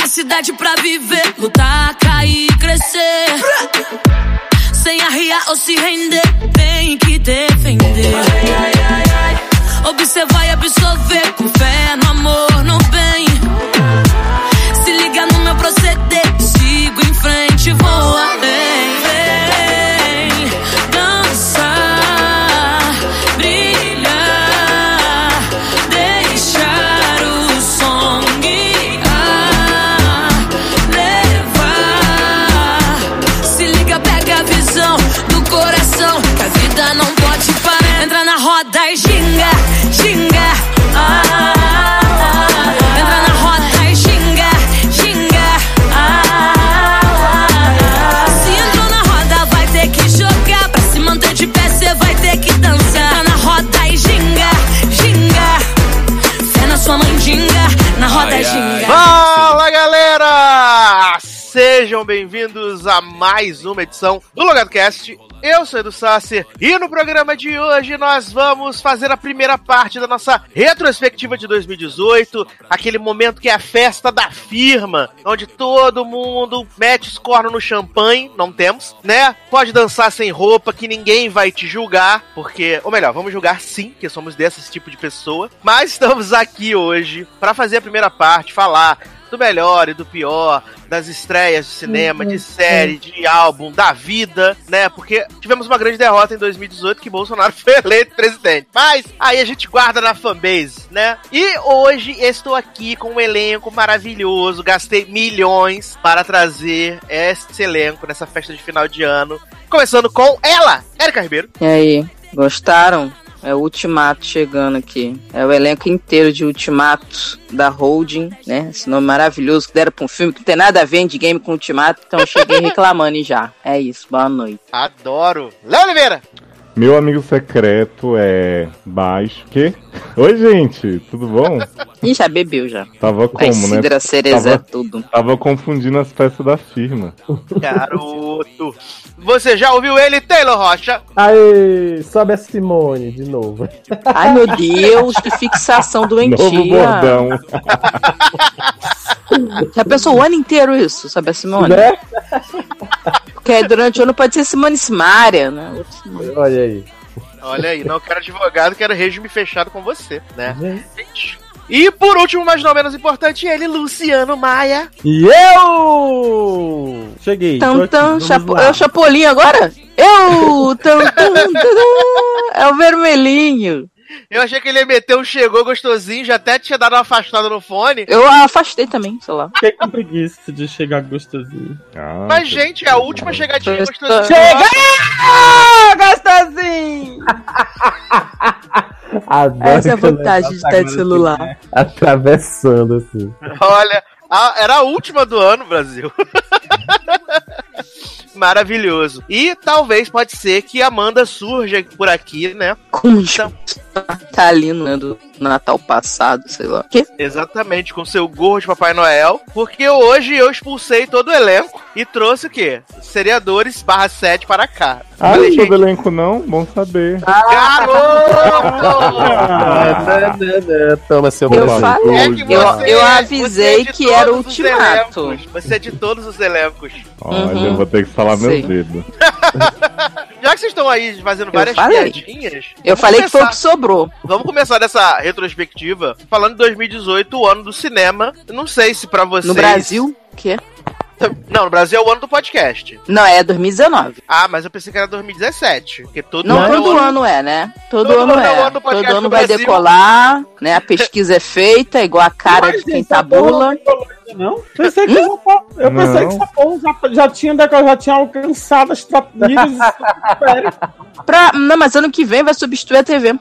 capacidade pra viver, lutar, cair, crescer. Sem arriar ou se render, tem que defender. Observar e absorver, com fé no amor, no bem. Se liga no meu proceder, sigo em frente, vou além. Vem dançar, brilhar, deixar o som guiar, levar. Se liga, pega a visão do coração, que a vida não pode parar. Entra na roda e ginga, ginga. Entra na roda e ginga, ginga. Se entrou na roda, vai ter que jogar. Pra se manter de pé, cê vai ter que dançar. Entra na roda e ginga, ginga. Fé na sua mandinga, na roda e ginga. Fala, galera! Sejam bem-vindos a mais uma edição do LogadoCast. Eu sou Edu Sasser e no programa de hoje nós vamos fazer a primeira parte da nossa retrospectiva de 2018, aquele momento que é a festa da firma, onde todo mundo mete os cornos no champanhe, não temos, né? Pode dançar sem roupa, que ninguém vai te julgar, porque, ou melhor, vamos julgar sim, que somos desse tipo de pessoa, mas estamos aqui hoje para fazer a primeira parte, falar do melhor e do pior, das estreias de cinema, de série, de álbum, da vida, né? Porque tivemos uma grande derrota em 2018 que Bolsonaro foi eleito presidente. Mas aí a gente guarda na fanbase, né? E hoje estou aqui com um elenco maravilhoso, gastei milhões para trazer esse elenco nessa festa de final de ano. Começando com ela, Érica Ribeiro. E aí, gostaram? É o Ultimato chegando aqui. É o elenco inteiro de Ultimato da Holding, né? Esse nome maravilhoso que deram pra um filme que não tem nada a ver de game com Ultimato. Então eu cheguei reclamando já. É isso, boa noite. Adoro. Léo Oliveira. Meu amigo secreto é baixo. Quê? Oi, gente, tudo bom? Ih, já bebeu já. Tava como, né? Cidra, cereza, tudo. Tava confundindo as peças da firma. Garoto. Você já ouviu ele, Taylor Rocha? Aê, sobe a Simone de novo. Ai, meu Deus, que fixação doentia. Novo bordão. Já pensou o ano inteiro isso, sabe a Simone? Né? Porque durante o ano pode ser Simone Simaria, né? Olha aí. Olha aí, não quero advogado, quero regime fechado com você, né? Gente. E por último, mas não menos importante, ele, Luciano Maia. E eu cheguei. É o Chapolin agora? É o vermelhinho. Eu achei que ele ia meter um chegou gostosinho, já até tinha dado uma afastada no fone. Eu afastei também, sei lá. Fiquei com preguiça de chegar gostosinho. Mas, gente, é a última chegadinha gostosinha. Chega! Gostosinho! Essa é a vantagem de estar de celular. Atravessando, assim. Olha, era a última do ano, Brasil. Maravilhoso. E talvez pode ser que a Amanda surja por aqui, né? Com então, tá ali no Natal passado, sei lá. Quê? Exatamente, com seu gorro de Papai Noel. Porque hoje eu expulsei todo o elenco e trouxe o quê? Seriadores /7 para cá. Ah, não sou do elenco não? Bom saber. Garoto! Toma seu Eu nome. falei, eu avisei que era o Ultimato. Você é de todos os elencos. Olha, eu vou ter que falar meus dedos. Já que vocês estão aí fazendo várias piadinhas... Eu falei que foi o que sobrou. Vamos começar dessa retrospectiva falando de 2018, o ano do cinema. Eu não sei se pra vocês... No Brasil? O quê? Não, no Brasil é o ano do podcast. Não, é 2019. Ah, mas eu pensei que era 2017. Porque todo não, ano todo ano é, né? Todo ano é. Todo ano vai decolar, né? A pesquisa é feita, igual a cara de quem tabula. Não? Pensei que eu pensei que essa porra já tinha alcançado as top níveis. Não, mas ano que vem vai substituir a TV.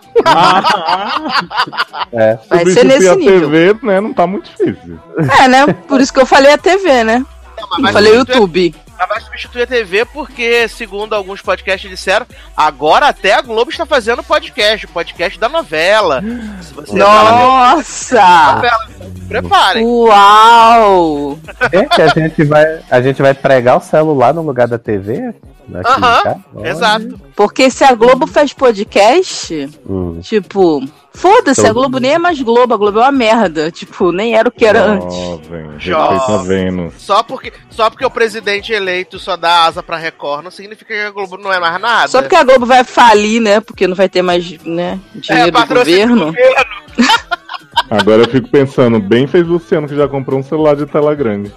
Vai ser nesse a nível. TV, né? Não tá muito difícil. É, né? Por isso que eu falei a TV, né? Não, falei YouTube. Ela vai substituir a TV porque, segundo alguns podcasts disseram, agora até a Globo está fazendo podcast da novela. Se você Nossa! Novela, preparem. Uau! A gente vai pregar o celular no lugar da TV? Aham, exato. Porque se a Globo faz podcast, tipo, Foda-se, a Globo nem é mais Globo, a Globo é uma merda. Tipo, nem era o que era antes. Tá vendo? Só porque o presidente eleito só dá asa pra Record, não significa que a Globo não é mais nada. Só porque a Globo vai falir, né? Porque não vai ter mais, né, dinheiro do governo. Agora eu fico pensando, bem fez o Luciano que já comprou um celular de tela grande.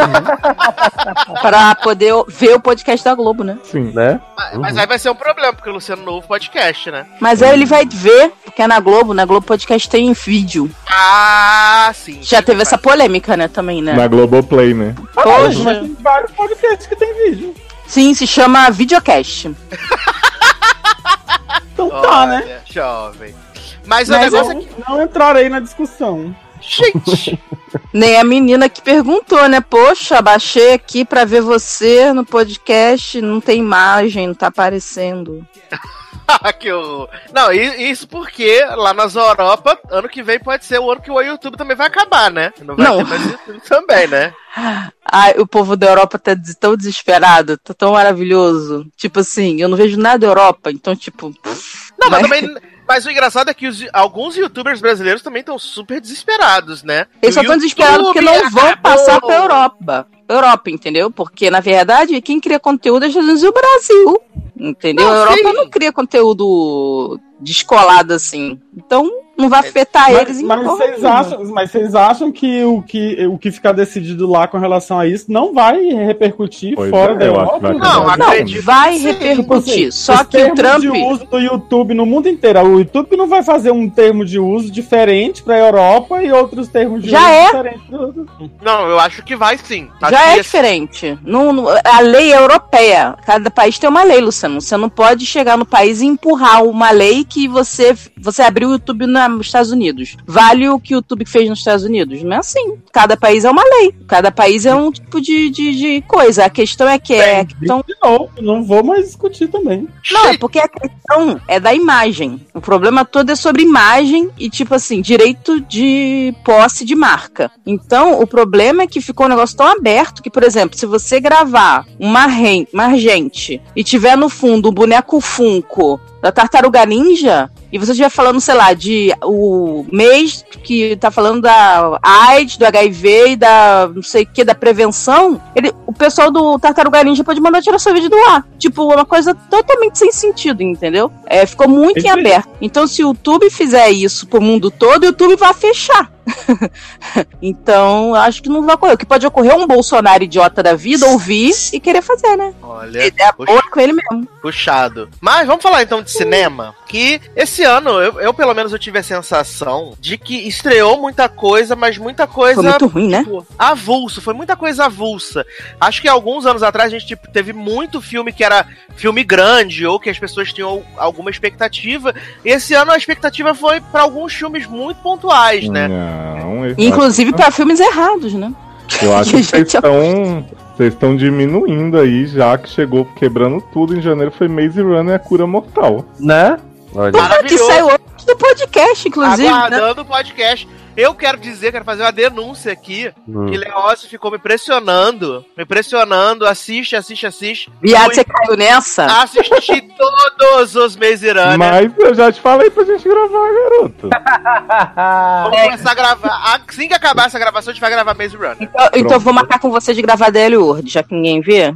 Pra poder ver o podcast da Globo, né? Sim. Né? Mas aí vai ser um problema, porque o Luciano não ouve podcast, né? Mas aí ele vai ver, porque é na Globo Podcast tem vídeo. Ah, sim. Já teve essa polêmica, né, também, né? Na Globoplay, né? Poxa. Mas tem vários podcasts que tem vídeo. Sim, se chama Videocast. Então tá, né? Jovem. Mas o Mas negócio é que... Não entrarei na discussão. Gente! Nem a menina que perguntou, né? Poxa, baixei aqui pra ver você no podcast, não tem imagem, não tá aparecendo. Que horror. Não, isso porque lá nas Europa, ano que vem pode ser o ano que o YouTube também vai acabar, né? Não vai ter mais YouTube também, né? Ai, o povo da Europa tá tão desesperado, tá tão maravilhoso. Tipo assim, eu não vejo nada da Europa, então tipo... Não, mas também... Mas o engraçado é que alguns youtubers brasileiros também estão super desesperados, né? Eles só estão desesperados porque não vão passar pra Europa, entendeu? Porque, na verdade, quem cria conteúdo é o Brasil, entendeu? Não, a Europa sim. não cria conteúdo descolado assim. Então, não vai afetar eles em mas vocês acham que o que ficar decidido lá com relação a isso não vai repercutir fora da Europa? Não, acredito. Vai repercutir. Só que o Trump... de uso do YouTube no mundo inteiro. O YouTube não vai fazer um termo de uso diferente pra Europa e outros termos de uso diferentes. Não, eu acho que vai sim. Já é diferente. A lei é europeia. Cada país tem uma lei, Luciano. Você não pode chegar no país e empurrar uma lei que você abriu o YouTube nos Estados Unidos. Vale o que o YouTube fez nos Estados Unidos? Não é assim. Cada país é uma lei. Cada país é um tipo de coisa. A questão é que não vou mais discutir também. Não, é porque a questão é da imagem. O problema todo é sobre imagem e, tipo assim, direito de posse de marca. Então, o problema é que ficou um negócio tão aberto que, por exemplo, se você gravar uma gente e tiver no fundo um boneco Funko da Tartaruga Ninja, e você estiver falando, sei lá, de o mês que tá falando da AIDS, do HIV e da não sei o que, da prevenção, o pessoal do Tartaruga Ninja pode mandar tirar seu vídeo do ar. Tipo, uma coisa totalmente sem sentido, entendeu? Ficou muito em aberto. Então, se o YouTube fizer isso pro mundo todo, o YouTube vai fechar. Então, acho que não vai ocorrer. O que pode ocorrer é um Bolsonaro idiota da vida ouvir e querer fazer, né? Olha, ideia boa com ele mesmo. Puxado. Mas vamos falar então de cinema. Que esse ano, eu pelo menos eu tive a sensação de que estreou muita coisa, mas muita coisa... Foi muito ruim, né? Avulso, foi muita coisa avulsa. Acho que alguns anos atrás a gente teve muito filme que era filme grande, ou que as pessoas tinham alguma expectativa. E esse ano a expectativa foi para alguns filmes muito pontuais, né? Inclusive para filmes errados, né? Eu acho que vocês estão diminuindo aí, já que chegou quebrando tudo em janeiro, foi Maze Runner, a cura mortal. Né? Olha. Que saiu antes do podcast, inclusive. Aguardando o podcast. Eu quero fazer uma denúncia aqui, que Leócio ficou me pressionando, assiste. Viado, você caiu nessa? Assisti todos os Maze Runner. Mas eu já te falei pra gente gravar, garoto. Vamos começar a gravar, assim que acabar essa gravação, a gente vai gravar Maze Runner. Então eu vou marcar com você de gravar DL Word, já que ninguém vê.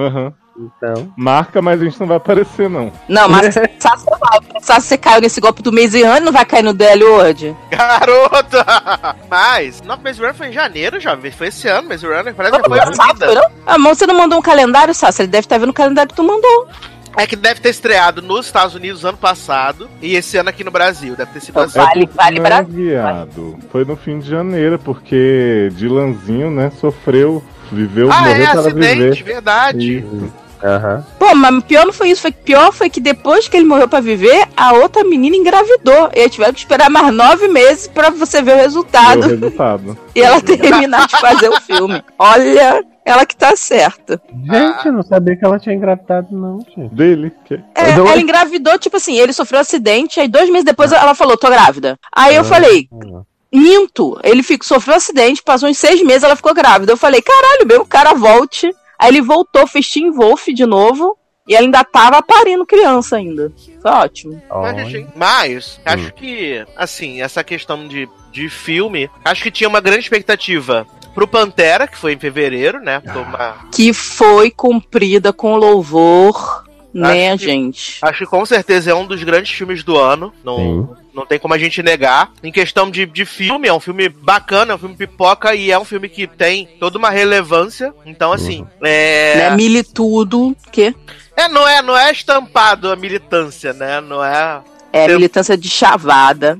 Então. Marca, mas a gente não vai aparecer, não. Não, mas se você caiu nesse golpe do Maze Runner, não vai cair no DL Word? Garota! Mas, Maze Runner foi em janeiro, já. Foi esse ano, Maze Runner. Parece que foi a vida. Mas você não mandou um calendário, Sassi? Ele deve estar vendo o calendário que tu mandou. É que deve ter estreado nos Estados Unidos ano passado e esse ano aqui no Brasil. Deve ter sido assim. Vale Brasil. Viado. Foi no fim de janeiro, porque Dylanzinho, né, viveu, morreu para viver. Verdade. Isso. Pô, mas pior não foi isso. Pior foi que depois que ele morreu pra viver, a outra menina engravidou. E aí tiveram que esperar mais 9 meses pra você ver o resultado. E ela terminar de fazer o filme. Olha, ela que tá certa. Gente, eu não sabia que ela tinha engravidado, não, gente. Dele. Ela engravidou, tipo assim, ele sofreu um acidente, aí 2 meses depois ela falou, tô grávida. Aí eu falei... Minto, ele sofreu um acidente, passou uns 6 meses, ela ficou grávida. Eu falei, caralho, meu, o cara volte. Aí ele voltou, fez Teen Wolf de novo. E ela ainda tava parindo criança ainda. Foi ótimo. Mas acho que, assim, essa questão de filme, acho que tinha uma grande expectativa pro Pantera, que foi em fevereiro, né? Que foi cumprida com louvor, né, gente? Acho que com certeza é um dos grandes filmes do ano. Não tem como a gente negar. Em questão de filme, é um filme bacana, é um filme pipoca e é um filme que tem toda uma relevância. Então, assim... Não é militudo, que... Não é estampado a militância, né? Não é... É militância de chavada.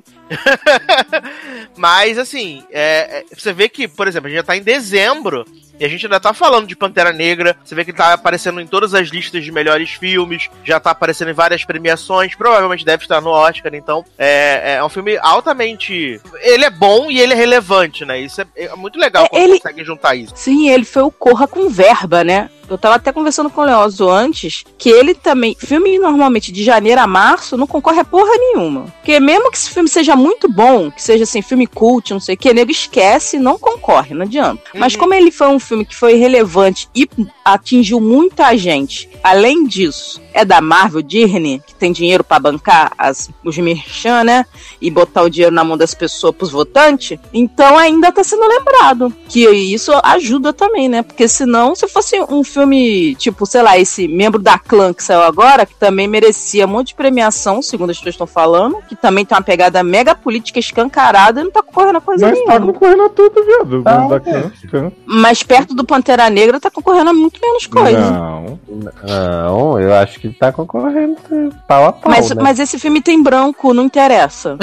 Mas, assim, você vê que, por exemplo, a gente já tá em dezembro e a gente ainda tá falando de Pantera Negra. Você vê que ele tá aparecendo em todas as listas de melhores filmes, já tá aparecendo em várias premiações, provavelmente deve estar no Oscar. Então, é um filme altamente... Ele é bom e ele é relevante, né? Isso é muito legal quando ele consegue juntar isso. Sim, ele foi o Corra com verba, né? Eu tava até conversando com o Leozo antes, que ele também... Filme, normalmente, de janeiro a março, não concorre a porra nenhuma. Porque mesmo que esse filme seja muito bom, que seja, assim, filme cult, não sei o que, nego esquece, não concorre, não adianta. Mas como ele foi um filme que foi relevante e atingiu muita gente, além disso, é da Marvel, Disney, que tem dinheiro pra bancar os merchan, né? E botar o dinheiro na mão das pessoas, pros votantes, então ainda tá sendo lembrado. Que isso ajuda também, né? Porque senão, se fosse um filme, tipo, sei lá, esse Membro da Clã que saiu agora, que também merecia um monte de premiação, segundo as pessoas estão falando, que também tem uma pegada mega política escancarada e não tá concorrendo a coisa nenhuma. Mas tá concorrendo a tudo, viado. Da Clã. Mas perto do Pantera Negra tá concorrendo a muito menos coisa. Não, eu acho que tá concorrendo pau a pau, mas esse filme tem branco, não interessa.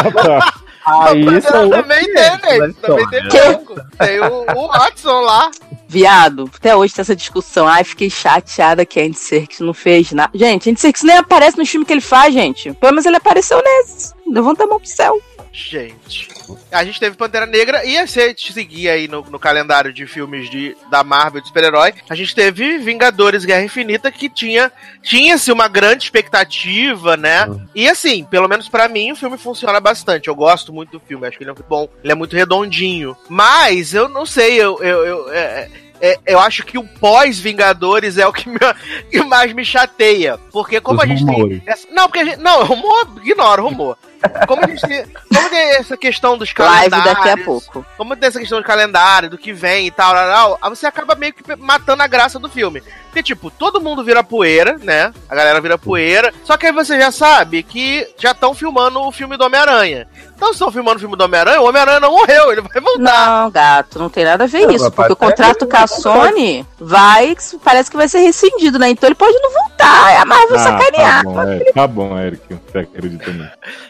Isso também tem branco. Tem o Watson lá. Viado, até hoje tem essa discussão. Ai, fiquei chateada que a Andy Serkis não fez nada. Gente, Andy Serkis nem aparece no filme que ele faz, gente. Pelo menos ele apareceu nesse. Levanta a mão pro céu. Gente, a gente teve Pantera Negra e se a gente seguir aí no calendário de filmes da Marvel de super-herói, a gente teve Vingadores Guerra Infinita, que tinha-se uma grande expectativa, né? E assim, pelo menos pra mim, o filme funciona bastante. Eu gosto muito do filme, acho que ele é muito bom, ele é muito redondinho. Mas, eu não sei, eu acho que o pós-Vingadores é o que mais me chateia. Porque como a gente tem... rumor, ignora o rumor. Como tem essa questão dos calendários... Live daqui a pouco. Como tem essa questão do calendário, do que vem e tal, aí você acaba meio que matando a graça do filme. Porque, tipo, todo mundo vira poeira, né? A galera vira poeira. Só que aí você já sabe que já estão filmando o filme do Homem-Aranha. Então, se estão filmando o filme do Homem-Aranha, o Homem-Aranha não morreu, ele vai voltar. Não, gato, não tem nada a ver isso. Porque o contrato com a Sony parece que vai ser rescindido, né? Então ele pode não voltar. É a Marvel sacanear. Tá bom, Eric, você acredita nisso.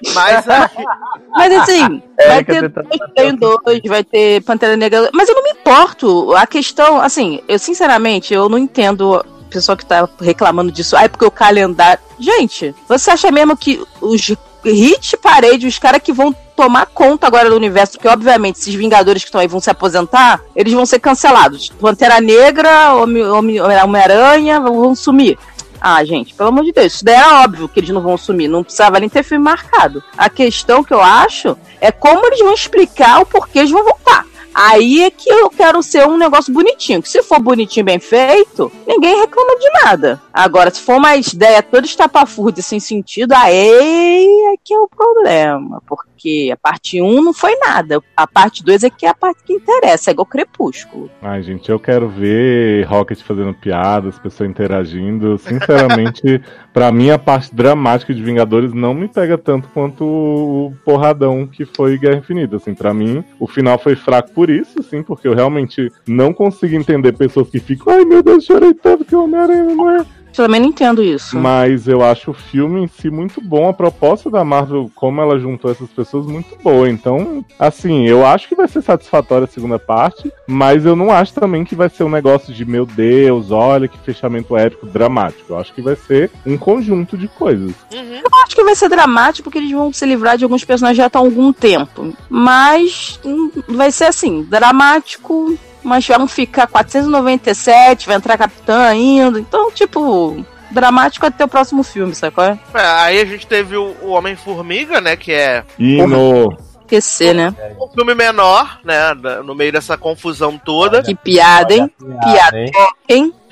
Mas assim, vai ter dois, vai ter Pantera Negra. Mas eu não me importo. A questão, assim, eu sinceramente, eu não entendo o pessoal que tá reclamando disso. Porque o calendário... Gente, você acha mesmo que os hit parade, os caras que vão tomar conta agora do universo, porque obviamente esses Vingadores que estão aí vão se aposentar, eles vão ser cancelados. Pantera Negra, Homem-Aranha vão sumir. Gente, pelo amor de Deus, isso daí era óbvio que eles não vão sumir, não precisava nem ter filme marcado. A questão que eu acho é como eles vão explicar o porquê eles vão voltar. Aí é que eu quero ser um negócio bonitinho, que se for bonitinho, bem feito, ninguém reclama de nada. Agora, se for uma ideia toda estapafúrdia, sem sentido, aí é que é o problema, porque a parte 1 não foi nada, a parte 2 é que é a parte que interessa, é igual Crepúsculo. Ai, gente, eu quero ver Rocket fazendo piadas, pessoas interagindo, sinceramente, pra mim a parte dramática de Vingadores não me pega tanto quanto o porradão que foi Guerra Infinita, assim, pra mim o final foi fraco por isso, sim, porque eu realmente não consigo entender pessoas que ficam, ai meu Deus, chorei tanto que o Homem-Aranha não é. Eu também não entendo isso. Mas eu acho o filme em si muito bom, a proposta da Marvel, como ela juntou essas pessoas, muito boa. Então, assim, eu acho que vai ser satisfatória a segunda parte, mas eu não acho também que vai ser um negócio de, meu Deus, olha que fechamento épico, dramático. Eu acho que vai ser um conjunto de coisas. Eu acho que vai ser dramático porque eles vão se livrar de alguns personagens já há algum tempo. Mas vai ser assim, dramático... Mas vão ficar 497, vai entrar Capitã ainda. Então, tipo, dramático até o próximo filme, sabe qual é? Aí a gente teve o Homem-Formiga, né, que é... Esquecer, né? Um filme menor, né, no meio dessa confusão toda. Que piada, hein? Piada, hein?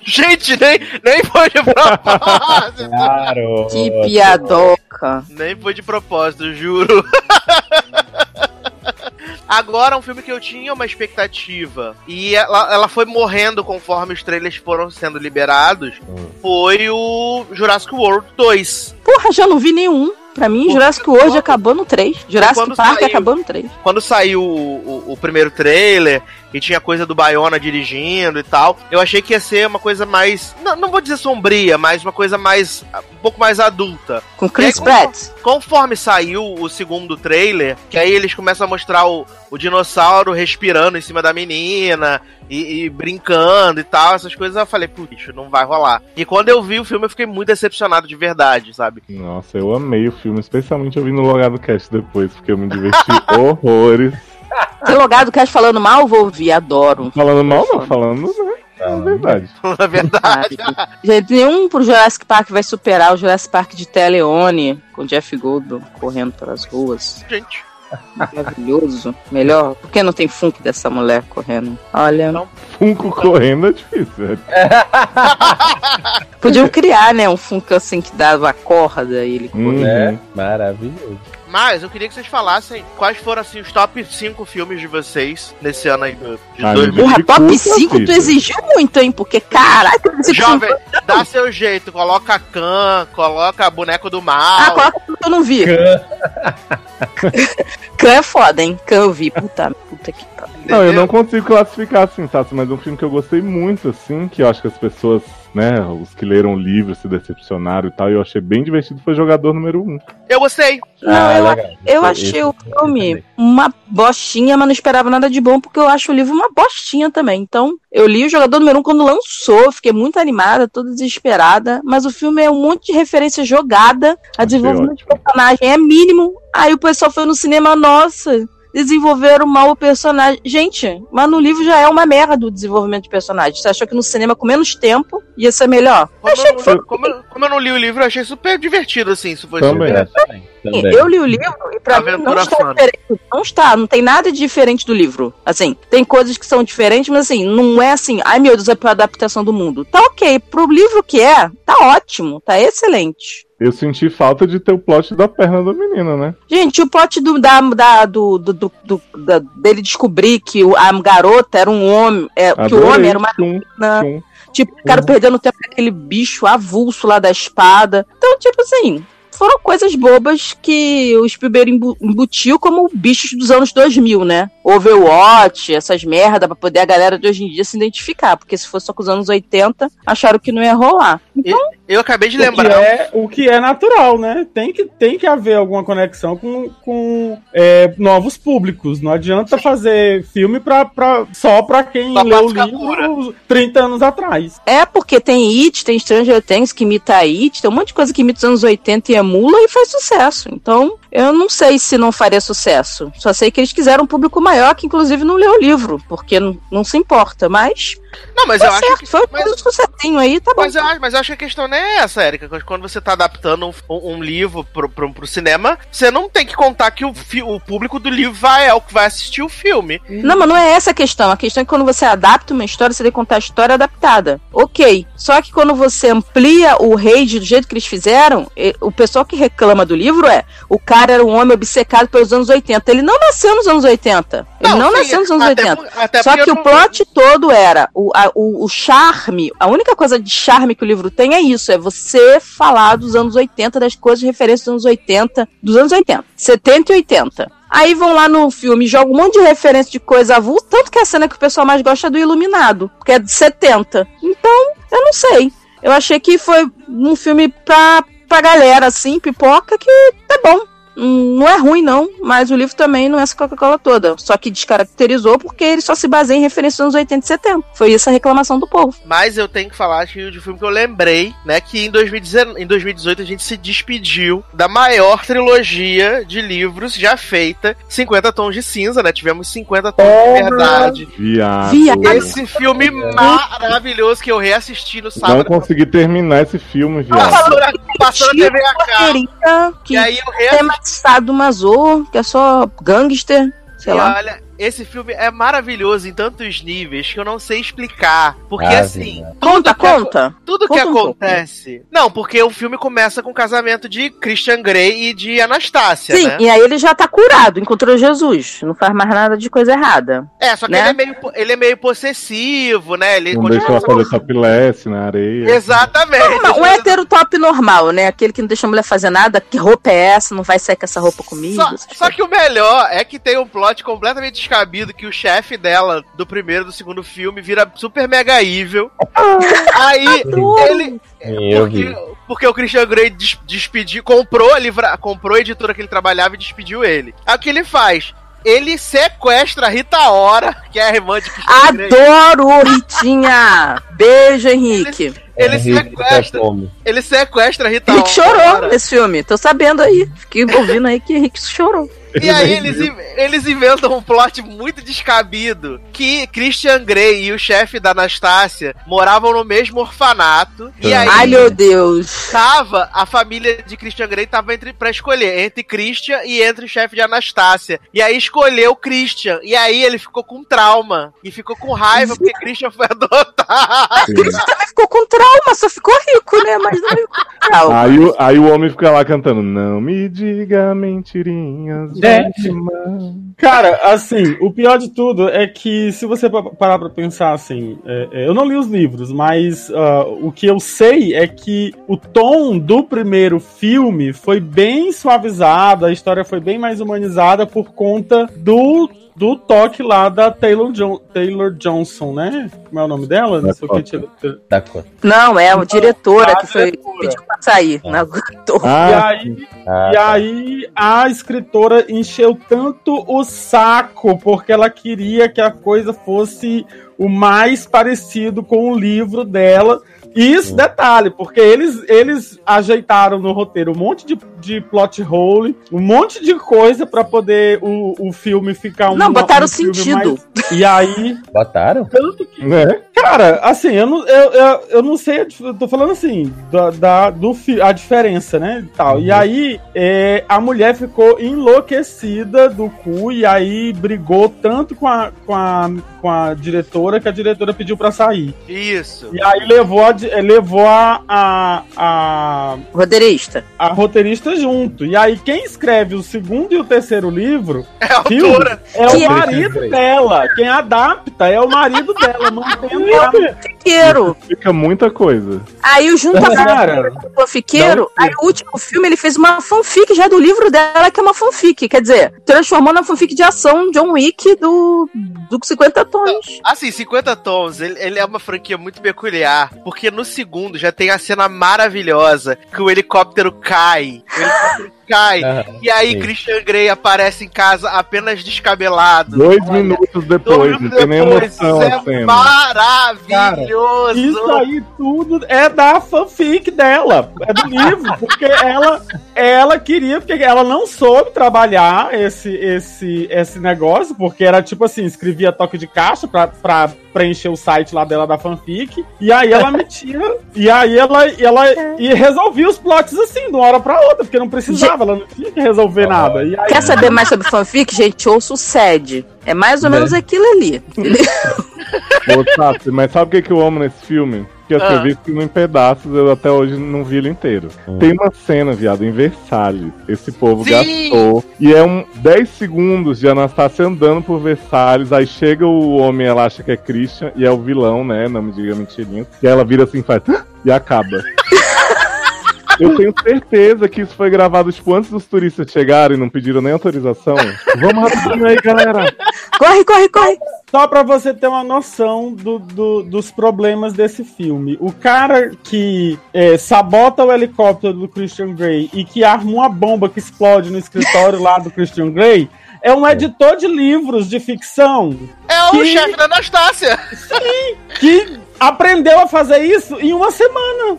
Gente, nem foi de propósito. Claro. Que piadoca. Nem foi de propósito, juro. Agora, um filme que eu tinha uma expectativa e ela foi morrendo conforme os trailers foram sendo liberados, foi o Jurassic World 2. Porra, já não vi nenhum. Pra mim, Jurassic World acabou no 3. Jurassic Park acabou no 3. Quando saiu o primeiro trailer e tinha coisa do Bayona dirigindo e tal, eu achei que ia ser uma coisa mais... Não vou dizer sombria, mas uma coisa mais... um pouco mais adulta. Com Chris Pratt. Conforme saiu o segundo trailer, que aí eles começam a mostrar o dinossauro respirando em cima da menina e brincando e tal, essas coisas, eu falei, puxa, não vai rolar. E quando eu vi o filme, eu fiquei muito decepcionado de verdade, sabe? Nossa, eu amei o filme, especialmente ouvindo o Logado Cast depois, porque eu me diverti horrores. Tem Logado Cast falando mal, vou ouvir, adoro. Falando mal, não, falando, né? É verdade. Na verdade. Gente, nenhum pro Jurassic Park vai superar o Jurassic Park de Teleone, com Jeff Goldblum correndo pelas ruas. Gente. Maravilhoso. Melhor. Por que não tem funk dessa mulher correndo? Olha. Não. Funko correndo é difícil. Podiam criar, né? Um Funko assim que dava a corda e ele corria. É, maravilhoso. Mas eu queria que vocês falassem quais foram assim, os top 5 filmes de vocês nesse ano aí de Ai, 2000. Porra, top 5 tu exigiu muito, hein? Porque, caraca, Jovem, dá seu jeito, coloca Khan, coloca Boneco do Mal. Ah, coloca tudo que eu não vi. Khan é foda, hein? Khan eu vi. Puta que pariu. Não, eu não consigo classificar assim, sabe? Mas um filme que eu gostei muito, assim, que eu acho que as pessoas, né, os que leram o livro se decepcionaram e tal, e eu achei bem divertido, foi Jogador Número 1. Eu gostei. Não, eu achei o filme uma bostinha, mas não esperava nada de bom, porque eu acho o livro uma bostinha também. Então, eu li o Jogador Número 1 quando lançou, fiquei muito animada, toda desesperada, mas o filme é um monte de referência jogada, a desenvolvimento de personagem é mínimo, aí o pessoal foi no cinema, nossa... desenvolveram mal o personagem. Gente, mas no livro já é uma merda o desenvolvimento de personagem. Você achou que no cinema, com menos tempo, ia ser melhor? Como eu não li o livro, eu achei super divertido, assim, se fosse Também. Eu li o livro e pra mim não está diferente. Não tem nada de diferente do livro. Assim, tem coisas que são diferentes, mas assim, não é assim, ai meu Deus, é a adaptação do mundo. Tá ok, pro livro que é, tá ótimo, tá excelente. Eu senti falta de ter o plot da perna da menina, né? Gente, o plot dele descobrir que a garota era um homem, que o homem era uma menina. Tipo, o cara perdendo tempo com aquele bicho avulso lá da espada. Então, tipo assim, foram coisas bobas que o Spielberg embutiu como bichos dos anos 2000, né? Overwatch, essas merda, pra poder a galera de hoje em dia se identificar. Porque se fosse só com os anos 80, acharam que não ia rolar. Então, eu acabei de lembrar. O que é natural, né? Tem que haver alguma conexão com novos públicos. Não adianta fazer filme só pra quem leu o livro 30 anos atrás. É, porque tem It, tem Stranger Things que imita It, tem um monte de coisa que imita os anos 80 e emula e faz sucesso. Então, eu não sei se não faria sucesso. Só sei que eles quiseram um público maior, que inclusive não leu o livro, porque não se importa, mas... Não, mas eu acho que... Foi um sucessinho aí, tá bom. Mas eu acho que a questão não é essa, Erika. Quando você tá adaptando um livro pro cinema, você não tem que contar que o público do livro é o que vai assistir o filme. Não, mas não é essa a questão. A questão é que quando você adapta uma história, você tem que contar a história adaptada. Ok. Só que quando você amplia o rage do jeito que eles fizeram, o pessoal que reclama do livro o cara era um homem obcecado pelos anos 80. Ele não nasceu nos anos 80. Ele não nasceu nos anos 80. Só que o plot todo era o charme, a única coisa de charme que o livro tem é isso, é você falar dos anos 80, das coisas de referência dos anos 80, 70 e 80. Aí vão lá no filme, jogam um monte de referência de coisa avulsa, tanto que a cena que o pessoal mais gosta é do Iluminado, que é de 70. Então, eu não sei. Eu achei que foi um filme pra galera, assim, pipoca, que tá bom. Não é ruim, não, mas o livro também não é essa Coca-Cola toda. Só que descaracterizou porque ele só se baseia em referências dos anos 80 e 70. Foi essa a reclamação do povo. Mas eu tenho que falar de um filme que eu lembrei, né? Que em 2018 a gente se despediu da maior trilogia de livros já feita, 50 Tons de Cinza, né? Tivemos 50 Tons de Verdade. Viado. Esse filme maravilhoso que eu reassisti no sábado. Não consegui terminar esse filme, viado. Passou na TV a cabo. E aí eu reassisti. Sado Mazor, que é só gangster, sei lá. Olha, esse filme é maravilhoso em tantos níveis que eu não sei explicar. Porque assim... Conta. Tudo que acontece... Não, porque o filme começa com o casamento de Christian Grey e de Anastácia, Sim, né? e aí ele já tá curado, encontrou Jesus. Não faz mais nada de coisa errada. Só que né? ele é meio possessivo, né? Ele Não deixou ela fazer topless na areia. Exatamente. Um hétero top normal, né? Aquele que não deixa a mulher fazer nada. Que roupa é essa? Não vai sair com essa roupa comigo? Só que o melhor é que tem um plot completamente descabido que o chefe dela, do primeiro e do segundo filme, vira super mega evil. Aí ele... Porque o Christian Grey comprou a editora que ele trabalhava e despediu ele. Aí o que ele faz? Ele sequestra a Rita Ora, que é a irmã de Christian Grey. Adoro, Ritinha! Beijo, Henrique. Ele sequestra a Rita Ora. Henrique chorou nesse filme, tô sabendo aí. Fiquei ouvindo aí que Henrique chorou. E aí eles inventam um plot muito descabido que Christian Grey e o chefe da Anastácia moravam no mesmo orfanato. E aí, ai, meu Deus. a família de Christian Grey tava pra escolher entre Christian e entre o chefe de Anastácia. E aí escolheu Christian. E aí ele ficou com trauma. E ficou com raiva porque Christian foi adotado. Christian também ficou com trauma, só ficou rico, né? Mas não ficou com trauma. Aí o homem fica lá cantando: não me diga mentirinhas. Cara, assim, o pior de tudo é que se você parar pra pensar assim, eu não li os livros, mas o que eu sei é que o tom do primeiro filme foi bem suavizado, a história foi bem mais humanizada por conta do toque lá da Taylor Johnson, né? Como é o nome dela? Não sei o que. Não, é a diretora que pediu pra sair. E aí a escritora encheu tanto o saco porque ela queria que a coisa fosse o mais parecido com o livro dela. Isso, detalhe, porque eles ajeitaram no roteiro um monte de plot hole, um monte de coisa pra poder o filme ficar Não, botaram sentido. E aí... Botaram? Tanto que... Cara, assim, eu não sei, eu tô falando assim, a diferença, né, e tal. E aí, a mulher ficou enlouquecida do cu, e aí brigou tanto com a diretora, que a diretora pediu pra sair. Isso. E aí levou a roteirista. A roteirista junto. E aí quem escreve o segundo e o terceiro livro é a autora. É o marido dela. Quem adapta é o marido dela. Mantendo fanfiqueiro. Fica muita coisa. Aí o junto a fanfiqueiro, aí o último filme ele fez uma fanfic já do livro dela, que é uma fanfic. Quer dizer, transformou na fanfic de ação John Wick do 50 tons. Assim, 50 tons, ele é uma franquia muito peculiar, porque no segundo já tem a cena maravilhosa que o helicóptero cai. E aí Christian Grey aparece em casa apenas descabelado. 2 minutos depois, não tem nem emoção a cena. Maravilhoso! Cara, isso aí tudo é da fanfic dela, é do livro, porque ela queria, porque ela não soube trabalhar esse negócio, porque era tipo assim, escrevia toque de caixa pra preencher o site lá dela da fanfic, e aí ela metia, e aí ela resolvia os plots assim, de uma hora pra outra, porque não precisava, ela não tinha que resolver nada. E aí... Quer saber mais sobre fanfic, gente? Ouça o SED. É mais ou menos aquilo ali. Mas sabe o que eu amo nesse filme? Que eu vi esse filme em pedaços, eu até hoje não vi ele inteiro. Tem uma cena, viado, em Versalhes. Esse povo gastou. E é 10 segundos de Anastácia andando por Versalhes. Aí chega o homem, ela acha que é Christian, e é o vilão, né? Não me diga mentirinha. E ela vira assim, faz... e acaba. Eu tenho certeza que isso foi gravado tipo, antes dos turistas chegarem e não pediram nem autorização. Vamos rapidinho aí, galera. Corre. Só pra você ter uma noção dos problemas desse filme. O cara que sabota o helicóptero do Christian Grey e que arma uma bomba que explode no escritório lá do Christian Grey é um editor de livros de ficção. É o chefe da Anastácia. Sim, que aprendeu a fazer isso em uma semana.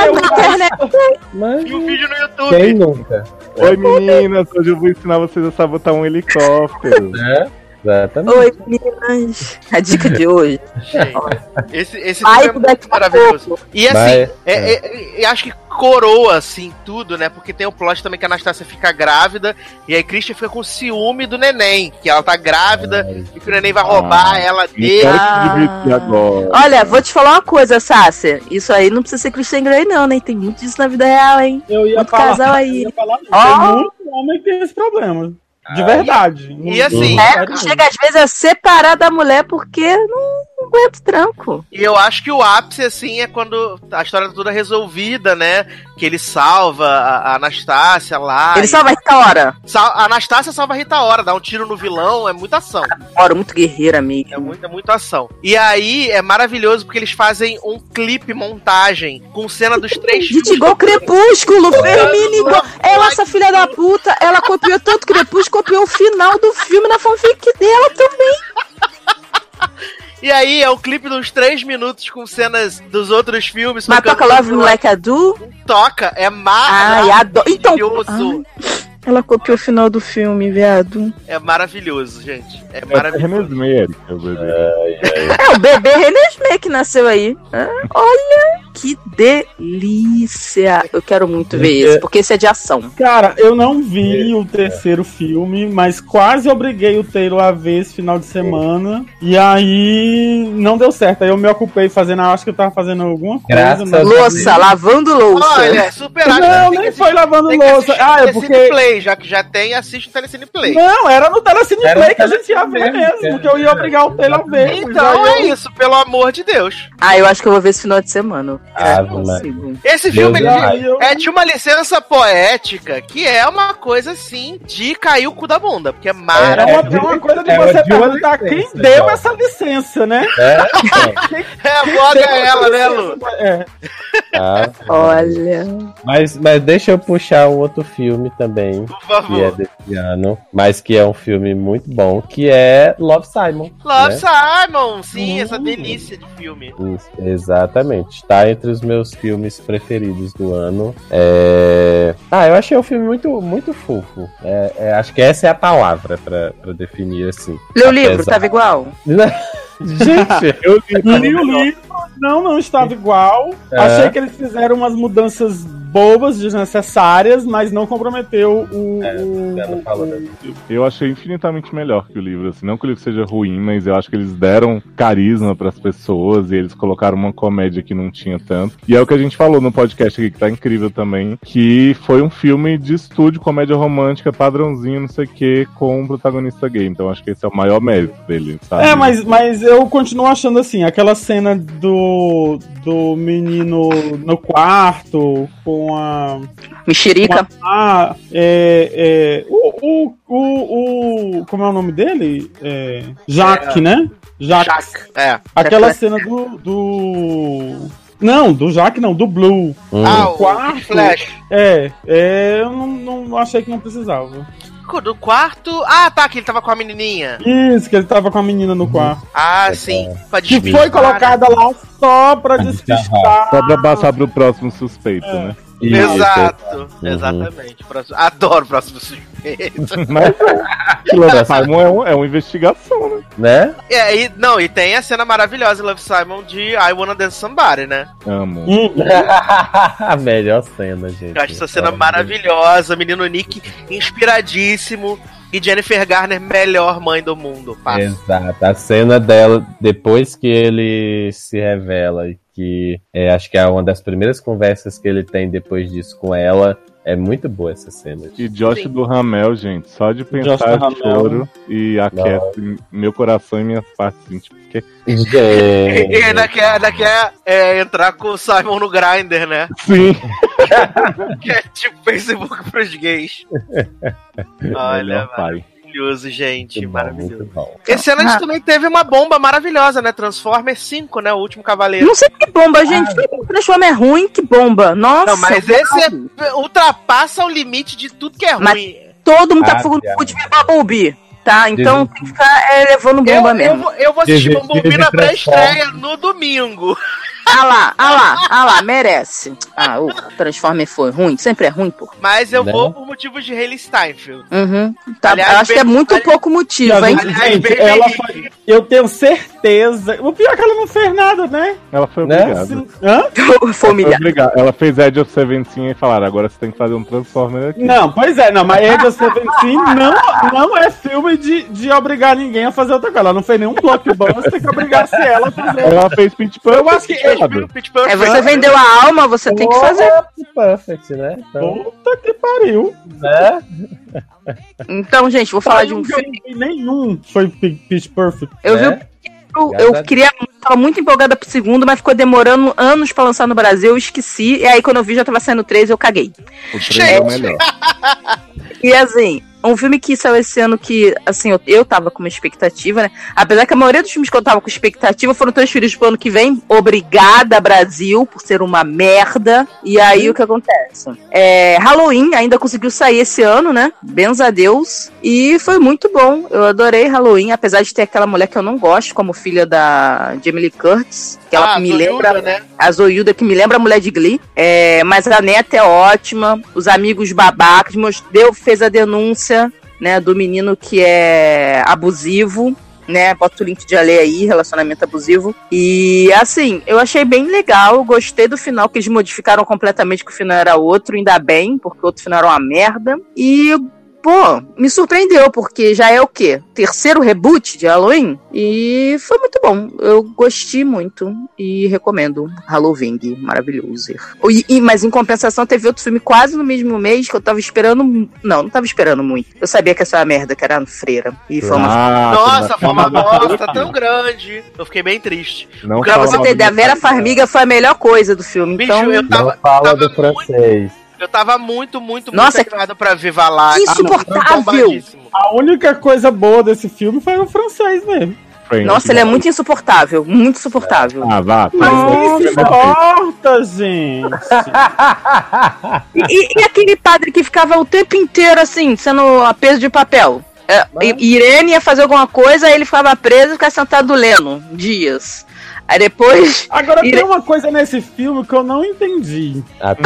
E um vídeo no YouTube. Quem nunca? Oi, meninas, hoje eu vou ensinar vocês a sabotar um helicóptero. Exatamente. Oi, meninas. A dica de hoje. Esse Ai, filme é muito maravilhoso. E assim, Mas, eu acho que coroa, assim, tudo, né? Porque tem o plot também que a Anastácia fica grávida e aí Christian fica com ciúme do neném, que ela tá grávida e que o neném vai roubar ela dele. Quero te divertir agora. Olha, vou te falar uma coisa, Sácia. Isso aí não precisa ser Christian Grey, não, né? Tem muito disso na vida real, hein? Eu ia Muito falar, casal aí. eu ia falar isso. Ó. Tem muito homem que tem esse problema. De verdade. E assim, Chega às vezes a separar da mulher porque não aguenta o tranco. e eu acho que o ápice, assim, é quando a história tá toda resolvida, né? Que ele salva a Anastácia lá. Ele salva a Rita Ora. A Anastácia salva a Rita Ora, dá um tiro no vilão, é muita ação. Ora, muito guerreira, amigo. É muita ação. E aí é maravilhoso porque eles fazem um clipe montagem com cena dos 3 Gente, igual Crepúsculo, Fermina, igual. Ela, essa filha da puta, ela copiou tanto Crepúsculo, copiou o final do filme na fanfic dela também. E aí é o clipe de uns 3 minutos com cenas dos outros filmes. Mas toca Love Me Like I Do? Toca, é Ai, adoro. Então, maravilhoso. ela copiou o final do filme, viado. É maravilhoso, gente. É É maravilhoso. Renesmee, Erika, o bebê. É o bebê Renesmee que nasceu aí. Olha que delícia. Eu quero muito ver esse, porque esse é de ação. Cara, eu não vi o terceiro filme, mas quase obriguei o Taylor a ver esse final de semana. E aí não deu certo. Aí eu me ocupei fazendo, acho que eu tava fazendo alguma coisa. Graças mas- a Deus. Louça, lavando louça. Olha, super Não, nem foi lavando louça. Ah, é porque. Play, já que já tem, assiste o Telecine Play. Não, era no Telecine Era Play no que a gente ia ver Telecine mesmo, mesmo, porque eu ia obrigar o Taylor a ver. Então Já é isso, pelo amor de Deus. Ah, eu acho que eu vou ver esse final de semana. Ave Não Maria. consigo. Esse filme Deus ele Deus. é de uma licença poética que é uma coisa assim de cair o cu da bunda, porque é É maravilhoso. uma coisa de É você uma de uma perguntar quem licença, deu já. essa licença, né? É, bloga ela, né, Lu? É. Tá. Olha. Mas deixa eu puxar um outro filme também, Por que é favor. desse ano, mas que é um filme muito bom, que é Love, Simon. Love né? Simon, sim, essa delícia de filme. Isso, exatamente. Tá entre os meus filmes preferidos do ano. Eu achei o filme muito, muito fofo. Acho que essa é a palavra pra definir assim. Leu o livro, Apesar- tava igual? Gente, eu Li o livro, não estava igual. É. Achei que eles fizeram umas mudanças bobas, desnecessárias, mas não comprometeu o. Luciano falou, né? Eu achei infinitamente melhor que o livro, assim, não que o livro seja ruim, mas eu acho que eles deram carisma pras pessoas e eles colocaram uma comédia que não tinha tanto. E é o que a gente falou no podcast aqui, que tá incrível também, que foi um filme de estúdio, comédia romântica, padrãozinho, não sei o que, com um protagonista gay. Então acho que esse é o maior mérito dele, sabe? Mas eu continuo achando assim, aquela cena do menino no quarto com a. Mexerica. Como é o nome dele? Jaque, né? Jaque. É. Aquela cena do. Não, do Jaque não, do Blue. Ah, o quarto. Flash. Eu não achei que não precisava. Do quarto. Ah, tá, que ele tava com a menininha. Isso, que ele tava com a menina no quarto. Ah, sim. Pra Que despistar, foi colocada lá só pra despistar. Só pra passar pro próximo suspeito, né? Exato, Uhum. exatamente. Adoro o próximo suspeito. Mas Love Simon é uma investigação, né? né? E tem a cena maravilhosa em Love Simon de I Wanna Dance Somebody, né? Amo. A melhor cena, gente. Eu acho essa cena maravilhosa. Menino Nick inspiradíssimo. E Jennifer Garner, melhor mãe do mundo. Passa. Exato. A cena dela, depois que ele se revela e que acho que é uma das primeiras conversas que ele tem depois disso com ela, é muito boa essa cena. E Josh Sim. do Ramel, gente, só de Josh pensar do eu choro e aquece meu coração e minhas partes, assim, tipo, porque... E ainda quer entrar com o Simon no Grindr, né? Sim! Que é tipo Facebook pros gays. Olha, Melhor pai. maravilhoso, gente. Muito bom, Maravilhoso. muito bom. Esse ano a gente também teve uma bomba maravilhosa, né? Transformers 5, né? O Último Cavaleiro. Não sei que bomba, gente. O Transformer é ruim, que bomba. Nossa. Não, mas esse ultrapassa o limite de tudo que é Mas ruim. todo mundo tá com fogo no viado. cu de ver Bumblebee. tá? Então tem que ficar levando bomba mesmo. Eu vou assistir Bumblebee na pré-estreia no domingo. Ah lá, merece. O Transformer foi ruim, sempre é ruim, pô. Mas eu vou por motivos de Hayley Steinfeld. Tá, Aliás, eu acho que é muito pouco motivo, hein? Gente, eu tenho certeza. O pior é que ela não fez nada, né? Ela foi obrigada. Foi humilhada. Ela fez Edge of Seventeen e falaram, agora você tem que fazer um Transformer aqui. Não, pois é, mas Edge of Seventeen não é filme de obrigar ninguém a fazer outra coisa. Ela não fez nenhum blockbuster que obrigasse ela a fazer. Ela fez Pitch Perfect. Eu acho que você vendeu a alma, você tem que fazer. Perfect, né? Então, puta que pariu. né? Então, gente, vou falar de um filme. Nenhum foi Pitch Perfect. Eu vi tava muito empolgada pro segundo, mas ficou demorando anos pra lançar no Brasil, eu esqueci. E aí, quando eu vi, já tava saindo 3, eu caguei. O 3 é o melhor. E assim, um filme que saiu esse ano que, assim, eu tava com uma expectativa, né? Apesar que a maioria dos filmes que eu tava com expectativa foram transferidos pro ano que vem. Obrigada, Brasil, por ser uma merda. E aí, o que acontece? Halloween ainda conseguiu sair esse ano, né? Benza a Deus. E foi muito bom. Eu adorei Halloween, apesar de ter aquela mulher que eu não gosto, como filha da Jamie Lee Curtis. Que ela me lembra, né? A Zoilda, que me lembra a mulher de Glee. Mas a neta é ótima. Os amigos babacas. Fez a denúncia, né, do menino que é abusivo, né? Bota o link de Ale aí, relacionamento abusivo. E assim, eu achei bem legal. Gostei do final, que eles modificaram completamente, que o final era outro, ainda bem, porque o outro final era uma merda. E pô, me surpreendeu, porque já é o quê? Terceiro reboot de Halloween? E foi muito bom. Eu gostei muito e recomendo. Halloween, maravilhoso. Mas em compensação teve outro filme quase no mesmo mês que eu tava esperando. Não tava esperando muito. Eu sabia que essa merda, que era a Freira. E foi uma... Nossa, foi uma bosta tão grande. Eu fiquei bem triste. Pra você ter ideia, a Vera Farmiga foi a melhor coisa do filme. Bicho, então... eu tava do francês. Eu tava muito Nossa, animado pra ver Valak. insuportável! A única coisa boa desse filme foi o francês mesmo. Nossa, ele é muito insuportável. Muito insuportável. Vá. Mas quem se importa, gente? E aquele padre que ficava o tempo inteiro assim, sendo a peso de papel? Irene ia fazer alguma coisa, aí ele ficava preso e ficava sentado lendo dias. Aí depois... Agora tem uma coisa nesse filme que eu não entendi.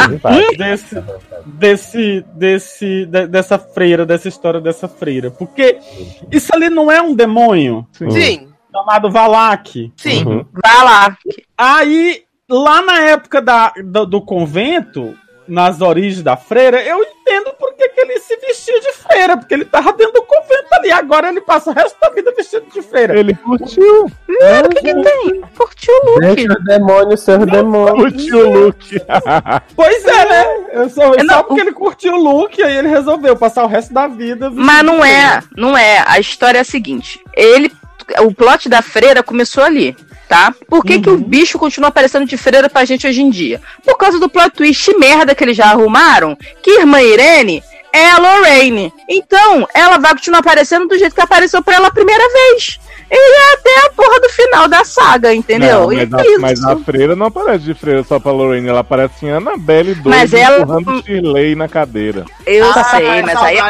Dessa freira, dessa história dessa freira. Porque isso ali não é um demônio? Sim. Chamado Valak. Sim. Valak. Aí, lá na época do convento, nas origens da freira, eu entendo por que ele se vestia de freira, porque ele tava dentro do convento ali, agora ele passa o resto da vida vestido de freira. Ele curtiu. O que tem? Curtiu o look. Deixa o demônio ser o demônio. Curtiu o look. Pois é, né? Só porque ele curtiu o look, aí ele resolveu passar o resto da vida vestido. Mas não é. A história é a seguinte, o plot da freira começou ali. Tá? Por que o bicho continua aparecendo de freira pra gente hoje em dia? Por causa do plot twist merda que eles já arrumaram, que Irmã Irene é a Lorraine. Então, ela vai continuar aparecendo do jeito que apareceu pra ela a primeira vez. E até a porra do final da saga, entendeu? Mas a freira não aparece de freira só pra Lorraine, ela aparece em Annabelle 2, mas ela empurrando Shirley na cadeira. Eu sei, mas aí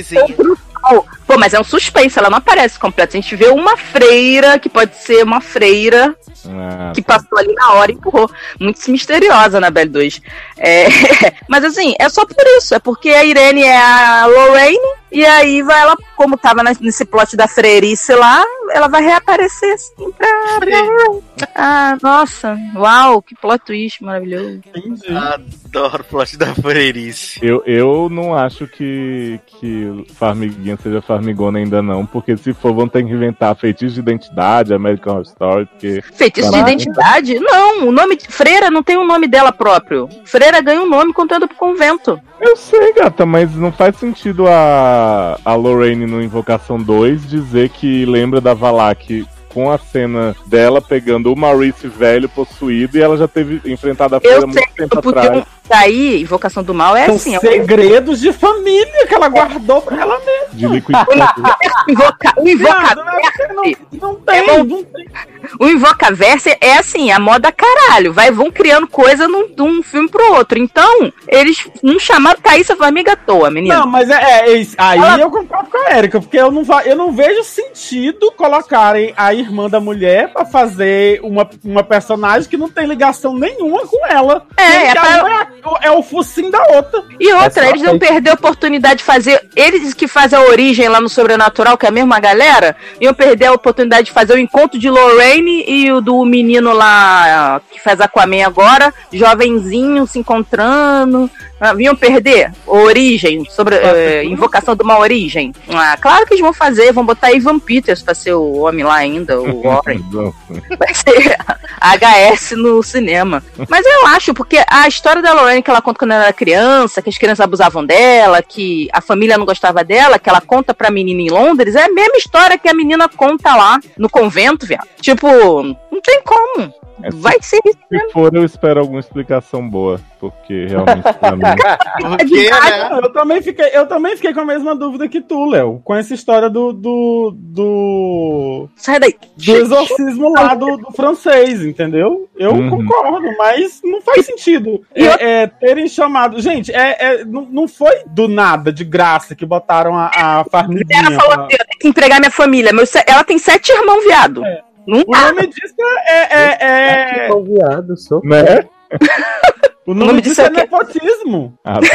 Pô, mas é um suspense, ela não aparece completa. A gente vê uma freira, que pode ser uma freira que passou ali na hora e empurrou. Muito misteriosa na Annabelle 2. Mas assim, é só por isso. É porque a Irene é a Lorraine, e aí ela, como tava nesse plot da freirice lá, ela vai reaparecer assim pra Lorraine. Nossa, uau, que plot twist maravilhoso. Entendi. Adoro o plot da freirice. Eu não acho que Farmiguinha seja Farmigona ainda não, porque se for vão ter que inventar feitiço de identidade, American Horror Story, porque... Feitiço de identidade? Não, o nome de Freira não tem um nome dela próprio. Freira ganha um nome quando anda pro convento. Eu sei, gata, mas não faz sentido a Lorraine no Invocação 2 dizer que lembra da Valak com a cena dela pegando o Maurice velho possuído e ela já teve enfrentado a Freira muito tempo atrás. Daí, Invocação do Mal é são assim... segredos de família que ela guardou pra ela mesma. De liquidificação. O invocador... Não tem. o Invocaverse é assim, a moda caralho. Vão criando coisa de um filme pro outro. Então, eles não chamaram Thaísa Farmiga à toa, menina. Não, mas aí eu concordo com a Erika, porque eu não vejo sentido colocarem a irmã da mulher pra fazer uma personagem que não tem ligação nenhuma com ela. É o focinho da outra. E outra, eles não perderam a oportunidade de fazer. Eles que fazem a origem lá no Sobrenatural, que é a mesma galera, iam perder a oportunidade de fazer o encontro de Lorraine e o do menino lá que faz Aquaman agora, jovenzinho se encontrando. Vinham perder a origem, invocação de uma origem. Claro que eles vão fazer, vão botar Evan Peters pra ser o homem lá ainda, o Warren. Vai ser HS no cinema. Mas eu acho, porque a história da Lorraine que ela conta quando ela era criança, que as crianças abusavam dela, que a família não gostava dela, que ela conta pra menina em Londres, é a mesma história que a menina conta lá no convento, viado. Tipo, não tem como. Vai ser isso mesmo. Se for, eu espero alguma explicação boa, porque realmente pra mim... Porque, né? Eu também fiquei com a mesma dúvida que tu, Léo, com essa história do Sai daí. Do exorcismo lá do francês, entendeu? Eu concordo, mas não faz sentido terem chamado... Gente, não foi do nada, de graça, que botaram a Farmiguinha. Ela falou assim, eu tenho que entregar minha família. Ela tem 7 irmãos, viado. O nome disso é viado, sou. Né? O nome disso é nepotismo.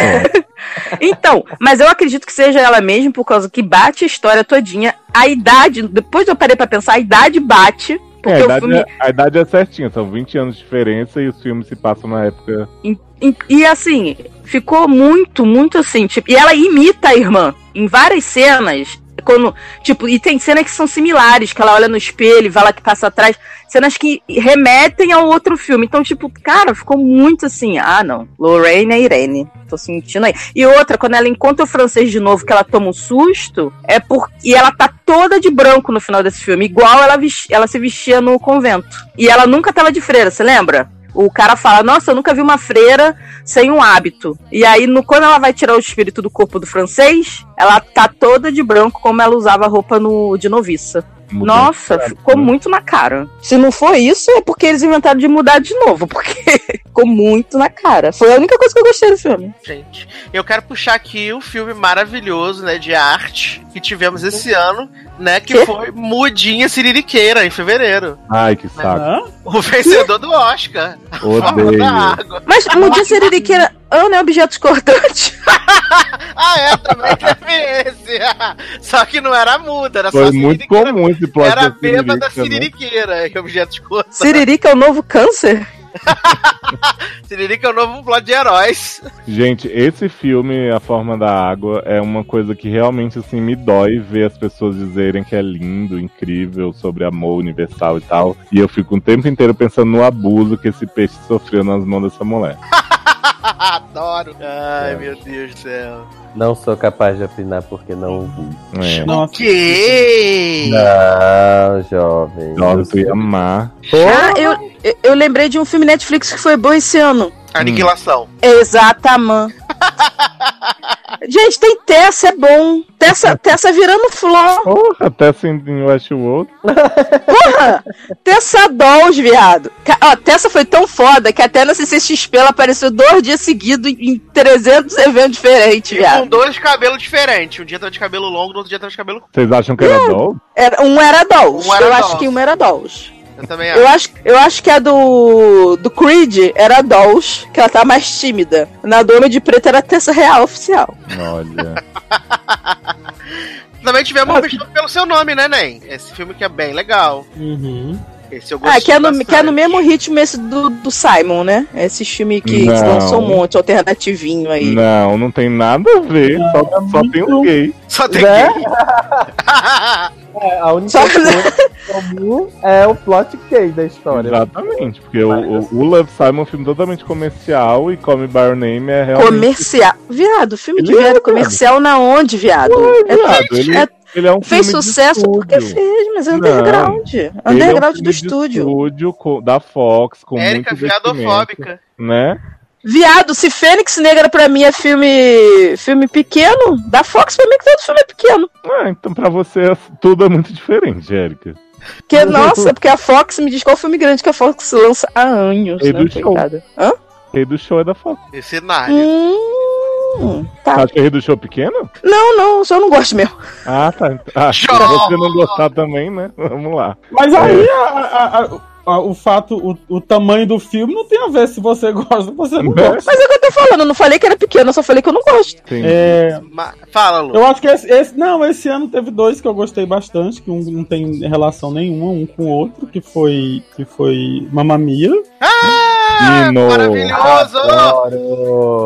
Então, mas eu acredito que seja ela mesma, por causa que bate a história todinha. A idade, depois eu parei pra pensar, a idade bate. Porque a idade é certinha, são 20 anos de diferença e os filmes se passam na época... E assim, ficou muito, muito assim, tipo, e ela imita a irmã em várias cenas. E tem cenas que são similares, que ela olha no espelho e vai lá que passa atrás, cenas que remetem ao outro filme. Então, tipo, cara, ficou muito assim, não, Lorraine é Irene, tô sentindo aí. E outra, quando ela encontra o francês de novo, que ela toma um susto, e ela tá toda de branco no final desse filme, igual ela se vestia no convento. E ela nunca tava de freira, você lembra? O cara fala, nossa, eu nunca vi uma freira sem um hábito. E aí, quando ela vai tirar o espírito do corpo do francês, ela tá toda de branco, como ela usava a roupa de noviça. Nossa, ficou muito na cara. Se não for isso, é porque eles inventaram de mudar de novo, porque ficou muito na cara. Foi a única coisa que eu gostei do filme. Gente, eu quero puxar aqui o filme maravilhoso, né, de arte que tivemos esse ano, né, que foi Mudinha Siririqueira, em fevereiro. Ai, que saco. O vencedor do Oscar. Odeio. Mas Mudinha Siririqueira não é objetos cortantes. Também teve esse. Só que não era muda, era foi só muito comum esse plot. Era a bêbada da Siririqueira, né? Objetos cortantes. Siririca é o novo câncer? Siririca é o novo plot de heróis. Gente, esse filme, A Forma da Água, é uma coisa que realmente, assim, me dói ver as pessoas dizerem que é lindo, incrível, sobre amor universal e tal. E eu fico o tempo inteiro pensando no abuso que esse peixe sofreu nas mãos dessa mulher. Adoro. Ai, meu Deus do céu. Não sou capaz de opinar porque não vi. O quê? Não, jovem. Nossa, tu ia amar. Eu lembrei de um filme Netflix que foi bom esse ano. Aniquilação. Exatamente. Gente, tem Tessa, é bom. Tessa virando flor. Porra, Tessa em Westworld. Porra, Tessa Dolls, viado. Tessa foi tão foda que até na CCXP ela apareceu 2 dias seguidos em 300 eventos diferentes, viado. Com 2 cabelos diferentes. Um dia tava de cabelo longo, no outro dia tava de cabelo curto. Vocês acham que era Dolls? Um era Dolls. Eu acho que um era Dolls. Eu também acho. Eu acho que a do Creed era a Dolls, que ela tá mais tímida. Na do Homem de Preto era a Tessa Real oficial. Olha. Também tivemos pelo seu nome, né, Nen? Esse filme que é bem legal. Esse eu gostei que é no mesmo ritmo esse do Simon, né? Esse filme que lançou um monte, alternativinho aí. Não tem nada a ver. Só tem um gay. Só tem gay. A única coisa comum é o plot gay da história. Exatamente, porque o Love Simon é um filme totalmente comercial e Call Me By Your Name é realmente... Comercial? Viado, filme de viado comercial na onde, viado? Ele é um fez filme sucesso porque fez, mas é underground. Underground do estúdio. Da Fox, com Erika, muito viadofóbica. Né? Viado, se Fênix Negra pra mim é filme pequeno, da Fox pra mim que todo filme é pequeno. Então pra você tudo é muito diferente, Erika. Porque, nossa, porque a Fox me diz qual filme grande que a Fox lança há anos, Rei né, do Show. coitada. Hã? Rei do Show é da Fox. Esse cenário. Tá. Acha que é Rei do Show pequeno? Não, só não gosto mesmo. Ah, tá. Ah, se Show! você não gostar também, né? Vamos lá. Mas aí o fato, o tamanho do filme não tem a ver se você gosta ou você não gosta. Mas é o que eu tô falando, eu não falei que era pequeno, eu só falei que eu não gosto. Sim. Fala, Lu. Eu acho que esse ano teve dois que eu gostei bastante, que um não tem relação nenhuma um com o outro, que foi Mamma Mia. Hino. Maravilhoso! Adoro.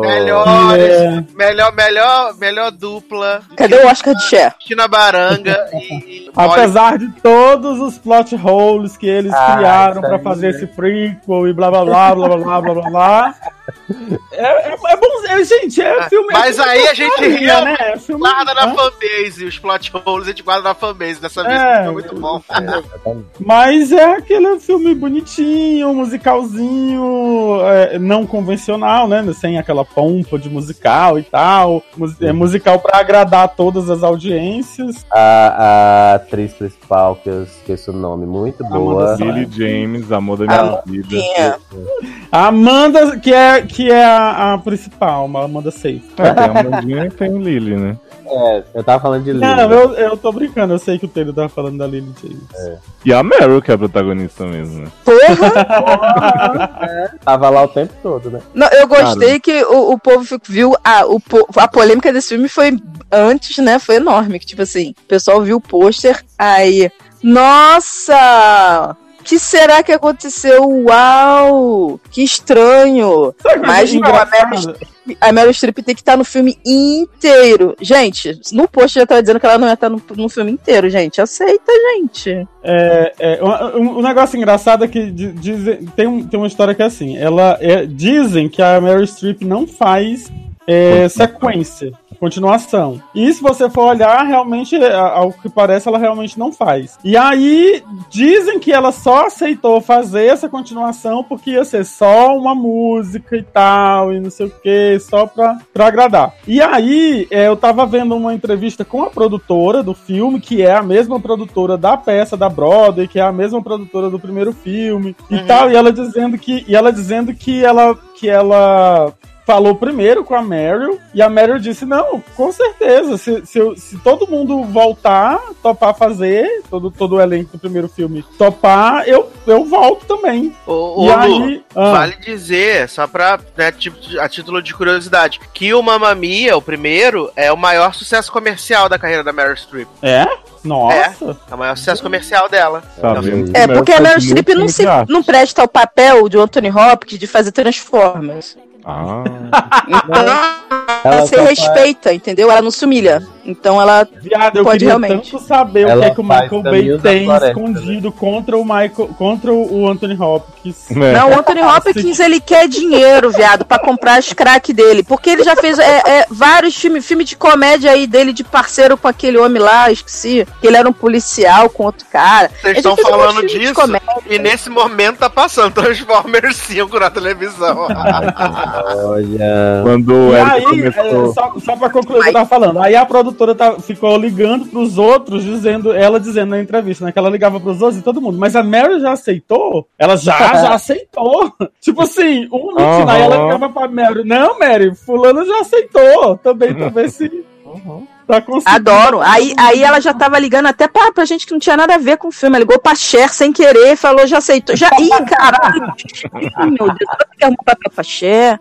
Melhor dupla. Cadê o Oscar de Cher? Tina Baranga e Apesar de todos os plot holes que eles criaram pra isso aí, fazer né? esse prequel e blá blá blá blá blá blá blá blá. É bom, gente, é filme. Mas aí a gente ria, ria, né? É filme, guarda na Hã? fanbase. Os plot holes a gente guarda na fanbase. Dessa vez foi muito bom. Mas é aquele filme bonitinho, musicalzinho, não convencional, né? Sem aquela pompa de musical e tal. É musical pra agradar todas as audiências. A atriz principal, que eu esqueço o nome, muito boa. Lily James, amor da minha vida. A Amanda, que é a principal, a Amanda Seyfried. É, tem a Amandinha e tem o Lily, né? Eu tava falando de Lily. Não, eu tô brincando, eu sei que o Taylor tava falando da Lily James. E a Meryl, que é a protagonista mesmo, né? Tava lá o tempo todo, né? Não, eu gostei que o povo viu a polêmica desse filme foi antes, né? Foi enorme. Que, tipo assim, o pessoal viu o pôster, aí, nossa! Que será que aconteceu? Uau! Que estranho! Mas não, a Meryl Streep tem que estar no filme inteiro. Gente, no pôster já tava dizendo que ela não ia estar no filme inteiro, gente. Aceita, gente. Um negócio engraçado é que tem uma história que é assim, dizem que a Meryl Streep não faz sequência, continuação. E se você for olhar, realmente, ao que parece, ela realmente não faz. E aí, dizem que ela só aceitou fazer essa continuação porque ia ser só uma música e tal, e não sei o que, só pra agradar. E aí, eu tava vendo uma entrevista com a produtora do filme, que é a mesma produtora da peça da Broadway, que é a mesma produtora do primeiro filme, e tal, e ela dizendo que ela falou primeiro com a Meryl, e a Meryl disse, não, com certeza, se todo mundo voltar, topar fazer, todo o elenco do primeiro filme topar, eu volto também. Lu, vale dizer, só pra, né, a título de curiosidade, que o Mamma Mia, o primeiro, é o maior sucesso comercial da carreira da Meryl Streep. Nossa! É o maior sucesso comercial dela. Porque a Meryl Streep não presta o papel de Anthony Hopkins de fazer Transformers. Então, ela se respeita, entendeu? Ela não se humilha. Então ela eu pode queria realmente tanto saber o que é que o Michael Bay tem escondido contra o Anthony Hopkins. Não, o Anthony Hopkins, ele quer dinheiro, viado, pra comprar as crack dele. Porque ele já fez vários filmes de comédia aí dele, de parceiro com aquele homem lá, esqueci, que ele era um policial com outro cara. Vocês estão falando disso e nesse momento tá passando Transformers 5 na televisão. Olha. Quando o Eric começou... Só pra concluir o que eu tava falando. Aí a produtora ficou ligando pros outros, dizendo na entrevista, né, que ela ligava pros outros e todo mundo. Mas a Mary já aceitou? Ela já aceitou. Tipo assim, aí ela ligava pra Mary. Não, Mary, fulano já aceitou. Também sim. Tá adoro. Aí ela já tava ligando até pra gente que não tinha nada a ver com o filme. Ela ligou pra Cher sem querer, falou, já aceitou. Ih, caralho. Meu Deus, ela quer um papel pra Cher.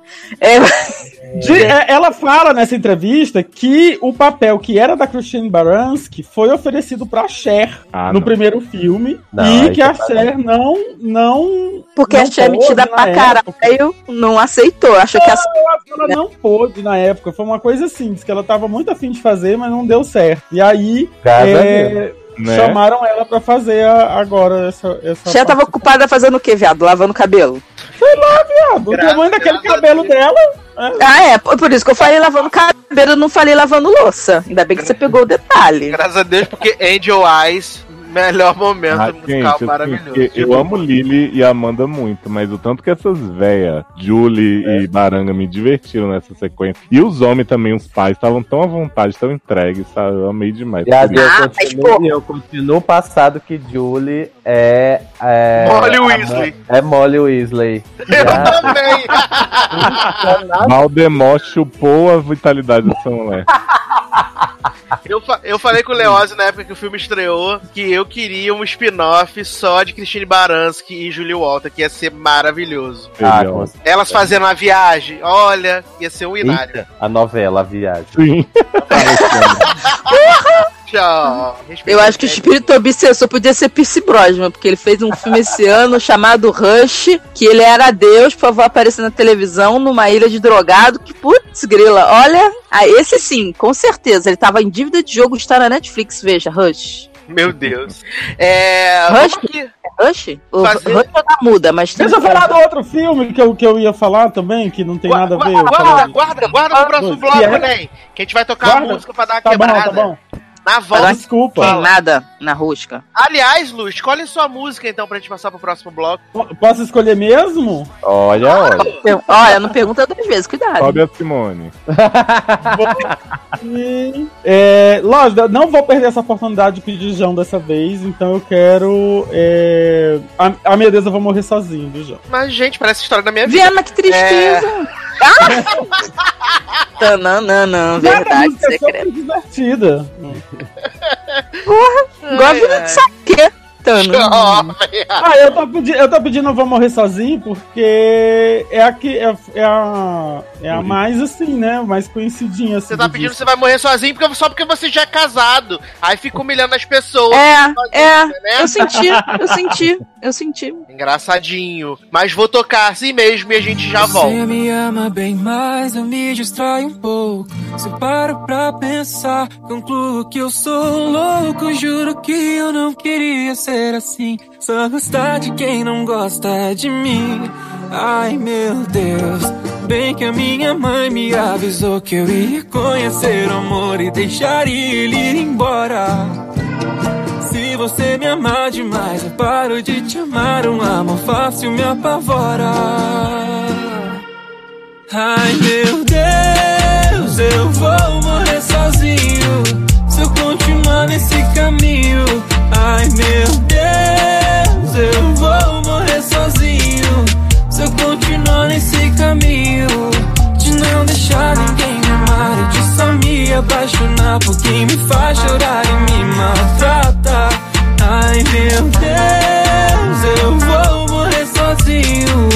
Ela fala nessa entrevista que o papel que era da Christine Baranski foi oferecido pra Cher no primeiro filme. E que a Cher não... Porque a Cher é metida pra caralho, não aceitou. Achou que ela não pôde na época. Foi uma coisa assim, diz que ela tava muito afim de fazer, mas não deu certo. E aí... chamaram ela pra fazer agora essa Cher tava ocupada fazendo o quê, viado? Lavando cabelo? Sei lá, viado. O tamanho daquele cabelo dela... Por isso que eu falei lavando cabelo, não falei lavando louça. Ainda bem que você pegou o detalhe. Graças a Deus, porque Angel Eyes Melhor momento musical gente, maravilhoso. Assim, eu amo Lily e Amanda muito, mas o tanto que essas véias, Julie e Baranga, me divertiram nessa sequência. E os homens também, os pais, estavam tão à vontade, tão entregues, sabe? Eu amei demais. E eu continuo passado que Julie é Molly Weasley. É Molly Weasley. Eu também. Valdemort chupou a vitalidade dessa mulher. Eu falei com o Leózio na época que o filme estreou que eu queria um spin-off só de Christine Baranski e Julie Walter, que ia ser maravilhoso. Elas fazendo uma viagem, olha, ia ser um hilário. Eita, a novela, a viagem. Sim. Tchau. Eu acho que o espírito obsessor podia ser Pierce Brosnan, porque ele fez um filme esse ano chamado Rush, que ele era Deus, por favor, aparecer na televisão numa ilha de drogado, que putz grila, olha, esse sim, com certeza, ele tava em dívida de jogo, está na Netflix, veja, Rush. Meu Deus. Rush? O Rush tá muda, mas tem... Deixa eu falar do outro filme que eu ia falar também, que não tem nada a ver. Guarda pro próximo bloco, né? Que a gente vai tocar a música pra dar uma quebrada. Tá bom. Na volta. Desculpa. Tem nada na rosca. Aliás, Lu, escolhe sua música então pra gente passar pro próximo bloco. Posso escolher mesmo? Olha. Olha, não pergunta 2 vezes, cuidado. Sobe a Simone. Lógico, não vou perder essa oportunidade de pedir João dessa vez, então eu quero. A minha Deus, eu vou morrer sozinho, viu, João? Mas, gente, parece a história da minha vida. Viana, que tristeza. Não, verdade secreta. Divertida. Porra, igual a vida de saque. Eu tô pedindo Eu Vou Morrer Sozinho porque é a mais assim, né? Mais conhecidinha. Assim, você tá pedindo que você vai morrer sozinho só porque você já é casado. Aí fica humilhando as pessoas. Né? Eu senti. Engraçadinho. Mas vou tocar assim mesmo e a gente já volta. Você me ama bem mais, eu me distraio um pouco. Se paro pra pensar, concluo que eu sou louco. Juro que eu não queria ser assim. Só gostar de quem não gosta de mim. Ai meu Deus, bem que a minha mãe me avisou que eu ia conhecer o amor e deixar ele ir embora. Se você me amar demais, eu paro de te amar. Um amor fácil me apavora. Ai meu Deus, eu vou morrer sozinho se eu continuar nesse caminho. Ai meu Deus, eu vou morrer sozinho se eu continuar nesse caminho. De não deixar ninguém me amar e de só me apaixonar por quem me faz chorar e me maltrata. Ai meu Deus, eu vou morrer sozinho.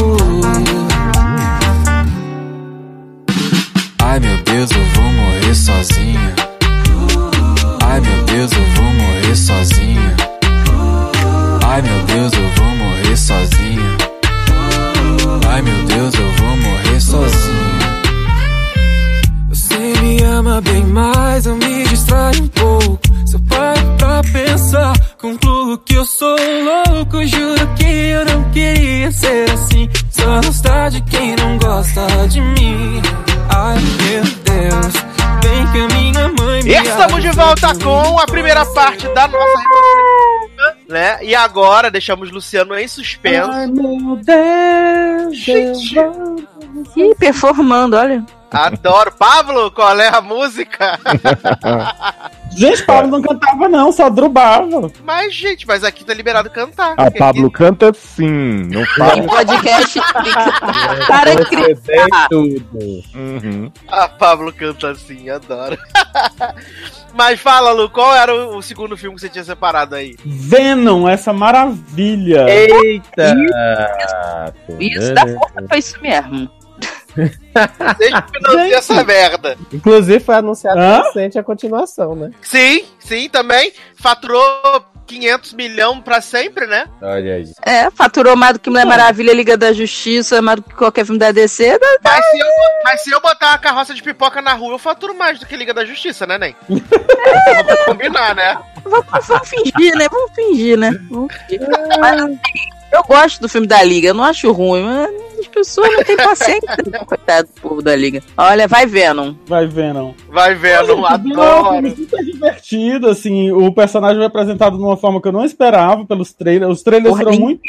Ai meu Deus, eu vou morrer sozinho. Ai meu Deus, eu vou morrer sozinho. Ai meu Deus, eu vou morrer sozinho. Ai meu Deus, eu vou morrer sozinho. Você me ama bem mais, eu me distraio um pouco. Se eu paro pra pensar, concluo que eu sou louco. Juro que eu não queria ser assim. Só gostar de quem não gosta de mim. Ai meu Deus, bem que a minha mãe me Estamos de volta com a primeira parte da nossa né? E agora deixamos Luciano em suspenso. Ai meu Deus, gente. Ih, performando, olha. Adoro. Pablo, qual é a música? Gente, Pablo não cantava não, só drubava. Mas aqui tá liberado cantar. A Pablo aqui... canta sim. Não fala. Podcast para criar. Uhum. A Pablo canta assim, adoro. Mas fala, Lu, qual era o segundo filme que você tinha separado aí? Venom, essa maravilha. Eita! Isso da força foi isso mesmo. Desde que financia essa merda. Inclusive foi anunciado recente a continuação, né? Sim, também. Faturou 500 milhões pra sempre, né? Olha aí. Faturou mais do que Mulher Maravilha, Liga da Justiça, mais do que qualquer filme da DC. Mas se eu botar uma carroça de pipoca na rua, eu faturo mais do que Liga da Justiça, né, Nen? Vamos combinar, né? Vamos fingir, né? Mas, eu gosto do filme da Liga, eu não acho ruim, mas as pessoas não têm paciência. Coitado do povo da Liga. Olha, vai Venom. Vai Venom, adoro. É super divertido. divertido, assim, o personagem foi apresentado de uma forma que eu não esperava pelos trailers. Os trailers foram muito...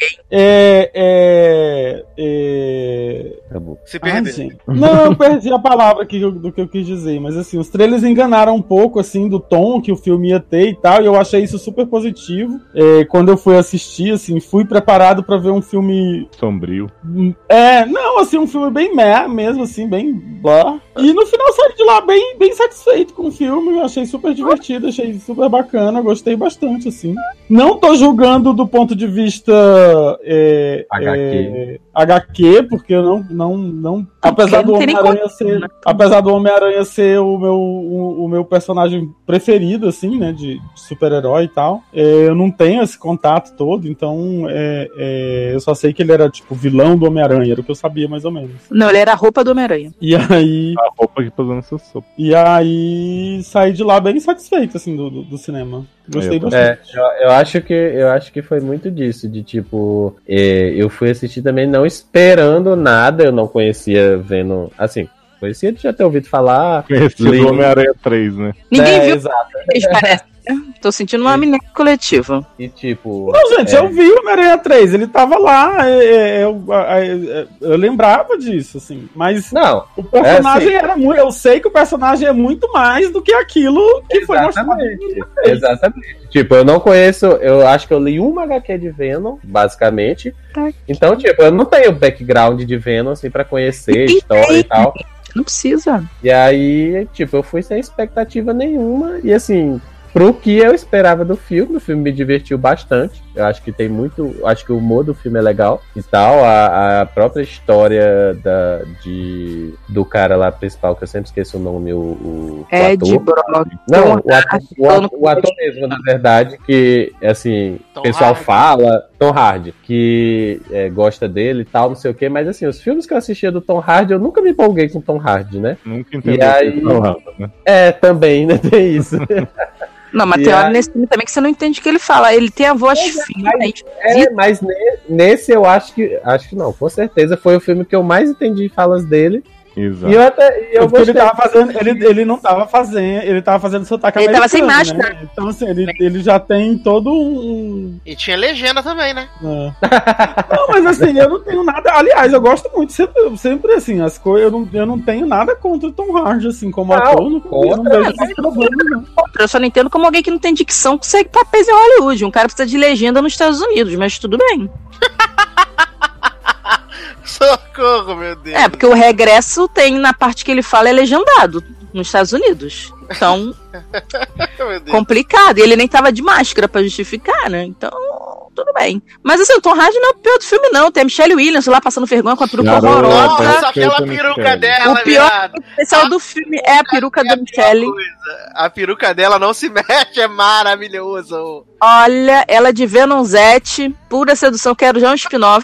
Se perdeu. Não, eu perdi a palavra aqui do que eu quis dizer, mas assim, os trailers enganaram um pouco, assim, do tom que o filme ia ter e tal, e eu achei isso super positivo. Quando eu fui assistir, assim, fui preparado pra ver um filme... sombrio. Não, assim, um filme bem mesmo, assim, bem blá. E no final saí de lá bem satisfeito com o filme, achei super divertido, achei super bacana, gostei bastante, assim. Não tô julgando do ponto de vista HQ, porque eu não apesar do Homem-Aranha ser o meu personagem preferido, assim, né, de super-herói e tal, eu não tenho esse contato todo, então eu só sei que ele era, tipo, vilão do Homem-Aranha, era o que eu sabia, mais ou menos. Não, ele era a roupa do Homem-Aranha. E aí... a roupa que posou nessa sopa. E aí saí de lá bem satisfeito, assim, do cinema. Gostei bastante. Eu acho que foi muito disso, de tipo, eu fui assistir também não esperando nada, eu não conhecia vendo, assim, conhecia de já ter ouvido falar. Conhecia do Homem-Aranha 3, né? Ninguém viu. Exato. Parece. Tô sentindo uma amnésia coletiva. E tipo... Não, gente, eu vi o Homem-Aranha 3, ele tava lá, eu lembrava disso, assim, mas não, o personagem era muito... Eu sei que o personagem é muito mais do que aquilo que foi mostrado. Exatamente. Tipo, eu não conheço, eu acho que eu li uma HQ de Venom, basicamente. Então, tipo, eu não tenho background de Venom, assim, pra conhecer história e tal. Não precisa. E aí, tipo, eu fui sem expectativa nenhuma, e assim... Pro que eu esperava do filme, o filme me divertiu bastante. Eu acho que tem muito... Acho que o humor do filme é legal e tal. A própria história do cara lá principal, que eu sempre esqueço o nome, o Ed Brock. Não, o ator mesmo, na verdade, que, assim, o pessoal fala... Tom Hardy, que gosta dele e tal, não sei o quê. Mas, assim, os filmes que eu assistia do Tom Hardy, eu nunca me empolguei com o Tom Hardy, né? Nunca entendi Tom Hardy, né? Também, né? Tem isso. Não, mas tem hora nesse filme também que você não entende o que ele fala. Ele tem a voz fina. Mas nesse eu acho que não, com certeza foi o filme que eu mais entendi falas dele. Exato. E eu gostei. Ele não tava fazendo, ele tava fazendo sotaque americano. Ele tava sem Né? máscara. Então, assim, ele já tem todo um... E tinha legenda também, né? Não, mas assim, eu não tenho nada... Aliás, eu gosto muito, sempre assim, as coisas... Eu não tenho nada contra o Tom Hardy, assim, como ator. Eu não vejo esse problema, não. Eu só não entendo como alguém que não tem dicção consegue papéis em Hollywood. Um cara precisa de legenda nos Estados Unidos, mas tudo bem. Socorro, meu Deus. Porque o regresso tem, na parte que ele fala, é legendado nos Estados Unidos. Então, complicado. E ele nem tava de máscara pra justificar, né? Então, tudo bem. Mas assim, o Tom Hardy não é o pior do filme, não. Tem a Michelle Williams lá passando vergonha com a peruca horrorosa. Nossa, aquela peruca dela, o pior especial do filme é a peruca da Michelle. A peruca dela não se mexe, é maravilhoso. Olha, ela de Venomzete, pura sedução, quero já um spin-off.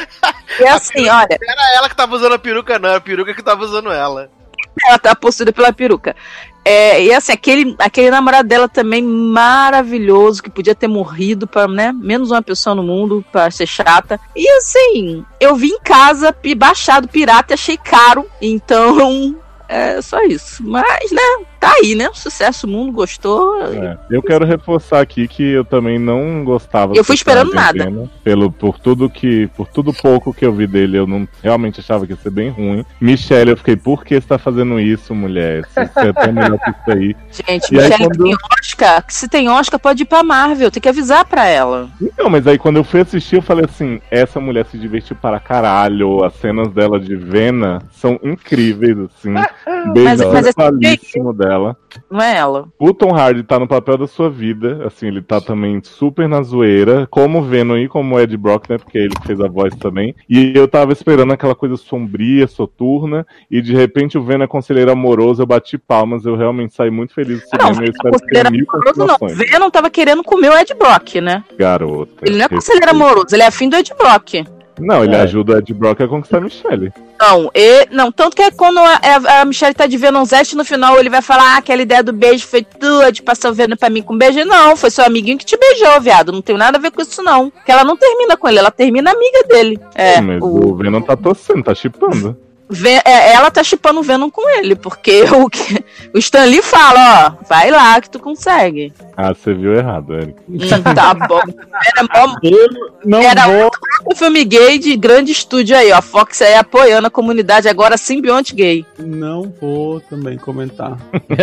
E assim, olha... Não era ela que tava usando a peruca, não. Era a peruca que tava usando ela. Ela tá possuída pela peruca. E assim, aquele namorado dela também maravilhoso, que podia ter morrido pra, né, menos uma pessoa no mundo pra ser chata. E assim, eu vi em casa, baixado pirata e achei caro. Então, é só isso. Mas, né, tá aí, né? Sucesso, o mundo gostou. Eu quero reforçar aqui que eu também não gostava. Eu fui esperando nada. Por tudo pouco que eu vi dele, eu não realmente achava que ia ser bem ruim. Michelle, eu fiquei, por que você tá fazendo isso, mulher? Você é tão melhor que isso aí. Gente, Michelle tem Oscar. Se tem Oscar, pode ir pra Marvel. Tem que avisar pra ela. Então, mas aí quando eu fui assistir, eu falei assim, essa mulher se divertiu para caralho. As cenas dela de Vena são incríveis, assim. Beijo falíssimo dela. Não é ela. O Tom Hardy tá no papel da sua vida, assim, ele tá também super na zoeira, como Venom e como Ed Brock, né, porque ele fez a voz também, e eu tava esperando aquela coisa sombria, soturna, e de repente o Venom é conselheiro amoroso, eu bati palmas, eu realmente saí muito feliz do cinema, eu espero que tenha 1000 continuações. Não, Venom tava querendo comer o Ed Brock, né? Garota. Ele não é conselheiro amoroso, ele é afim do Ed Brock. Não, ele ajuda o Ed Brock a conquistar a Michelle. Não, tanto que quando a Michelle tá de Venomzete, no final ele vai falar, aquela ideia do beijo foi tua, de passar o Venom pra mim com beijo. Não, foi seu amiguinho que te beijou, viado. Não tem nada a ver com isso, não. Porque ela não termina com ele, ela termina amiga dele. Mas o Venom tá torcendo, tá chipando. ela tá chipando o Venom com ele, porque o Stan Lee fala, ó, vai lá que tu consegue. Ah, você viu errado, Eric. Tá bom. Era um filme gay de grande estúdio aí, ó. A Fox aí apoiando a comunidade agora simbionte gay. Não vou também comentar.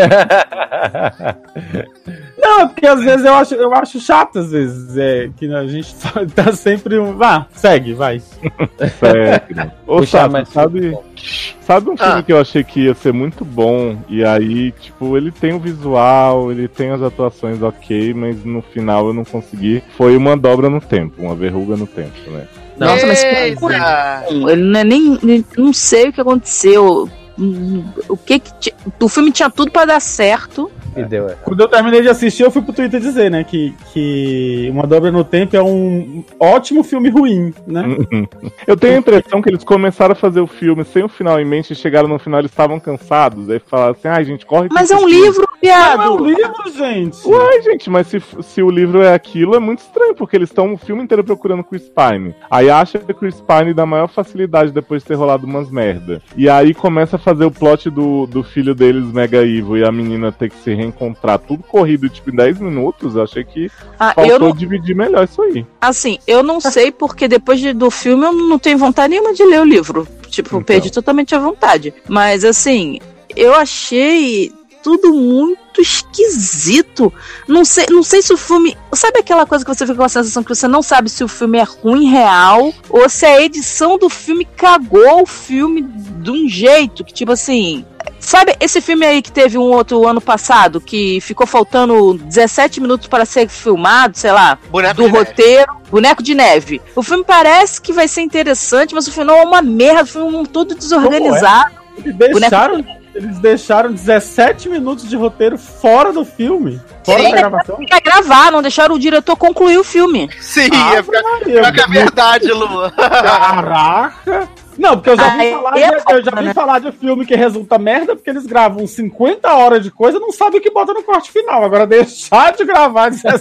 Não, porque às vezes eu acho chato, às vezes, que a gente tá sempre... segue, vai. Sério. Ô, sabe um filme que eu achei que ia ser muito bom, e aí, tipo, ele tem o visual, ele tem as atuações ok, mas no final eu não consegui. Foi Uma Dobra no Tempo, Uma Verruga no Tempo, né? Nossa, mas ele não é nem... Não sei o que aconteceu. O filme tinha tudo pra dar certo. Quando eu terminei de assistir, eu fui pro Twitter dizer, né, que Uma Dobra no Tempo é um ótimo filme ruim, né? Eu tenho a impressão que eles começaram a fazer o filme sem o final em mente e chegaram no final, eles estavam cansados, aí falaram assim, gente, corre. Mas é um livro, viado! Não é um livro, gente! Uai, gente, mas se o livro é aquilo, é muito estranho, porque eles estão o filme inteiro procurando Chris Pine. Aí acha que Chris Pine dá maior facilidade depois de ter rolado umas merda. E aí começa a fazer o plot do filho deles, Mega Evil, e a menina ter que se reencontrar, tudo corrido, tipo, em 10 minutos. Eu achei que faltou dividir melhor isso aí. Assim, eu não sei, porque depois do filme eu não tenho vontade nenhuma de ler o livro. Tipo, então, perdi totalmente a vontade. Mas, assim, eu achei tudo muito esquisito. Não sei se o filme... Sabe aquela coisa que você fica com a sensação que você não sabe se o filme é ruim real ou se a edição do filme cagou o filme de um jeito que, tipo assim... Sabe esse filme aí que teve um outro ano passado, que ficou faltando 17 minutos para ser filmado, sei lá, roteiro, Boneco de Neve. O filme parece que vai ser interessante, mas o final é uma merda, o filme todo desorganizado. Eles deixaram 17 minutos de roteiro fora do filme. Fora da gravação. Ia gravar, não deixaram o diretor concluir o filme. Sim, ia ficar verdade, Lu. Caraca! Não, porque eu já vi falar de filme que resulta merda, porque eles gravam 50 horas de coisa e não sabem o que bota no corte final. Agora deixar de gravar 17.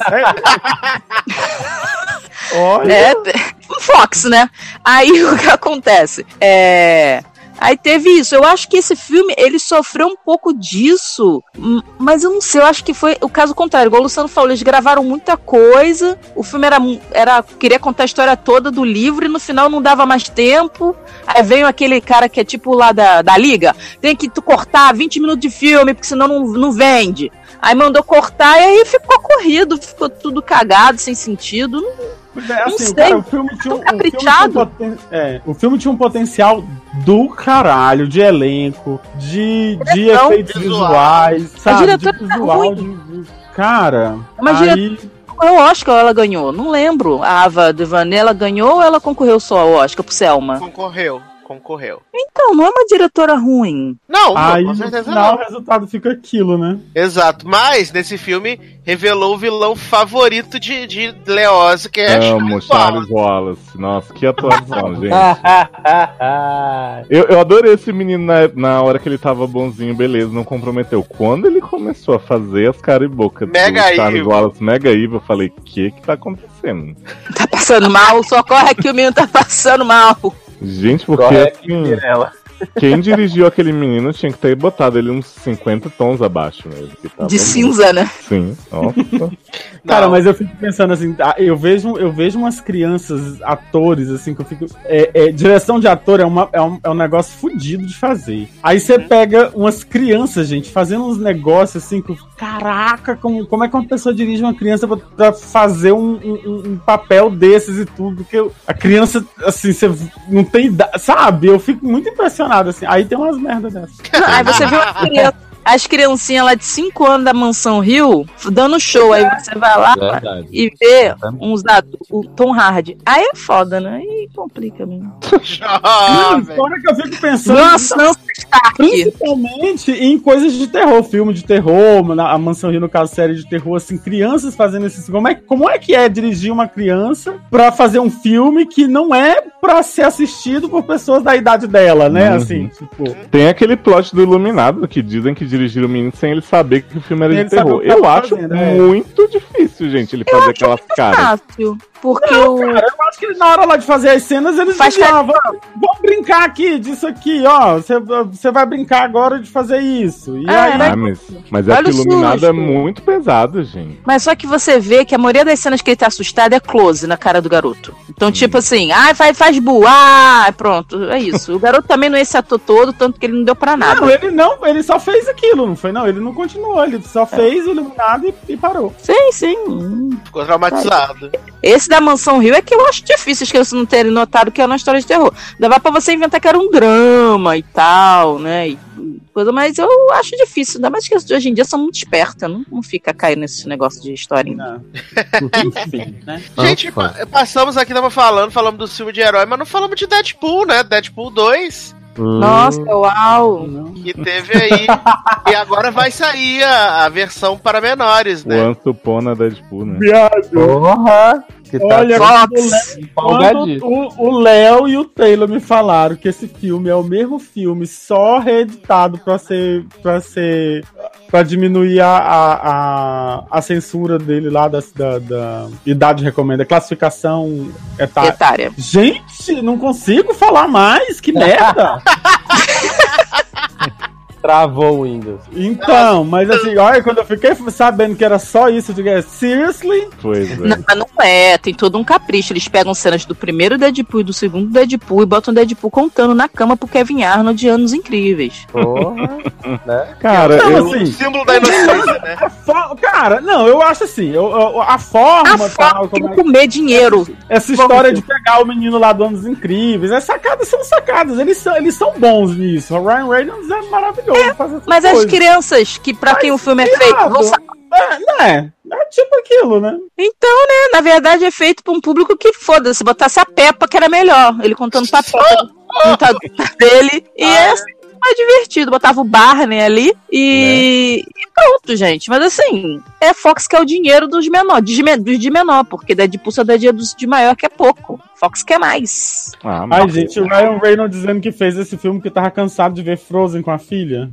Olha. Fox, né? Aí o que acontece? Aí teve isso. Eu acho que esse filme, ele sofreu um pouco disso, mas eu não sei, eu acho que foi o caso contrário. Igual o Luciano falou, eles gravaram muita coisa, o filme queria contar a história toda do livro e no final não dava mais tempo. Aí veio aquele cara que é tipo lá da Liga, tem que cortar 20 minutos de filme, porque senão não vende. Aí mandou cortar e aí ficou corrido, ficou tudo cagado, sem sentido. Assim, cara, o filme tinha um potencial do caralho, de elenco, de efeitos visuais, sabe? De visual, cara. Mas o Oscar ela ganhou, não lembro. A Ava DuVernay, ela ganhou ou ela concorreu só ao Oscar pro Selma? Concorreu. Então, não é uma diretora ruim. Não, aí com certeza no final não. O resultado fica aquilo, né? Exato, mas nesse filme revelou o vilão favorito de Leoz, que é Charles Wallace. Nossa, que atuação, gente. eu adorei esse menino na hora que ele tava bonzinho, beleza, não comprometeu. Quando ele começou a fazer as caras e boca do Charles Wallace Mega Evil, eu falei, o que tá acontecendo? Tá passando mal? Socorre que o menino tá passando mal. Gente, porque assim, quem dirigiu aquele menino tinha que ter botado ele uns 50 tons abaixo mesmo. De cinza, né? Sim, nossa. Cara, mas eu fico pensando assim, eu vejo umas crianças, atores, assim, que eu fico... direção de ator é um negócio fodido de fazer. Aí você pega umas crianças, gente, fazendo uns negócios assim, que caraca, como é que uma pessoa dirige uma criança pra fazer um papel desses e tudo? Porque a criança, assim, você não tem... Sabe? Eu fico muito impressionado, assim. Aí tem umas merdas dessas. Aí você vê uma criança... As criancinhas lá de 5 anos da Mansão Rio dando show, aí você vai lá e vê o Tom Hardy. Aí é foda, né? Aí complica mesmo. Fora que eu fico pensando. Principalmente em coisas de terror, filme de terror, a Mansão Rio, no caso, série de terror, assim, crianças fazendo esses. Como é que é dirigir uma criança pra fazer um filme que não é pra ser assistido por pessoas da idade dela, né? Assim, tipo. Tem aquele plot do Iluminado que dizem que dirigiram o menino sem ele saber que o filme era de terror. Eu acho muito difícil, gente, ele fazer aquelas caras. Porque Cara, eu acho que na hora lá de fazer as cenas, eles diziam, vamos brincar aqui disso aqui, ó. Você vai brincar agora de fazer isso. E aí, mas é que Iluminado é muito pesado, gente. Mas só que você vê que a maioria das cenas que ele tá assustado é close na cara do garoto. Então, tipo assim, faz bu, pronto, é isso. O garoto também não é esse ator todo, tanto que ele não deu pra nada. Ele só fez aquilo, não foi? Não, ele não continuou, ele só fez o Iluminado e parou. Sim. Ficou traumatizado. Esse da Mansão Rio é que eu acho difícil que vocês não terem notado que é uma história de terror. Dava pra você inventar que era um drama e tal, né? Mas eu acho difícil. Ainda mais que as de hoje em dia são muito espertas. Não fica caindo nesse negócio de história. Enfim, né? Gente, passamos aqui, falamos do filme de herói, mas não falamos de Deadpool, né? Deadpool 2. Nossa, uau! Que teve aí. E agora vai sair a versão para menores, né? O Anso Pona Deadpool, né? Porra! Que tá Olha, empolgadíssimo. quando o Léo e o Taylor me falaram que esse filme é o mesmo filme, só reeditado pra diminuir a censura dele lá da idade recomenda, classificação etária. Gente, não consigo falar mais, que merda! Travou o Windows. Então, mas assim, olha, quando eu fiquei sabendo que era só isso, eu digo, seriously? Pois é. Não, mas não é, tem todo um capricho. Eles pegam cenas do primeiro Deadpool e do segundo Deadpool e botam o Deadpool contando na cama pro Kevin Arnold de Anos Incríveis. Porra, né? Cara, assim, o símbolo da inocência, né? Cara, não, eu acho assim, a forma tem que comer dinheiro. Essa história de pegar o menino lá do Anos Incríveis, as sacadas são sacadas, eles são bons nisso. O Ryan Reynolds é maravilhoso. Mas as crianças, que pra quem o filme é feito, vão saber. É tipo aquilo, né? Então, né, na verdade é feito pra um público que, foda-se, botasse a Peppa, que era melhor. Ele contando pra Peppa dele, e é mais divertido. Botava o Barney ali e pronto, gente. Mas assim, é Fox que é o dinheiro dos menores, dos de menor, porque Deadpool só dá dinheiro dos de maior, que é pouco. Fox quer mais. Ai, gente, o Ryan Reynolds dizendo que fez esse filme que tava cansado de ver Frozen com a filha.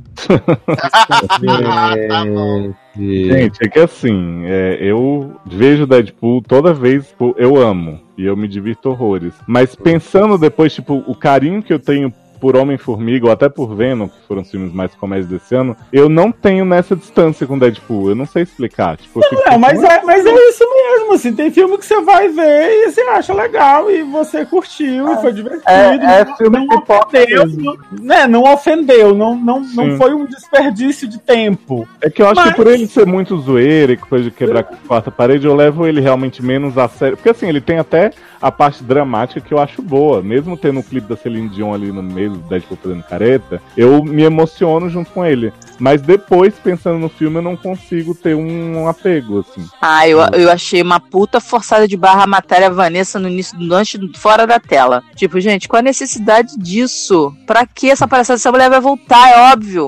Gente, é que assim, eu vejo Deadpool toda vez, eu amo, e eu me divirto horrores. Mas pensando depois, tipo, o carinho que eu tenho por Homem-Formiga, ou até por Venom, que foram os filmes mais comédios desse ano, eu não tenho nessa distância com Deadpool. Eu não sei explicar. Tipo, mas é isso mesmo, assim, tem filme que você vai ver e você acha legal, e você curtiu, e foi divertido. Filme não ofendeu, né? Não ofendeu, não foi um desperdício de tempo. É que eu acho que por ele ser muito zoeira e coisa de quebrar a quarta parede, eu levo ele realmente menos a sério. Porque assim, ele tem até a parte dramática que eu acho boa. Mesmo tendo o clipe da Celine Dion ali no meio do Deadpool fazendo careta, eu me emociono junto com ele. Mas depois, pensando no filme, eu não consigo ter um apego, assim. Eu achei uma puta forçada de barra matar a Vanessa no início do lanche fora da tela. Tipo, gente, qual a necessidade disso? Pra que essa palhaçada dessa mulher vai voltar? É óbvio.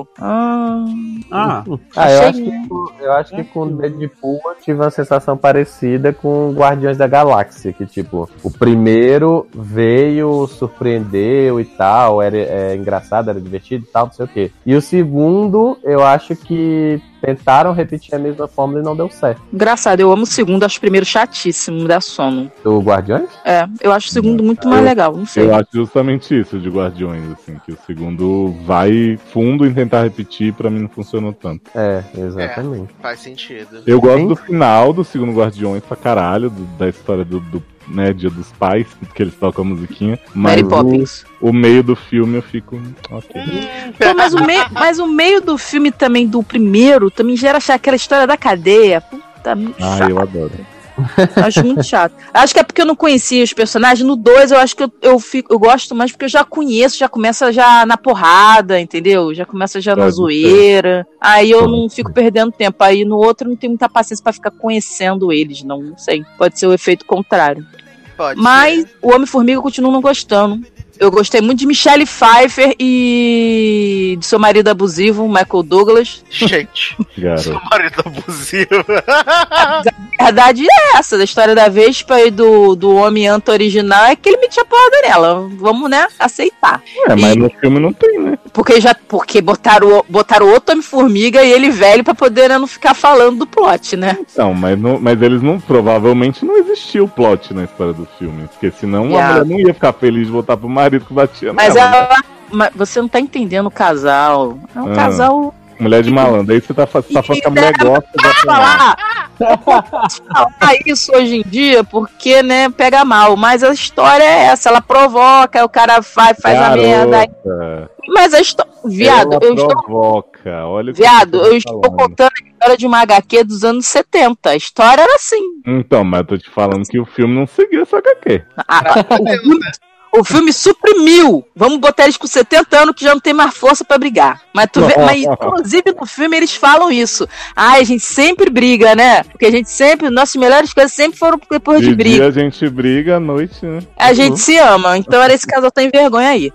Eu acho que com Deadpool eu tive uma sensação parecida com Guardiões da Galáxia, que tipo, o primeiro veio, surpreendeu e tal, era engraçado, era divertido e tal, não sei o quê. E o segundo, eu acho que tentaram repetir a mesma fórmula e não deu certo. Engraçado, eu amo o segundo, acho o primeiro chatíssimo, me dá sono. Do Guardiões? Eu acho o segundo muito mais legal, não sei. Eu acho justamente isso de Guardiões, assim, que o segundo vai fundo em tentar repetir, pra mim não funcionou tanto. Exatamente. Faz sentido. Eu gosto do final do segundo Guardiões pra caralho, da história do né, Dia dos Pais, que eles tocam a musiquinha. Mas Mary Poppins. O meio do filme eu fico... ok. Pô, mas o meio do filme também, do primeiro, também gera achar aquela história da cadeia. Puta, muito chato. Eu adoro. Acho muito chato. Acho que é porque eu não conhecia os personagens. No 2 eu acho que eu gosto mais porque eu já conheço, já começa já na porrada, entendeu? Já começa já na zoeira. Aí eu não fico perdendo tempo. Aí no outro eu não tenho muita paciência pra ficar conhecendo eles, não sei. Pode ser o efeito contrário. Mas o Homem-Formiga eu continuo não gostando. Eu gostei muito de Michelle Pfeiffer e de seu marido abusivo, Michael Douglas. Gente, Garoto. seu marido abusivo. A verdade é essa, da história da Vespa e do Homem-Anta original, é que ele metia a porra nela. Vamos, né, aceitar. Mas no filme não tem, né? Porque botaram outro Homem-Formiga e ele velho pra poder não ficar falando do plot, né? Não, mas eles não. Provavelmente não existiu o plot na história do filme. Porque senão a mulher não ia ficar feliz de voltar pro marido que batia mas nela. Mas você não tá entendendo o casal. É um casal. Mulher de malandro. Aí você tá falando que a mulher gosta da falar isso hoje em dia porque, né, pega mal. Mas a história é essa. Ela provoca, o cara faz a merda. Mas a história. Viado, eu estou contando a história de uma HQ dos anos 70. A história era assim. Então, mas eu tô te falando que o filme não seguiu essa HQ. O filme suprimiu. Vamos botar eles com 70 anos que já não tem mais força pra brigar. Mas inclusive no filme eles falam isso. A gente sempre briga, né? Porque a gente sempre, nossas melhores coisas sempre foram depois de briga. A gente briga à noite, né? A gente se ama. Então era esse casal tem vergonha aí.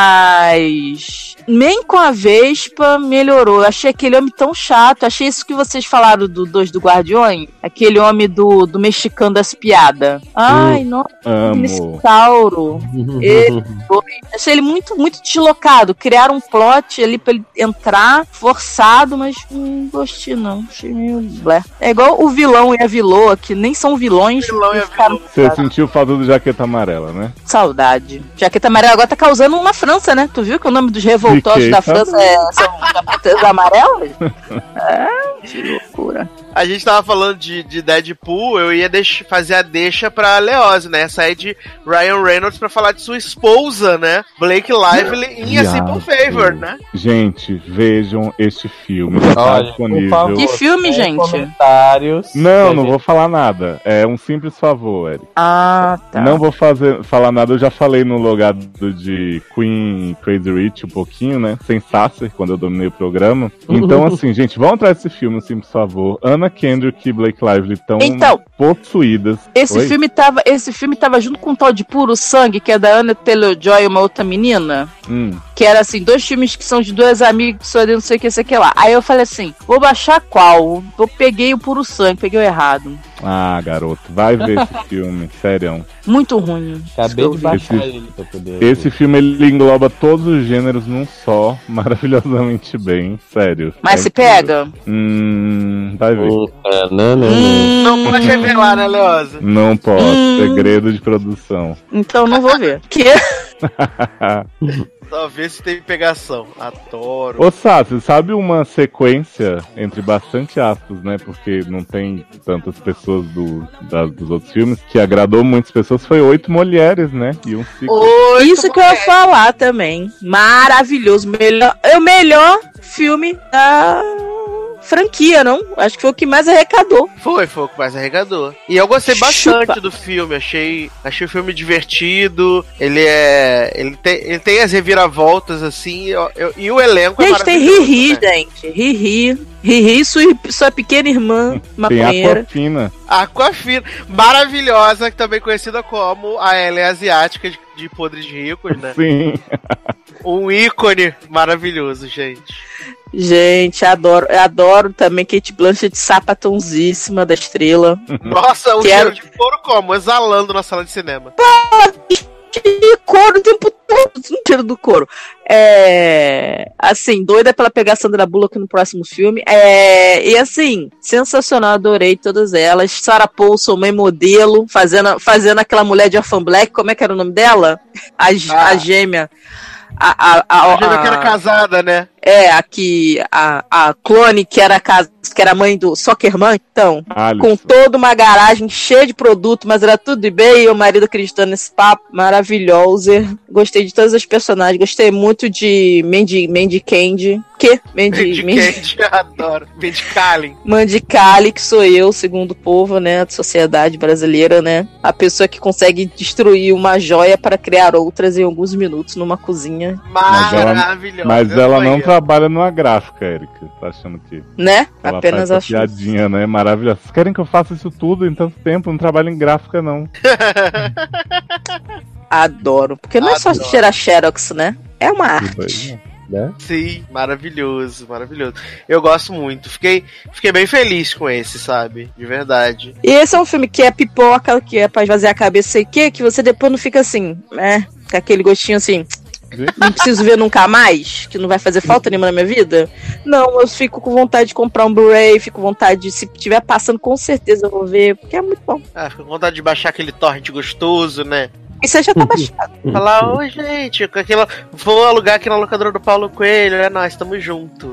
Mas nem com a Vespa melhorou. Eu achei aquele homem tão chato. Achei isso que vocês falaram do Guardiões. Aquele homem do mexicano das piadas. Ai, nossa, esse tauro. Achei ele muito, muito deslocado. Criaram um plot ali pra ele entrar, forçado, mas não gostei não. Achei meio blé. É igual o vilão e a vilã, que nem são vilões. Você sentiu falta do Jaqueta Amarela, né? Saudade. Jaqueta Amarela agora tá causando uma França, né? Tu viu que o nome dos revoltosos da França são jaquetas amarelas? Que loucura. A gente tava falando de Deadpool, eu ia fazer a deixa pra Leose, né? Sair de Ryan Reynolds pra falar de sua esposa, né? Blake Lively em A Simple Favor, né? Gente, vejam este filme. Tá disponível. Favor, que filme, gente? Comentários. Não vou falar nada. É um simples favor, Eric. Ah, tá. Não vou falar nada. Eu já falei no logado de Queen Crazy Rich um pouquinho, né? Sem Sasser, quando eu dominei o programa. Então, assim, gente, vamos atrás desse filme, um simples favor. Anna Kendrick e Blake Lively estão possuídas. Esse filme tava junto com um tal de Puro Sangue, que é da Anna Taylor-Joy e uma outra menina. Que era assim, 2 filmes que são de 2 amigos que só não sei o que lá. Aí eu falei assim, vou baixar qual? Eu peguei o Puro Sangue, peguei o errado. Ah, garoto, vai ver esse filme, sério. Muito ruim. Acabei de baixar ele pra poder. Esse filme ele engloba todos os gêneros num só, maravilhosamente bem, sério. Mas se pega? Vai ver. Não pode revelar, né, Leosa? Não pode, segredo de produção. Então não vou ver. Que? Só ver se tem pegação. Adoro. Ô, Sá, você sabe uma sequência, entre bastante aspas, né? Porque não tem tantas pessoas dos outros filmes, que agradou muitas pessoas, foi 8 mulheres, né? E um ciclo. Isso que eu ia falar também. Maravilhoso. Melhor filme da franquia, não? Acho que foi o que mais arrecadou. Foi o que mais arrecadou. E eu gostei bastante do filme. Achei o filme divertido. Ele tem as reviravoltas, assim. E o elenco gente, é maravilhoso. Tem Riri, gente. Riri, sua pequena irmã maconheira. Tem Aquafina. Maravilhosa, também conhecida como a Ellen asiática de Podres Ricos, né? Sim. Um ícone maravilhoso, gente. Gente, adoro também Kate Blanchett sapatãozíssima da Estrela. Nossa, o cheiro de couro como? Exalando na sala de cinema. De couro o tempo todo, não tiro do couro. Assim, doida pra ela pegar a Sandra Bullock no próximo filme. E assim, sensacional, adorei todas elas. Sarah Paulson, mãe modelo, fazendo aquela mulher de Orphan Black, como é que era o nome dela? A gêmea. A gêmea que era casada, né? A clone que era mãe do Soccerman, então, Alisson. Com toda uma garagem cheia de produto, mas era tudo de bem, e o marido acreditando nesse papo, maravilhoso. Gostei de todas as personagens, gostei muito de Mandy Candy. Mandy Candy, adoro. Mandy Cali, que sou eu, segundo o povo, né, da sociedade brasileira, né, a pessoa que consegue destruir uma joia para criar outras em alguns minutos numa cozinha. Maravilhosa. Mas ela não trabalha numa gráfica, Erika, tá achando que... Né? Ela apenas faz essa piadinha, né, maravilhosa. Vocês querem que eu faça isso tudo em tanto tempo? Não trabalho em gráfica, não. adoro. Porque não é só cheirar Xerox, né? É uma arte. Né? Sim, maravilhoso, maravilhoso. Eu gosto muito. Fiquei bem feliz com esse, sabe? De verdade. E esse é um filme que é pipoca, que é pra esvaziar a cabeça e que você depois não fica assim, né? Com aquele gostinho assim, não preciso ver nunca mais, que não vai fazer falta nenhuma na minha vida. Não, eu fico com vontade de comprar um Blu-ray, fico com vontade de, se tiver passando, com certeza eu vou ver, porque é muito bom. Fico com vontade de baixar aquele torrent gostoso, né? E você já tá baixado. Falar, oi gente, com aquela... vou alugar aqui na locadora do Paulo Coelho, é nóis, tamo junto.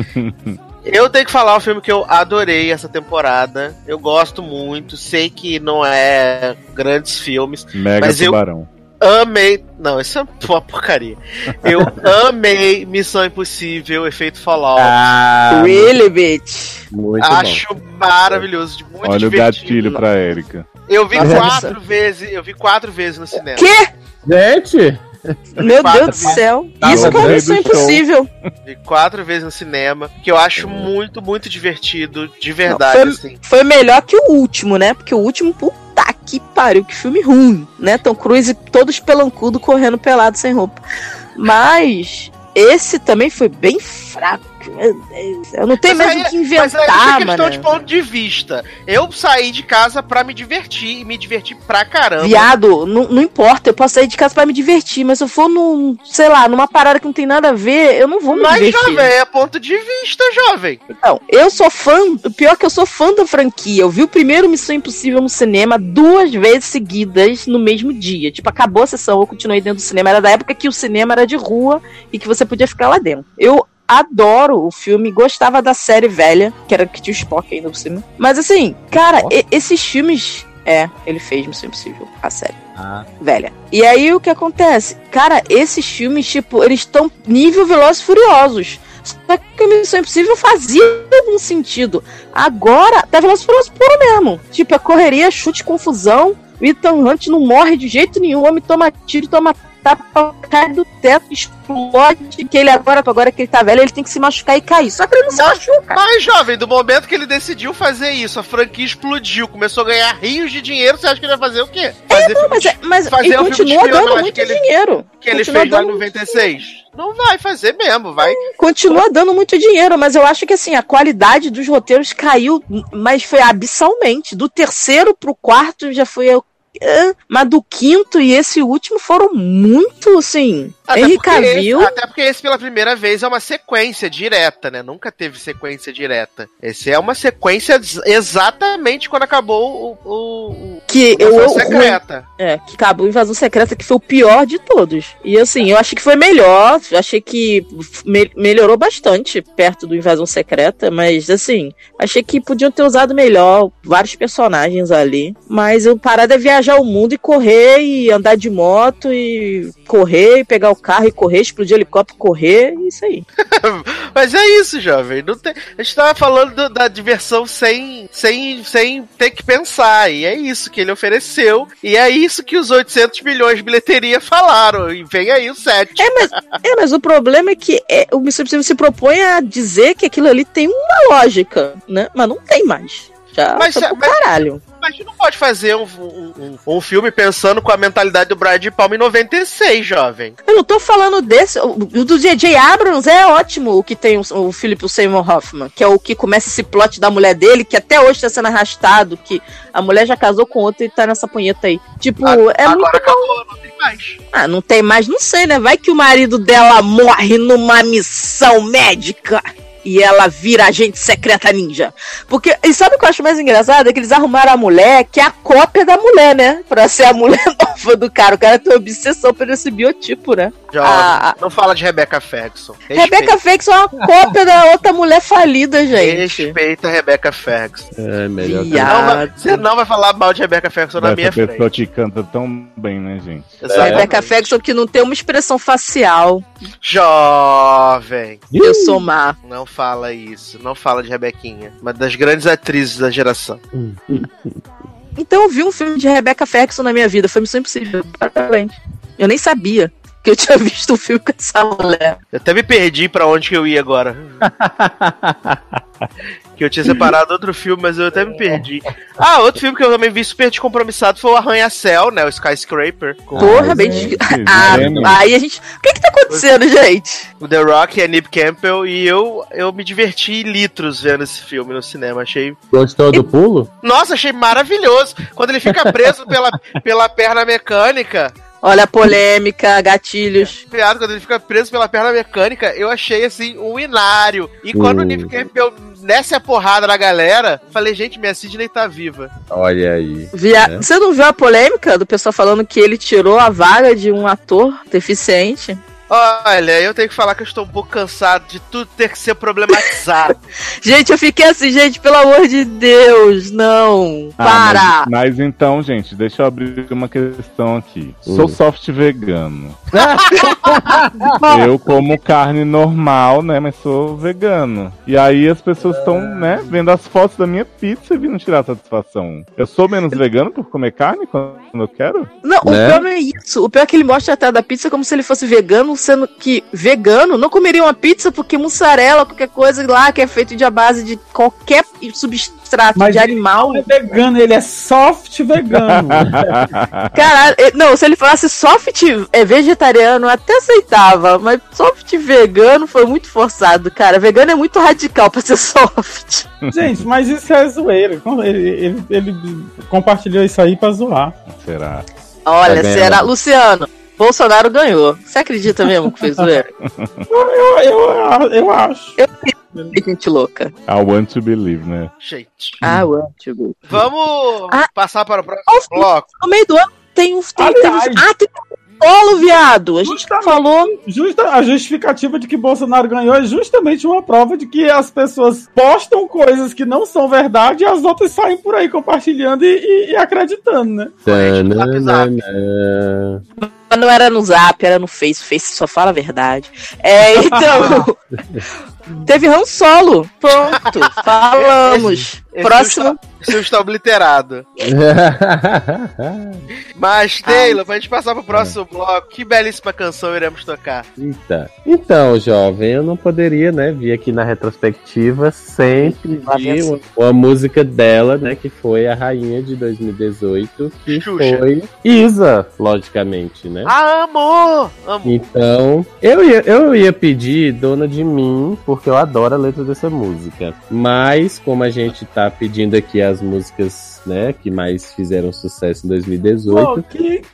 Eu tenho que falar um filme que eu adorei essa temporada. Eu gosto muito, sei que não é grandes filmes, Mega mas Tubarão. eu amei... Não, isso é uma porcaria. Eu amei Missão Impossível, Efeito Fallout. Really, bitch? Muito Acho maravilhoso, muito Olha divertido. o gatilho pra Erika. Eu vi 4 vezes, no cinema. Quê? bom. Gente, Meu Quatro Deus do vezes. céu. Tava Isso que é uma no meio missão do show. impossível. Vi 4 vezes no cinema, que eu acho muito, muito divertido, de verdade, Não, assim. foi melhor que o último, né? Porque o último, puta que pariu, que filme ruim, né? Tom Cruise todos pelancudo correndo pelado sem roupa. Mas esse também foi bem fraco. Meu Deus. Eu não tenho Mas mais aí- o que Mas inventar, aí é questão mano. de ponto de vista. Eu saí de casa pra me divertir, e me divertir pra caramba. Viado, não importa, eu posso sair de casa pra me divertir, mas se eu for num, sei lá, numa parada que não tem nada a ver, eu não vou me Mas, divertir. jovem, é ponto de vista, jovem. Então, eu sou fã, o pior é que eu sou fã da franquia. Eu vi o primeiro Missão Impossível no cinema 2 vezes seguidas no mesmo dia. Tipo, acabou a sessão, eu continuei dentro do cinema. Era da época que o cinema era de rua e que você podia ficar lá dentro. Eu adoro o filme, gostava da série velha, que era que tinha o Spock ainda por cima. Mas assim, cara, esses filmes... ele fez Missão Impossível, a série. Velha. E aí o que acontece? Cara, esses filmes, tipo, eles estão nível Velozes e Furiosos. Só que a Missão Impossível fazia algum sentido. Agora, tá Velozes e Furiosos puro mesmo. Tipo, a correria, chute, confusão. O Ethan Hunt não morre de jeito nenhum. O homem toma tiro, toma tapa, cai do teto, explode. Que ele agora que ele tá velho, ele tem que se machucar e cair. Só que ele não se machuca. Mas, jovem, do momento que ele decidiu fazer isso, a franquia explodiu, começou a ganhar rios de dinheiro, você acha que ele vai fazer o quê? Mas fazer ele um filme de continua dando espionagem muito que ele- dinheiro. Que ele Continua fez lá em dando 96? Não vai fazer mesmo, vai. Continua dando muito dinheiro, mas eu acho que assim, a qualidade dos roteiros caiu, mas foi abissalmente. Do terceiro pro quarto já foi. Mas do quinto e esse último foram muito, assim. Henry Cavill. Até porque esse pela primeira vez é uma sequência direta, né? Nunca teve sequência direta. Esse é uma sequência exatamente quando acabou o Que Invasão Secreta. Que acabou a Invasão Secreta, que foi o pior de todos. E assim, eu achei que foi melhor. Achei que melhorou bastante perto do Invasão Secreta. Mas assim, achei que podiam ter usado melhor vários personagens ali. Mas o parada é viajar o mundo e correr e andar de moto e correr e pegar o carro e correr, explodir o helicóptero, correr, isso aí. Mas é isso, jovem. Não tem... A gente tava falando da diversão sem ter que pensar. E é isso que ele ofereceu. E é isso que os 800 milhões de bilheteria falaram. E vem aí o 7. Mas o problema é que o Missão Impossível se propõe a dizer que aquilo ali tem uma lógica, né? Mas não tem mais. Já foi pro caralho. Mas a gente não pode fazer um filme pensando com a mentalidade do Brian De Palma em 96, jovem. Eu não tô falando desse. O do J.J. Abrams é ótimo, o que tem o Philip Seymour Hoffman, que é o que começa esse plot da mulher dele, que até hoje tá sendo arrastado, que a mulher já casou com outro e tá nessa punheta aí. Tipo, é agora muito acabou, bom. não tem mais. Não tem mais, não sei, né? Vai que o marido dela morre numa missão médica. E ela vira agente secreta ninja. Porque, e sabe o que eu acho mais engraçado? É que eles arrumaram a mulher, que é a cópia da mulher, né? Pra ser a mulher nova do cara. O cara tem obsessão por esse biotipo, né? Não fala de Rebecca Ferguson. Rebecca Ferguson é uma cópia da outra mulher falida, gente. Respeita a Rebecca Ferguson. É melhor. Você não vai falar mal de Rebecca Ferguson na minha frente. Essa pessoa te canta tão bem, né, gente? Rebecca Ferguson que não tem uma expressão facial. Jovem. Eu sou má. Não fala isso. Não fala de Rebequinha. Uma das grandes atrizes da geração. Então eu vi um filme de Rebecca Ferguson na minha vida. Foi Missão Impossível. Parabéns. Eu nem sabia. que eu tinha visto o filme com essa mulher. Eu até me perdi pra onde que eu ia agora. Que eu tinha separado outro filme, mas eu até me perdi. Ah, outro filme que eu também vi super descompromissado foi o Arranha-Céu, né? O Skyscraper. Porra, bem... Aí a gente... O que tá acontecendo, gente? O The Rock e a Neve Campbell. E eu me diverti litros vendo esse filme no cinema. Achei... Gostou do pulo? Nossa, achei maravilhoso. Quando ele fica preso pela perna mecânica... Olha a polêmica, gatilhos. Quando ele fica preso pela perna mecânica, eu achei, assim, um hilário. E quando o Neve Campbell desce a porrada na galera, falei, gente, minha Sidney tá viva. Olha aí. Você não viu a polêmica do pessoal falando que ele tirou a vaga de um ator deficiente? Olha, eu tenho que falar que eu estou um pouco cansado de tudo ter que ser problematizado. Gente, eu fiquei assim, gente, pelo amor de Deus, não, para! Mas então, gente, deixa eu abrir uma questão aqui. Sou soft vegano. Eu como carne normal, né, mas sou vegano. E aí as pessoas estão, né, vendo as fotos da minha pizza e vindo tirar satisfação. Eu sou menos vegano por comer carne quando eu quero? Não, o pior não é isso. O pior é que ele mostra atrás da pizza como se ele fosse vegano, sendo que vegano não comeria uma pizza porque mussarela, qualquer coisa lá que é feito de a base de qualquer substrato de animal. Ele não é vegano, ele é soft vegano. Caralho, não, se ele falasse soft vegetariano, eu até aceitava, mas soft vegano foi muito forçado, cara. Vegano é muito radical pra ser soft. Gente, mas isso é zoeira. Ele compartilhou isso aí pra zoar. Será? Olha, será? Luciano, Bolsonaro ganhou. Você acredita mesmo que fez zoeira? Eu acho. Gente louca. I want to believe, né? Gente. I want to believe. Vamos passar para o próximo bloco. No meio do ano tem um solo, viado. A gente falou. A justificativa de que Bolsonaro ganhou é justamente uma prova de que as pessoas postam coisas que não são verdade e as outras saem por aí compartilhando e acreditando, né? Não era no Zap, era no Face. O Face só fala a verdade. Então. Teve Han Solo. Pronto. Falamos. Próximo. Isso está obliterado. Mas, Taylor, pra gente passar pro próximo bloco, que belíssima canção iremos tocar. Eita. Então, jovem, eu não poderia, né, vir aqui na retrospectiva sem pedir uma música dela, né, que foi a rainha de 2018, que Xuxa. foi Isa, logicamente, né? Amor! Então, eu ia pedir Dona de Mim, porque eu adoro a letra dessa música. Mas, como a gente tá pedindo aqui as músicas, né, que mais fizeram sucesso em 2018...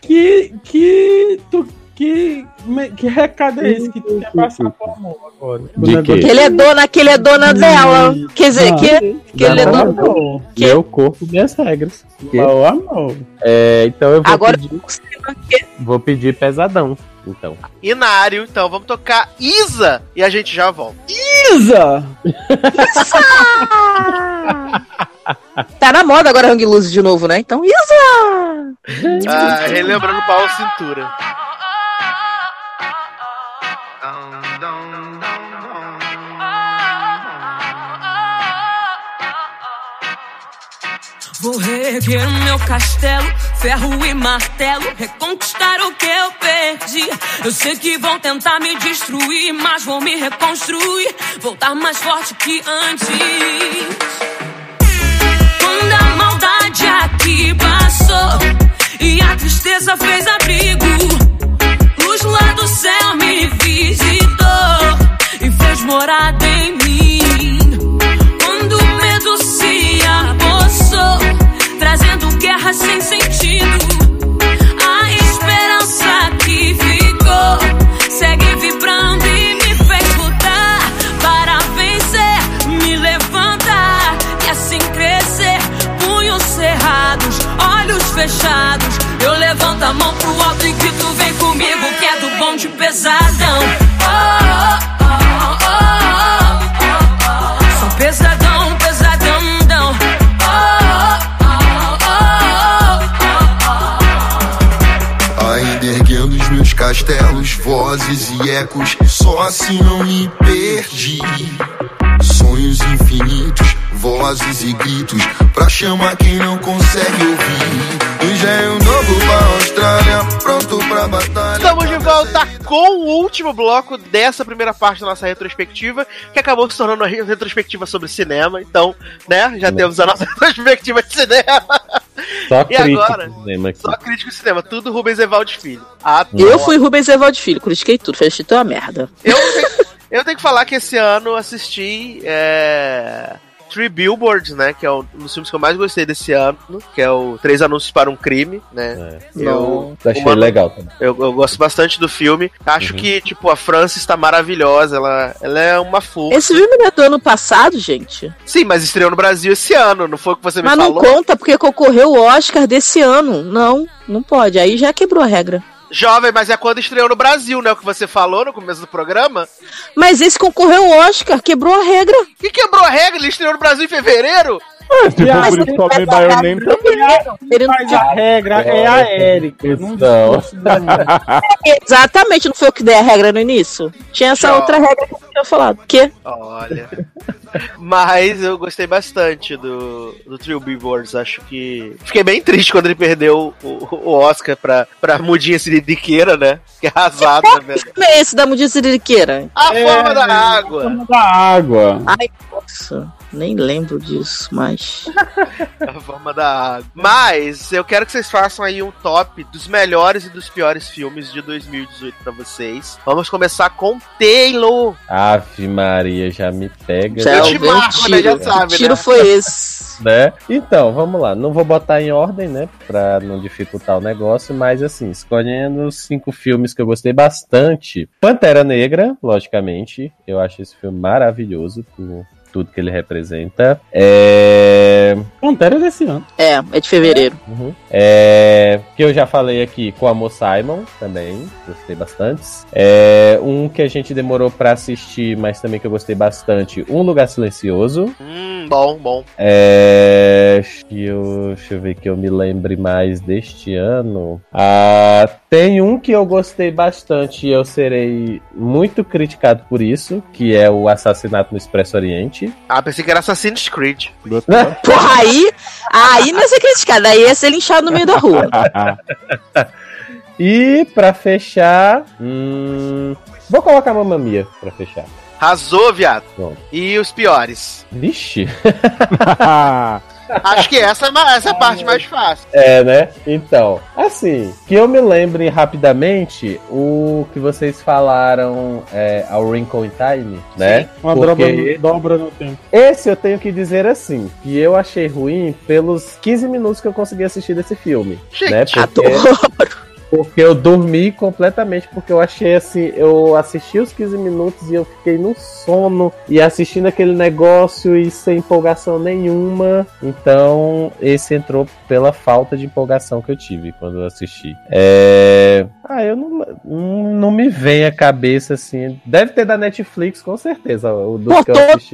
Que recado é esse que tu quer passar pro amor agora? De quê? Que ele é dona dela. Quer dizer, que ele é dona. Meu corpo, minhas regras. Meu amor. Então eu vou agora pedir. Vou pedir Pesadão. Então. Inário, então vamos tocar Isa e a gente já volta. Isa! Tá na moda agora Hang Loose de novo, né? Então, Isa! Relembrando Paulo Cintura. Vou reerguer o meu castelo, ferro e martelo, reconquistar o que eu perdi. Eu sei que vão tentar me destruir, mas vou me reconstruir, voltar mais forte que antes. Quando a maldade aqui passou e a tristeza fez abrigo, luz lá do céu me visitou e fez morada em mim. Quando o medo se apossou, trazendo guerra sem sentido, a esperança que ficou segue vibrando e me fez lutar para vencer, me levantar e assim crescer. Punhos cerrados, olhos fechados, eu levanto a mão pro alto e grito: vem comigo que é do bonde pesadão. Sou pesadão, pesadão. Ainda erguendo os meus castelos, vozes e ecos, só assim não me perdi. Sonhos infinitos, vozes e gritos, pra chamar quem não consegue ouvir. Engenho novo pra Austrália, pronto pra batalha. Estamos de volta com o último bloco dessa primeira parte da nossa retrospectiva, que acabou se tornando uma retrospectiva sobre cinema. Então, né, já temos a nossa retrospectiva de cinema. Só E crítico agora, de cinema aqui. só crítico de cinema, tudo Rubens Evaldo Filho. Eu fui Rubens Evaldo Filho, critiquei tudo, fechei toda a merda. Eu tenho que falar que esse ano assisti Three Billboards, né? Que é um dos filmes que eu mais gostei desse ano, que é o 3 Anúncios para um Crime, né? Eu achei legal também. Eu gosto bastante do filme. Acho que, tipo, a França está maravilhosa. Ela é uma fofa. Esse filme não é do ano passado, gente? Sim, mas estreou no Brasil esse ano, não foi o que você me Mas falou? não conta porque concorreu o Oscar desse ano. Não pode. Aí já quebrou a regra. Jovem, mas é quando estreou no Brasil, né? O que você falou no começo do programa. Mas esse concorreu ao Oscar, quebrou a regra. E quebrou a regra? Ele estreou no Brasil em fevereiro? Se for por isso, Call Me By Your Name também. Mas a regra é a Érica. Não. Exatamente, não foi eu que dei a regra no início? Tinha essa outra regra que eu tinha falado. O quê? Olha. Mas eu gostei bastante do Three Billboards. Acho que. Fiquei bem triste quando ele perdeu o Oscar pra Mudinha Siririqueira, né? Que é arrasado, né, velho? Que é esse da Mudinha Siririqueira? A Forma da Água. Forma da Água. Ai, nossa. Nem lembro disso, mas... A Forma da Água. Mas eu quero que vocês façam aí um top dos melhores e dos piores filmes de 2018 pra vocês. Vamos começar com Taylor. Ave Maria, já me pega. Eu te marco, né? Já sabe, que tiro né? foi esse? Né? Então, vamos lá. Não vou botar em ordem, né? Pra não dificultar o negócio, mas assim, escolhendo 5 filmes que eu gostei bastante. Pantera Negra, logicamente. Eu acho esse filme maravilhoso por tudo que ele representa. Pantera desse ano. É de fevereiro. Que eu já falei aqui, Com Amor Simon, também, gostei bastante. Um que a gente demorou pra assistir, mas também que eu gostei bastante, Um Lugar Silencioso. Bom. Deixa eu ver que eu me lembre mais deste ano. Tem um que eu gostei bastante e eu serei muito criticado por isso, que é o Assassinato no Expresso Oriente. Pensei que era Assassin's Creed. Porra, aí não ia ser criticado, aí ia ser linchado no meio da rua. E pra fechar, vou colocar Mamma Mia pra fechar. Arrasou, viado. Bom. E os piores? Vixe. Acho que essa é a parte mais fácil. Né? Então, assim, que eu me lembre rapidamente, o que vocês falaram A Wrinkle in Time, né? Uma dobra no tempo. Esse eu tenho que dizer assim, que eu achei ruim pelos 15 minutos que eu consegui assistir desse filme. Gente, né? Porque eu dormi completamente, porque eu achei assim, eu assisti os 15 minutos e eu fiquei no sono e assistindo aquele negócio e sem empolgação nenhuma. Então, esse entrou pela falta de empolgação que eu tive quando eu assisti. Eu não me vem à cabeça assim. Deve ter da Netflix, com certeza. O dos que eu assisti.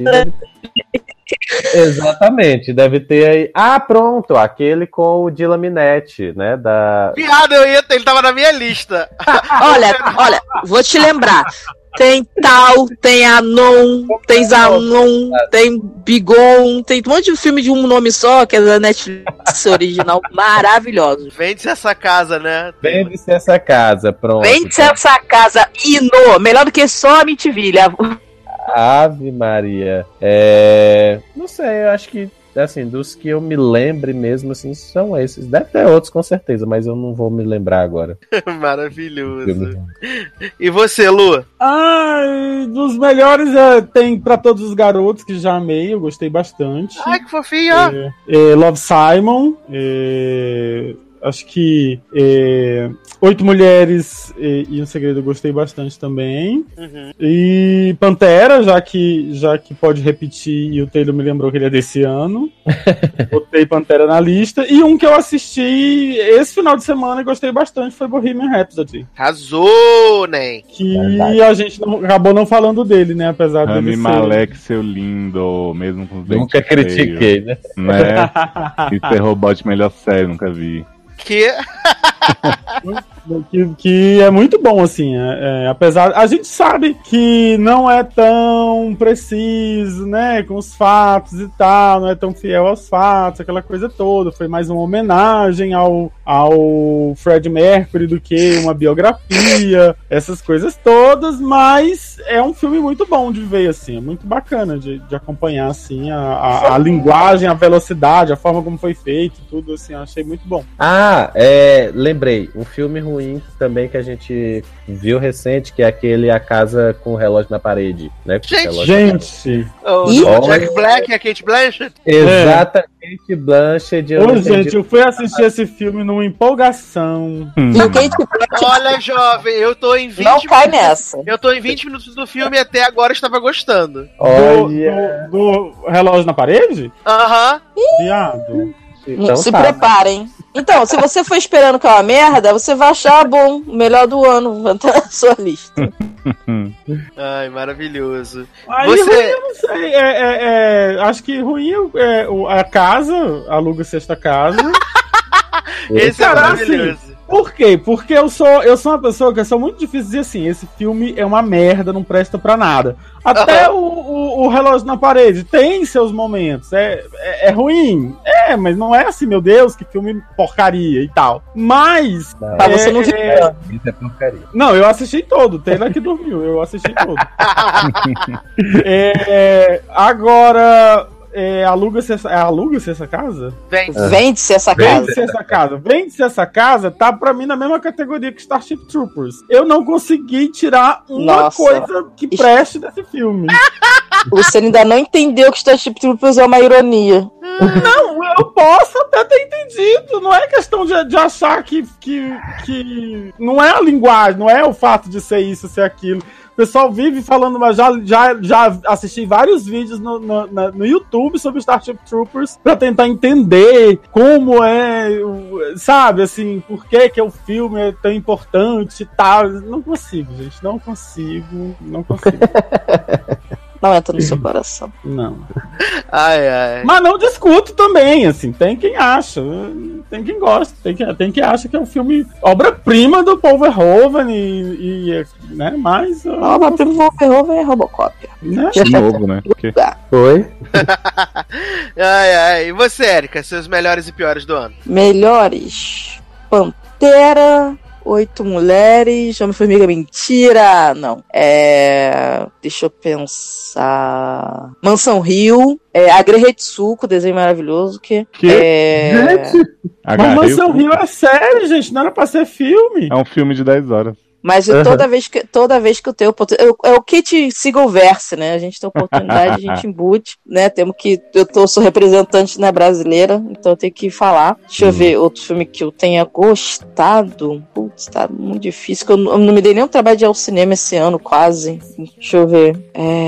Exatamente, deve ter aí. Pronto, aquele com o Dylan Minetti, né? Piada, ele tava na minha lista. Olha, vou te lembrar. Tem Tal, tem Anon, tem Zanon, tem Bigon, tem um monte de filme de um nome só, que é da Netflix original, maravilhoso. Vende-se essa casa, né? Vende-se essa casa, pronto. Vende-se essa casa, melhor do que só a Mitivilha. Ave Maria. Não sei, eu acho que assim, dos que eu me lembre mesmo, assim, são esses. Deve ter outros, com certeza, mas eu não vou me lembrar agora. Maravilhoso. E você, Lu? Dos melhores tem Pra Todos os Garotos, que já amei, eu gostei bastante. Ai, que fofinho! Love, Simon. Acho que 8 Mulheres e Um Segredo eu gostei bastante também. E Pantera, já que pode repetir, e o Taylor me lembrou que ele é desse ano. Botei Pantera na lista. E um que eu assisti esse final de semana e gostei bastante foi Bohemian Rhapsody. Arrasou, né? Que a gente acabou não falando dele, né? Apesar dele Rami ser... Malek, seu lindo, mesmo com os dentes Nunca critiquei, né? E ter robô de melhor série, nunca vi. Que? Que é muito bom, assim. Apesar. A gente sabe que não é tão preciso, né? Com os fatos e tal, não é tão fiel aos fatos, aquela coisa toda. Foi mais uma homenagem ao Fred Mercury do que uma biografia, essas coisas todas, mas é um filme muito bom de ver, assim. É muito bacana de acompanhar, assim, a linguagem, a velocidade, a forma como foi feito, tudo, assim. Eu achei muito bom. Lembrei. Um filme ruim também que a gente viu recente, que é aquele A Casa com o Relógio na Parede, né? Gente! O Jack Black e a Kate Blanchett? Exatamente, Blanchett. Gente, eu fui assistir esse filme numa empolgação. Olha, jovem, eu tô em 20 Não cai nessa. Eu tô em 20 minutos do filme e até agora estava gostando. Do Relógio na Parede? Aham. Viado. Então, se preparem. Então, se você for esperando que é uma merda, você vai achar bom, o melhor do ano, vai entrar na sua lista. Ai, maravilhoso. Aí, ruim, eu não sei. Acho que ruim a casa, aluga-se esta casa. Esse é maravilhoso. Assim, por quê? Porque eu sou uma pessoa que eu sou muito difícil de dizer assim, esse filme é uma merda, não presta pra nada. Até o Relógio na Parede tem seus momentos. É ruim? Mas não é assim, meu Deus, que filme porcaria e tal. Mas... você não viu. Isso é porcaria. Não, eu assisti todo. Tem lá que dormiu. Eu assisti todo. Agora... Aluga-se essa casa? Vende-se essa casa. Vende-se essa casa tá pra mim na mesma categoria que Starship Troopers. Eu não consegui tirar uma coisa que preste desse filme. Você ainda não entendeu que Starship Troopers é uma ironia. Não, eu posso até ter entendido. Não é questão de achar que não é a linguagem, não é o fato de ser isso, ser aquilo. O pessoal vive falando, mas já assisti vários vídeos no YouTube sobre Starship Troopers pra tentar entender como sabe, assim, por que o filme é tão importante e tal. Não consigo, gente, não consigo. Não entra no seu coração. Não. Ai. Mas não discuto também, assim, tem quem acha, tem quem gosta, tem quem acha que é um filme obra-prima do Paul Verhoeven né, mas... Obra-prima do Paul Verhoeven é Robocop. Né? De novo, né? Foi? Ai. E você, Erika, seus melhores e piores do ano? Melhores? Pantera... 8 mulheres, Homem-Formiga, mentira, não. Deixa eu pensar. Mansão Rio, Agrehetsuko, desenho maravilhoso, Gente, mas Mansão Rio é série, gente, não era pra ser filme. É um filme de 10 horas. Mas toda vez que eu tenho oportunidade. É o Kit Seagull-verse, né? A gente tem oportunidade, a gente embute, né? Sou representante, né, brasileira, então eu tenho que falar. Deixa eu ver outro filme que eu tenha gostado. Putz, tá muito difícil. Eu não me dei nem um trabalho de ir ao cinema esse ano, quase. Deixa eu ver.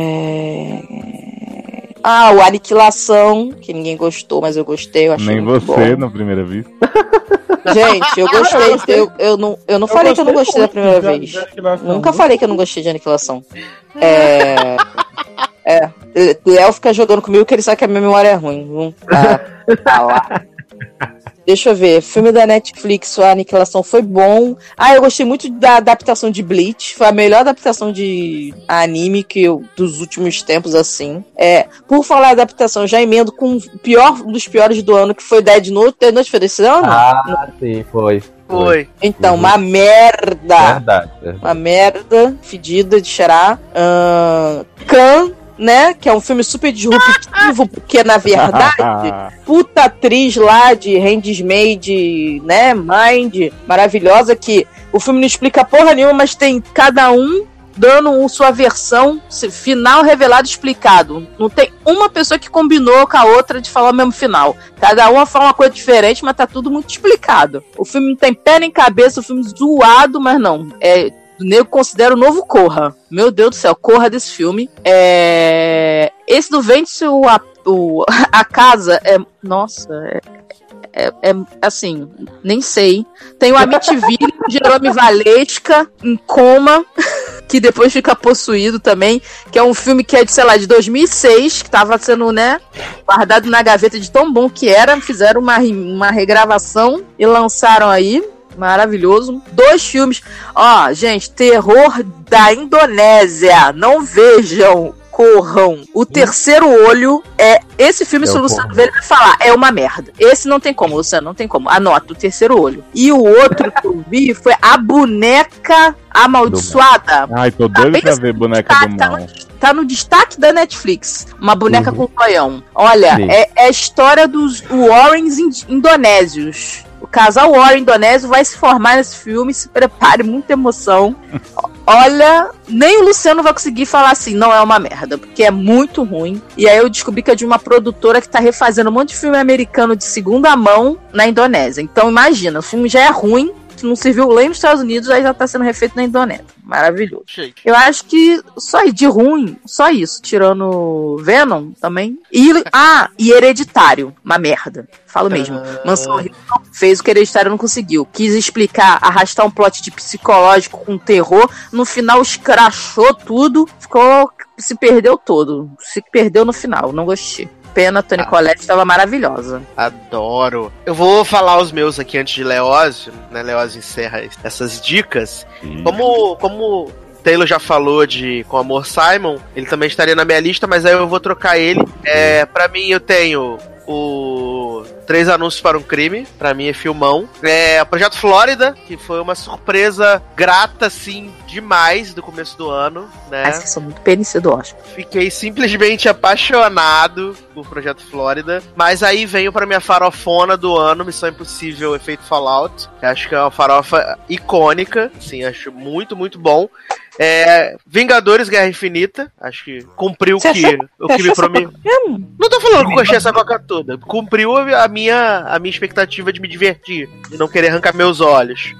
O Aniquilação, que ninguém gostou, mas eu gostei. Eu achei nem muito você, bom. na primeira vista. Gente, eu gostei. Eu não falei que eu não gostei da primeira vez. Nunca falei que eu não gostei de Aniquilação. Léo fica jogando comigo que ele sabe que a minha memória é ruim. Tá lá. Deixa eu ver. Filme da Netflix, a Aniquilação foi bom. Eu gostei muito da adaptação de Bleach. Foi a melhor adaptação de anime dos últimos tempos, assim. Por falar em adaptação, já emendo com um dos piores do ano, que foi Dead Note. Dead Note foi desse ano? Sim, foi. Então, uma merda. Verdade. Uma merda fedida de cheirar. Khan, né, que é um filme super disruptivo, porque na verdade, puta atriz lá de Handmaid, né, Mind, maravilhosa, que o filme não explica porra nenhuma, mas tem cada um dando sua versão, final revelado, explicado. Não tem uma pessoa que combinou com a outra de falar o mesmo final. Cada uma fala uma coisa diferente, mas tá tudo muito explicado. O filme não tem pé nem cabeça, o filme zoado, mas não. O nego considera o novo Corra. Meu Deus do céu, Corra desse filme. Esse do Vende-se a Casa nossa, assim, nem sei. Tem o Amityville, Jerome Valesca, em coma, que depois fica possuído também, que é um filme que é de, sei lá, de 2006, que tava sendo, né, guardado na gaveta de tão bom que era. Fizeram uma regravação e lançaram aí. Maravilhoso. 2 filmes. Ó, gente, terror da Indonésia. Não vejam. Corram. O Terceiro Olho é... Esse filme, se o Luciano ver, ele vai falar, é uma merda. Esse não tem como, Luciano, não tem como. Anota, O Terceiro Olho. E o outro que eu vi foi A Boneca Amaldiçoada. Ai, tô doido pra ver Boneca do Mal. Tá no destaque da Netflix. Uma boneca com zoião. Olha, é a história dos Warrens indonésios. O casal Warren indonésio vai se formar nesse filme. Se prepare, muita emoção. Olha, nem o Luciano vai conseguir falar assim, não é uma merda, porque é muito ruim. E aí eu descobri que é de uma produtora que tá refazendo um monte de filme americano de segunda mão na Indonésia. Então imagina, o filme já é ruim, não se viu lá nos Estados Unidos, aí já tá sendo refeito na Indonésia. Maravilhoso. Shake. Eu acho que só de ruim, só isso. Tirando Venom também. E Hereditário. Uma merda. Falo mesmo. Mansão Rio fez o que Hereditário não conseguiu. Quis explicar, arrastar um plot de psicológico com terror. No final escrachou tudo. Se perdeu todo. Se perdeu no final. Não gostei. Pena, Toni Collette estava maravilhosa. Adoro. Eu vou falar os meus aqui antes de Leózio, né? Leózio encerra essas dicas. Como o Taylor já falou com Amor Simon, ele também estaria na minha lista, mas aí eu vou trocar ele. Pra mim, eu tenho o 3 Anúncios para um Crime, pra mim é filmão. O Projeto Flórida, que foi uma surpresa grata, assim, demais do começo do ano, né? Acho que sou muito perícia do Oscar. Fiquei simplesmente apaixonado por Projeto Flórida, mas aí venho pra minha farofona do ano, Missão Impossível Efeito Fallout. Acho que é uma farofa icônica, sim, acho muito, muito bom. Vingadores Guerra Infinita, acho que cumpriu o que me prometeu. Não tô falando que eu gostei essa coca toda. Cumpriu a minha expectativa de me divertir, de não querer arrancar meus olhos.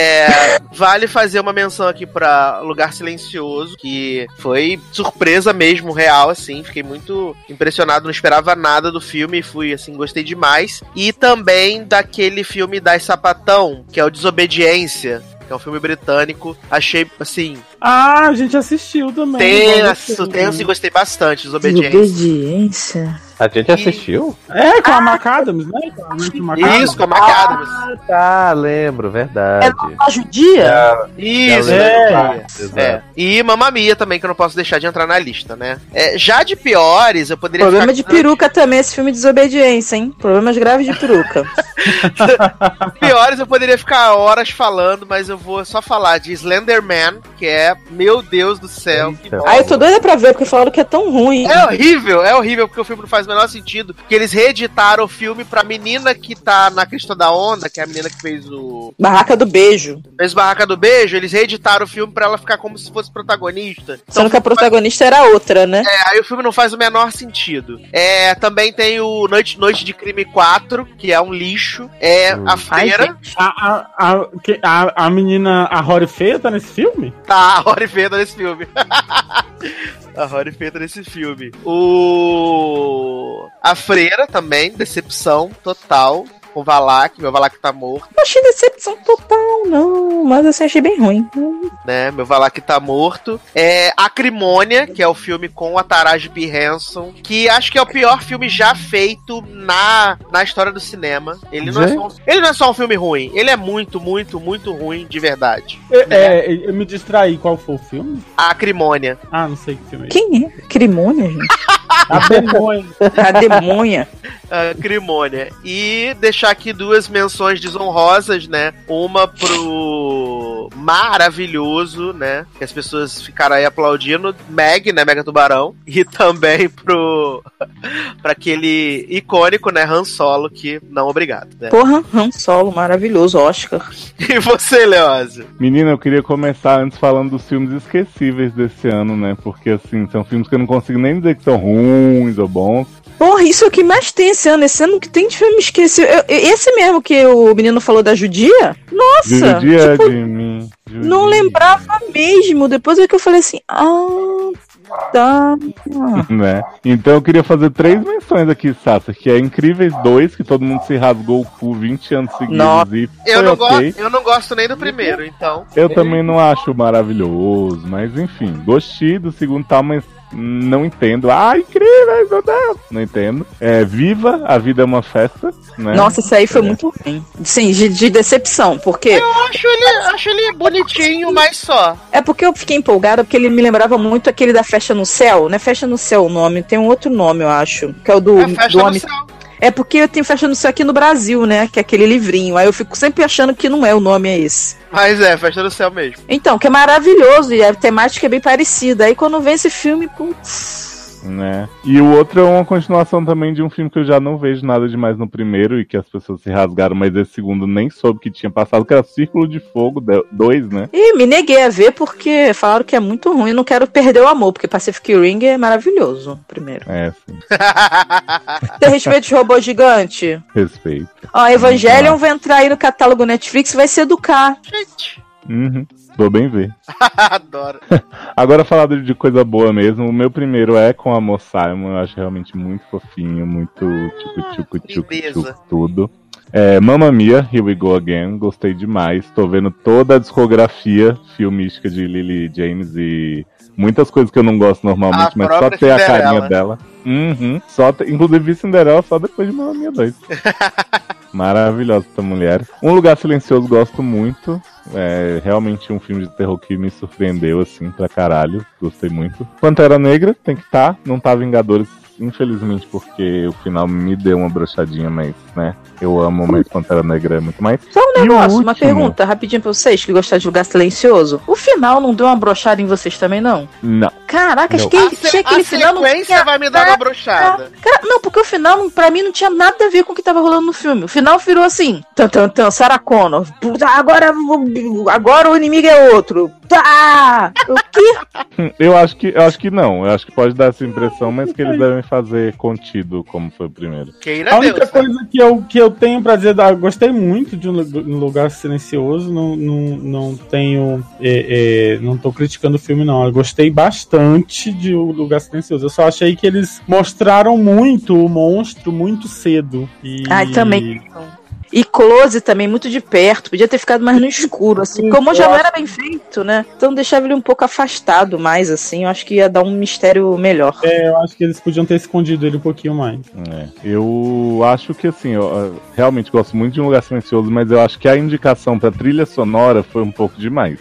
Vale fazer uma menção aqui pra Lugar Silencioso, que foi surpresa mesmo, real, assim. Fiquei muito impressionado, não esperava nada do filme e fui, assim, gostei demais. E também daquele filme das Sapatão, que é o Desobediência, que é um filme britânico. Achei, assim... Ah, a gente assistiu também. Tenso, gostei bastante. Desobediência. A gente assistiu? Com a McAdams, né? Isso, com a McAdams. Tá, lembro, verdade. É a judia? Isso, E Mamma Mia também, que eu não posso deixar de entrar na lista, né? Já de piores, eu poderia Problema de peruca também, esse filme Desobediência, hein? Problemas graves de peruca. Piores, eu poderia ficar horas falando, mas eu vou só falar de Slenderman, que é, meu Deus do céu. Eu tô doida pra ver, porque falaram que é tão ruim. É horrível, porque o filme não faz o menor sentido, porque eles reeditaram o filme pra menina que tá na crista da onda, que é a menina que fez o... Barraca do Beijo. Fez Barraca do Beijo, eles reeditaram o filme pra ela ficar como se fosse protagonista. Sendo que a protagonista era outra, né? Aí o filme não faz o menor sentido. Também tem o Noite de Crime 4, que é um lixo. A Freira. A menina, a Rory Feia tá nesse filme? Tá, a Rory Feia tá nesse filme. A Rory feita nesse filme. A Freira também, decepção total. Com o Valak, meu Valak tá morto. Não achei decepção total, não. Mas assim, achei bem ruim. Né, meu Valak tá morto. Acrimônia, que é o filme com a Taraji P. Henson, que acho que é o pior filme já feito na história do cinema. Ele não é só um filme ruim, ele é muito, muito, muito ruim de verdade. Eu me distraí, qual foi o filme? Acrimônia. Não sei que filme é. Quem é? Acrimônia, gente? A demônia. A demônia. Acrimônia. E deixar aqui 2 menções desonrosas, né? Uma pro maravilhoso, né? Que as pessoas ficaram aí aplaudindo. Meg, né? Mega Tubarão. E também pra aquele icônico, né? Han Solo, que não obrigado, né? Porra, Han Solo, maravilhoso, Oscar. E você, Leózio? Menina, eu queria começar antes falando dos filmes esquecíveis desse ano, né? Porque, assim, são filmes que eu não consigo nem dizer que são ruins ou bons. Porra, isso é o que mais tem esse ano. Esse ano que tem de filme esquecido. Esse mesmo que o menino falou da judia? Nossa! Judia de mim. Judia. Não lembrava mesmo. Depois é que eu falei assim, tá. Né? Então eu queria fazer 3 menções aqui, Sasha, que é Incríveis 2, que todo mundo se rasgou o cu 20 anos seguidos. Nossa. E eu não gosto nem do primeiro, então. Eu também não acho maravilhoso, mas enfim, gostei do segundo tal, mas Não entendo. Ah, incrível, meu Deus! Não entendo. Viva, a vida é uma festa, né? Nossa, isso aí foi muito ruim. Sim, de decepção, porque... Eu acho ele bonitinho, mas só. É porque eu fiquei empolgada, porque ele me lembrava muito aquele da Festa no Céu. Não é Festa no Céu o nome, tem um outro nome, eu acho. Que é o do homem... É porque eu tenho Festa no Céu aqui no Brasil, né? Que é aquele livrinho. Aí eu fico sempre achando que não é o nome, é esse. Mas Festa no Céu mesmo. Então, que é maravilhoso e a temática é bem parecida. Aí quando vem esse filme, putz... Né? E o outro é uma continuação também de um filme que eu já não vejo nada demais no primeiro e que as pessoas se rasgaram, mas esse segundo nem soube que tinha passado, que era Círculo de Fogo 2, né? E me neguei a ver porque falaram que é muito ruim e não quero perder o amor, porque Pacific Rim é maravilhoso, primeiro. Sim. Tem respeito de robô gigante? Respeito. Ó, Evangelion vai entrar aí no catálogo Netflix e vai se educar. Gente. Vou bem ver. Adoro. Agora, falar de coisa boa mesmo, o meu primeiro é com Amor Simon. Eu acho realmente muito fofinho, muito tchucu, tudo. Mamma Mia, Here We Go Again, gostei demais. Tô vendo toda a discografia filmística de Lily James e muitas coisas que eu não gosto normalmente, mas só ter a carinha dela. Inclusive vi Cinderela só depois de Mamma Mia 2. Maravilhosa essa mulher. Um Lugar Silencioso gosto muito. É realmente um filme de terror que me surpreendeu, assim, pra caralho. Gostei muito. Pantera Negra tem que estar. Não tá Vingadores, infelizmente, porque o final me deu uma broxadinha, mas, né, eu amo, mas Pantera Negra é muito mais. Só um negócio, uma pergunta rapidinho pra vocês que gostam de Lugar Silencioso. O final não deu uma broxada em vocês também, não? Não. Caraca, acho que tinha aquele final... A sequência vai me dar uma broxada. Não, porque o final, pra mim, não tinha nada a ver com o que tava rolando no filme. O final virou assim, Sarah Connor, agora o inimigo é outro. Tá! O quê? Eu acho que não. Eu acho que pode dar essa impressão, mas que eles devem fazer contido, como foi o primeiro. A única coisa que eu tenho pra dizer, eu gostei muito de Um Lugar Silencioso, não tenho, não tô criticando o filme, não. Eu gostei bastante de Um Lugar Silencioso. Eu só achei que eles mostraram muito o monstro muito cedo. Também. E close também, muito de perto. Podia ter ficado mais no escuro, assim. Como já não era bem feito, né? Então deixava ele um pouco afastado mais, assim. Eu acho que ia dar um mistério melhor. Eu acho que eles podiam ter escondido ele um pouquinho mais. Eu acho que, assim, eu realmente gosto muito de Um Lugar Silencioso, mas eu acho que a indicação pra trilha sonora foi um pouco demais.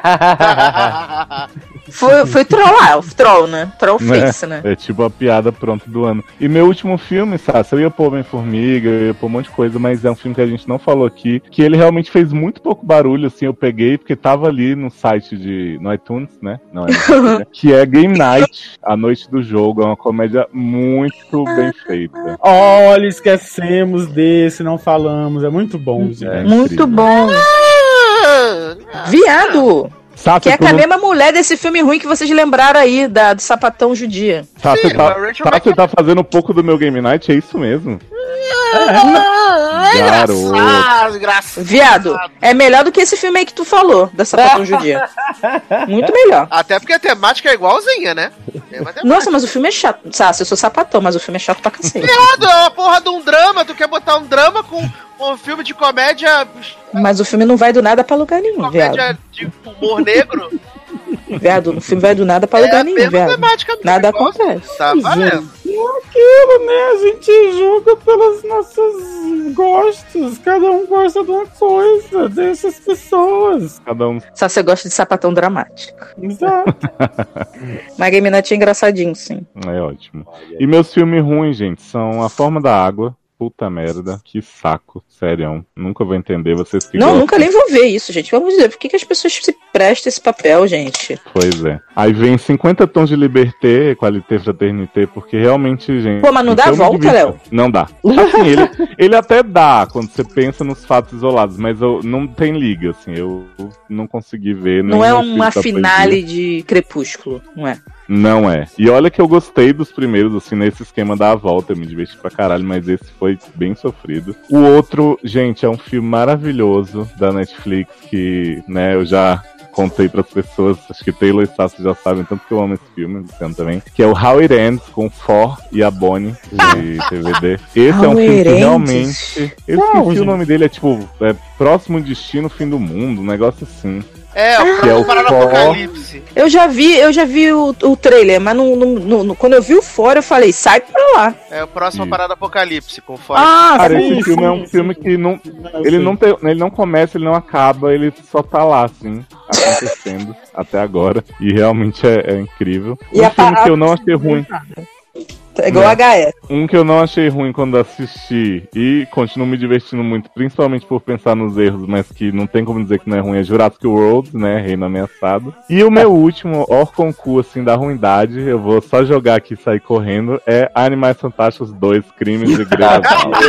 Foi troll, né? Troll face, né? É tipo a piada pronta do ano. E meu último filme, Sassi, eu ia pôr Homem-Formiga, eu ia pôr um monte de coisa, mas é um filme que a gente não falou aqui, que ele realmente fez muito pouco barulho, assim, eu peguei, porque tava ali no site no iTunes, né? Não é no que é Game Night, A Noite do Jogo, é uma comédia muito bem feita. Olha, esquecemos desse, não falamos, é muito bom, gente. Muito bom. Viado! Que é com a mesma mulher desse filme ruim que vocês lembraram aí, do Sapatão Judia. Você tá fazendo um pouco do meu Game Night, é isso mesmo? Engraçado. Viado, é melhor do que esse filme aí que tu falou, da Sapatão Judia. Muito melhor. Até porque a temática é igualzinha, né? Nossa, mas o filme é chato. Eu sou sapatão, mas o filme é chato pra cacete. Viado, é uma porra de um drama. Tu quer botar um drama com um filme de comédia... Mas o filme não vai do nada pra lugar nenhum, viado. Comédia de humor negro? Viado, o filme vai do nada pra lugar nenhum, viado. Nada acontece. Tá valendo. Aquilo, né? A gente julga pelos nossos gostos. Cada um gosta de uma coisa. Deixa as pessoas. Cada um. Só você gosta de sapatão dramático. Exato. Mas Game Night é engraçadinho, sim. É ótimo. E meus filmes ruins, gente, são A Forma da Água. Puta merda, que saco, sério. Nunca vou entender vocês que gostam. Nunca nem vou ver isso, gente. Vamos dizer, por que as pessoas se prestam esse papel, gente? Pois é. Aí vem 50 Tons de Liberté, Qualité Fraternité, porque realmente, gente... Pô, mas não dá a volta, Léo? Não dá. Assim, ele até dá quando você pensa nos fatos isolados, mas não tem liga, assim. Eu não consegui ver. Não é uma finale de Crepúsculo, não é? Não é. E olha que eu gostei dos primeiros, assim, nesse esquema da volta, eu me diverti pra caralho, mas esse foi bem sofrido. O outro, gente, é um filme maravilhoso da Netflix que, né, eu já contei pras pessoas, acho que Taylor e Sassi já sabem, tanto que eu amo esse filme, Luciano também, que é o How It Ends, com For e a Bonnie, de TVD. Esse é um filme que realmente... Eu esqueci o nome dele, é tipo, Próximo Destino, Fim do Mundo, um negócio assim. É, o Que é próximo o Parada Thor. Apocalipse. Eu já vi o trailer, mas quando eu vi o fora, eu falei, sai pra lá. É o próximo Isso. Parada Apocalipse, com fora. Cara, sim, esse filme é um sim, filme sim. que não. Não, Ele sim. não começa, ele não acaba, ele só tá lá, assim, acontecendo até agora. E realmente é incrível. E Um a filme que parada- eu não achei ruim. É igual Né? HS. Um que eu não achei ruim quando assisti e continuo me divertindo muito, principalmente por pensar nos erros, mas que não tem como dizer que não é ruim, é Jurassic World, né? Reino Ameaçado. E o meu último, concurso assim, da ruindade, eu vou só jogar aqui e sair correndo, é Animais Fantásticos 2, Crimes de Greve.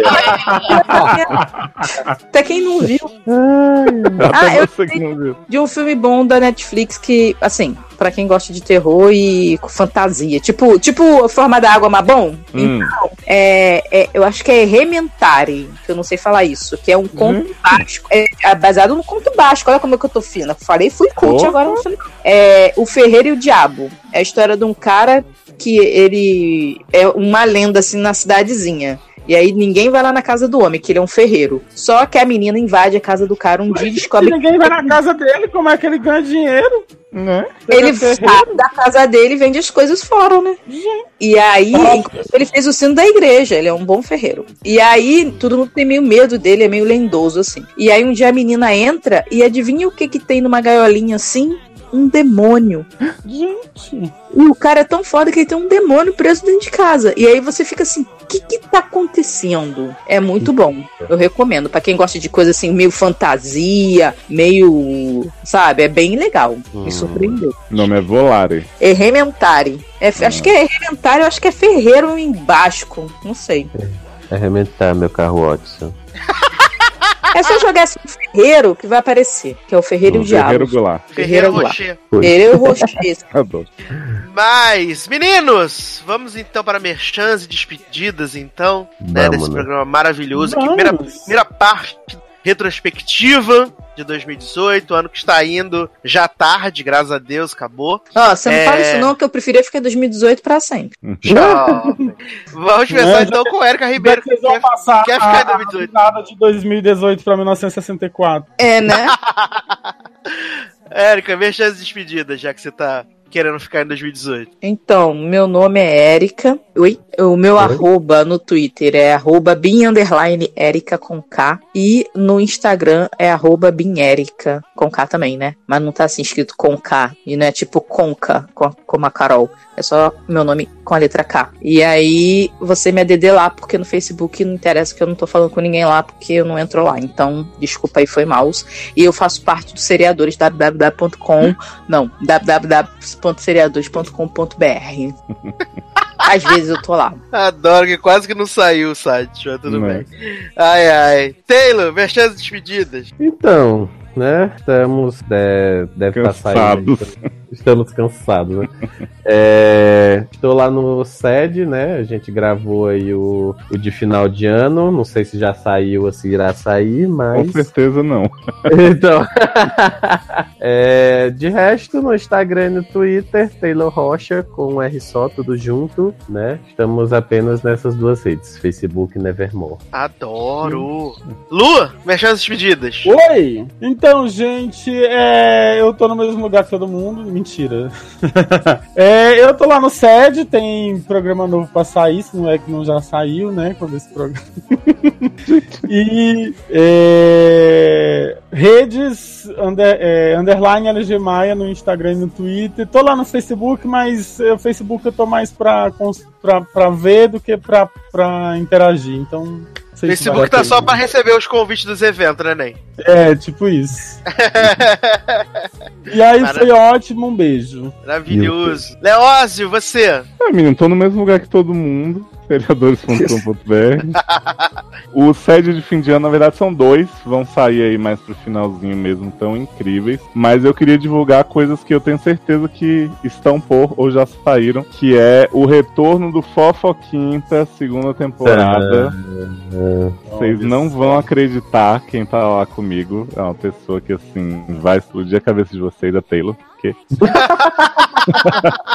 Até quem não viu. Até eu você que não viu. De um filme bom da Netflix que, assim, pra quem gosta de terror e fantasia. Tipo Forma da Água Mabon. Então, eu acho que é Rementari, que eu não sei falar isso, que é um conto básico. É baseado no conto básico. Olha como é que eu tô fina. Falei, fui cult agora no final. É O Ferreiro e o Diabo. É a história de um cara que ele é uma lenda, assim, na cidadezinha. E aí ninguém vai lá na casa do homem, que ele é um ferreiro. Só que a menina invade a casa do cara um dia e Se descobre ninguém vai na casa dele, como é que ele ganha dinheiro? Né? ele sai da casa dele e vende as coisas fora, né? E aí, ele fez o sino da igreja, ele é um bom ferreiro. E aí, todo mundo tem meio medo dele, é meio lendoso, assim. E aí, um dia a menina entra e adivinha o que tem numa gaiolinha assim? Um demônio. Gente. E o cara é tão foda que ele tem um demônio preso dentro de casa. E aí você fica assim, o que tá acontecendo? É muito bom. Eu recomendo. Pra quem gosta de coisa assim, meio fantasia, meio... Sabe? É bem legal. Me surpreendeu. O nome é Volare. É Rementari. Acho que é Rementari, eu acho que é ferreiro em basco. Não sei. Arrebentar meu carro Watson. É só jogar assim ferreiro que vai aparecer. Que é o Ferreiro e o Diabo. Ferreiro Goulart. Ferreira Goulart. Rocher. Ferreiro Rocher. Adoro. Mas, meninos, vamos então para merchans e despedidas, então, né, Vamos, desse né? programa maravilhoso. Vamos. Primeira parte retrospectiva de 2018, ano que está indo já tarde, graças a Deus, acabou. Ó, você não fala isso não, que eu preferia ficar em 2018 pra sempre. Tchau. Vamos começar então com Érica Ribeiro. Vocês vão passar quer ficar em a 2018? nada de 2018 pra 1964. É, né? Érica, merchans e despedidas, já que você tá querendo ficar em 2018. Então, meu nome é Érica. Oi? O meu arroba no Twitter é @bin_Érica com K. E no Instagram é @binérica com K também, né? Mas não tá assim escrito com K. E não é tipo Conca, como a Carol. É só meu nome com a letra K. E aí, você me ADD lá, porque no Facebook não interessa que eu não tô falando com ninguém lá, porque eu não entro lá. Então, desculpa aí, foi mouse. E eu faço parte dos seriadores www.seriadores.com.br. Às vezes eu tô lá. Adoro que quase que não saiu o site, mas tudo Não. bem. Ai, ai. Taylor, merchans e despedidas. Então, né? Estamos. Deve estar saindo. Cansados. Estamos cansados, né? Estou lá no SED, né? A gente gravou aí o de final de ano. Não sei se já saiu ou se irá sair, mas. Com certeza não. Então. De resto, no Instagram e no Twitter, Taylor Rocha com um R só, tudo junto, né? Estamos apenas nessas duas redes, Facebook e Nevermore. Adoro. Lu, merchans e despedidas. Oi! Então, gente, eu tô no mesmo lugar que todo mundo. Mentira. Eu tô lá no SED, tem programa novo pra sair, se não é que não já saiu, né? Quando esse programa. E redes underline LG Maia no Instagram e no Twitter. Tô lá no Facebook, mas o Facebook eu tô mais pra ver do que pra interagir. Então. não sei se Facebook vale a tá pena. só pra receber os convites dos eventos, né, Ney? É, tipo isso. E aí foi ótimo, um beijo. Maravilhoso. Leózio, você? Menino, tô no mesmo lugar que todo mundo. Seriadores.com.br. O SED de fim de ano, na verdade, são 2. Vão sair aí mais pro finalzinho mesmo, tão incríveis. Mas eu queria divulgar coisas que eu tenho certeza que estão por ou já saíram. Que é o retorno do Fofoquinta, segunda temporada. Vocês não vão acreditar quem tá lá comigo. É uma pessoa que, assim, vai explodir a cabeça de vocês, a Taylor. Porque...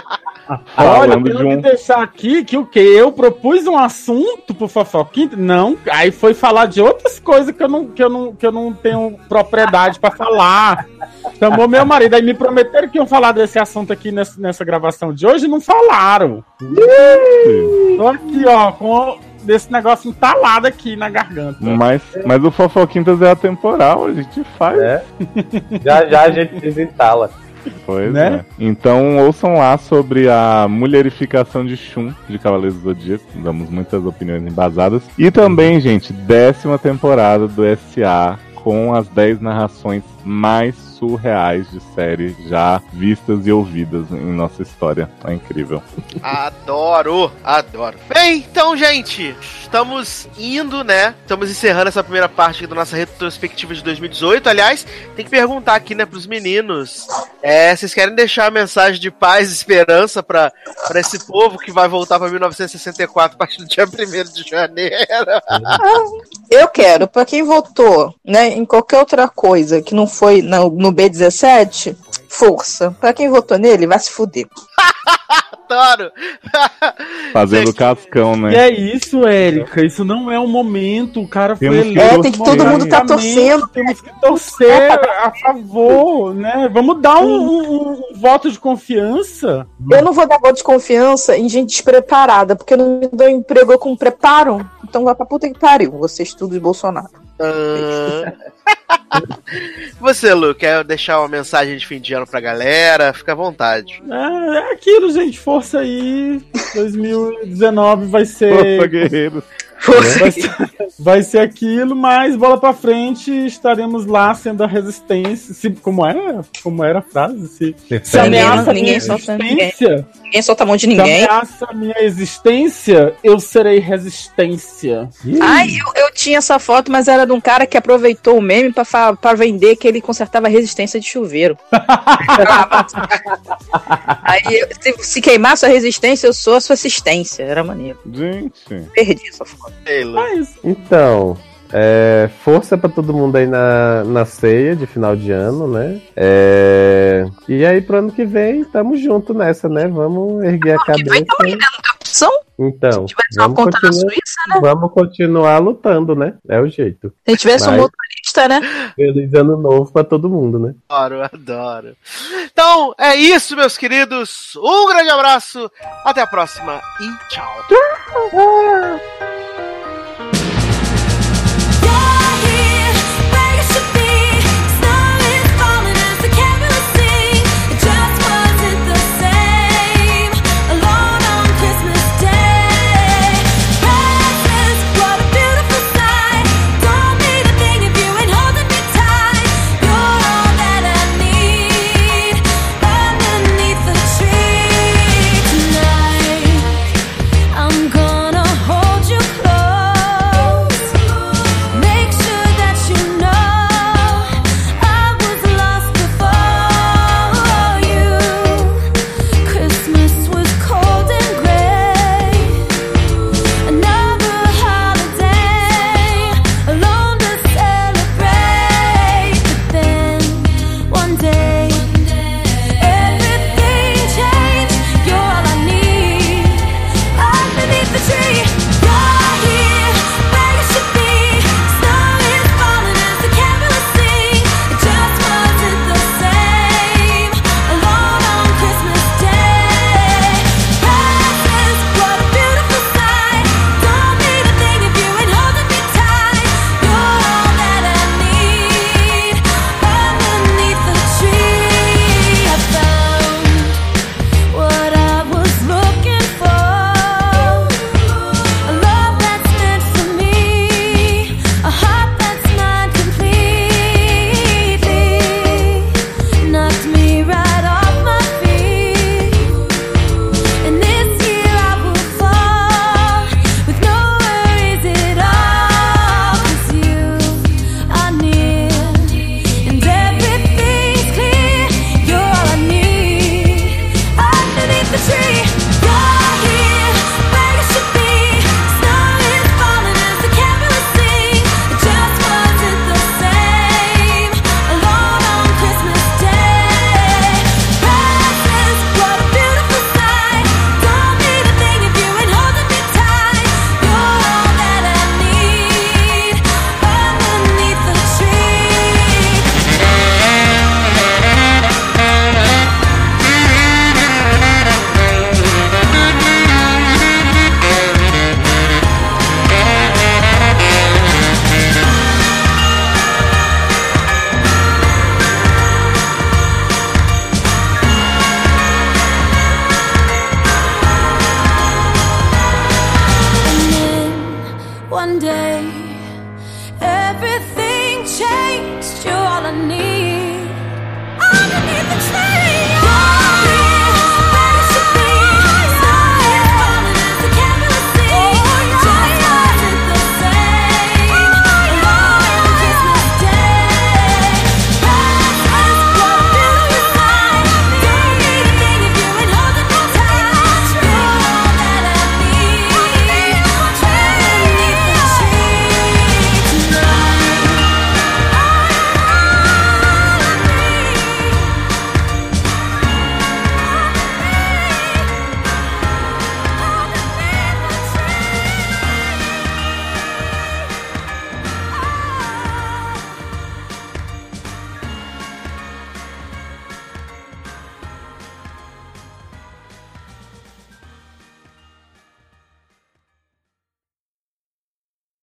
Olha, falando eu de tenho que deixar aqui que o quê? Eu propus um assunto pro Fofoquinta? Não, aí foi falar de outras coisas que eu não tenho propriedade pra falar. Chamou meu marido, aí me prometeram que iam falar desse assunto aqui nessa gravação de hoje e não falaram. Tô aqui, ó, com desse negócio entalado aqui na garganta. Mas o Fofoquintas é atemporal, a gente faz. Já a gente desentala. Pois Né? é. Então ouçam lá sobre a mulherificação de Shun, de Cavaleiros do Zodíaco. Damos muitas opiniões embasadas. E também, gente, 10ª temporada do SA, com as 10 narrações mais surreais de série já vistas e ouvidas em nossa história. É incrível. Adoro. Bem, então, gente, estamos indo, né? Estamos encerrando essa primeira parte da nossa retrospectiva de 2018. Aliás, tem que perguntar aqui, né, pros meninos. Vocês querem deixar a mensagem de paz e esperança pra esse povo que vai voltar pra 1964 a partir do dia 1º de janeiro? Eu quero, pra quem votou, né, em qualquer outra coisa que não foi no B17, força. Pra quem votou nele, vai se fuder. Adoro! Fazendo cascão, E né? é isso, Érica. Isso não é um momento. O cara foi Temos que eleito. tem que todo mundo tá torcendo. Temos que torcer a favor, né? Vamos dar um voto de confiança. Eu não vou dar voto de confiança em gente despreparada, porque eu não me dou emprego com preparo. Então vai pra puta que pariu. Vocês tudo de Bolsonaro. Você, Lu, quer deixar uma mensagem de fim de ano pra galera? Fica à vontade. É aquilo, gente. Força aí. 2019 vai ser. Força, guerreiros. Vai ser aquilo, mas bola pra frente, estaremos lá sendo a resistência. Como era a frase? Se ameaça a minha Ninguém solta existência. Ninguém solta a mão de Se ninguém. ameaça a minha existência, eu serei resistência. Ai, eu tinha essa foto, mas era de um cara que aproveitou o meme pra vender que ele consertava a resistência de chuveiro. Aí, se queimar sua resistência, eu sou a sua assistência. Era maneiro. Gente. Perdi essa foto. Então, força pra todo mundo aí na ceia de final de ano, né? E aí pro ano que vem, tamo junto nessa, né? Vamos erguer a cabeça. Então, tivesse uma conta na Suíça, né? vamos continuar lutando, né? É o jeito. Se a gente tivesse um motorista, né? Feliz ano novo pra todo mundo, né? Adoro. Então, é isso, meus queridos. Um grande abraço, até a próxima e tchau.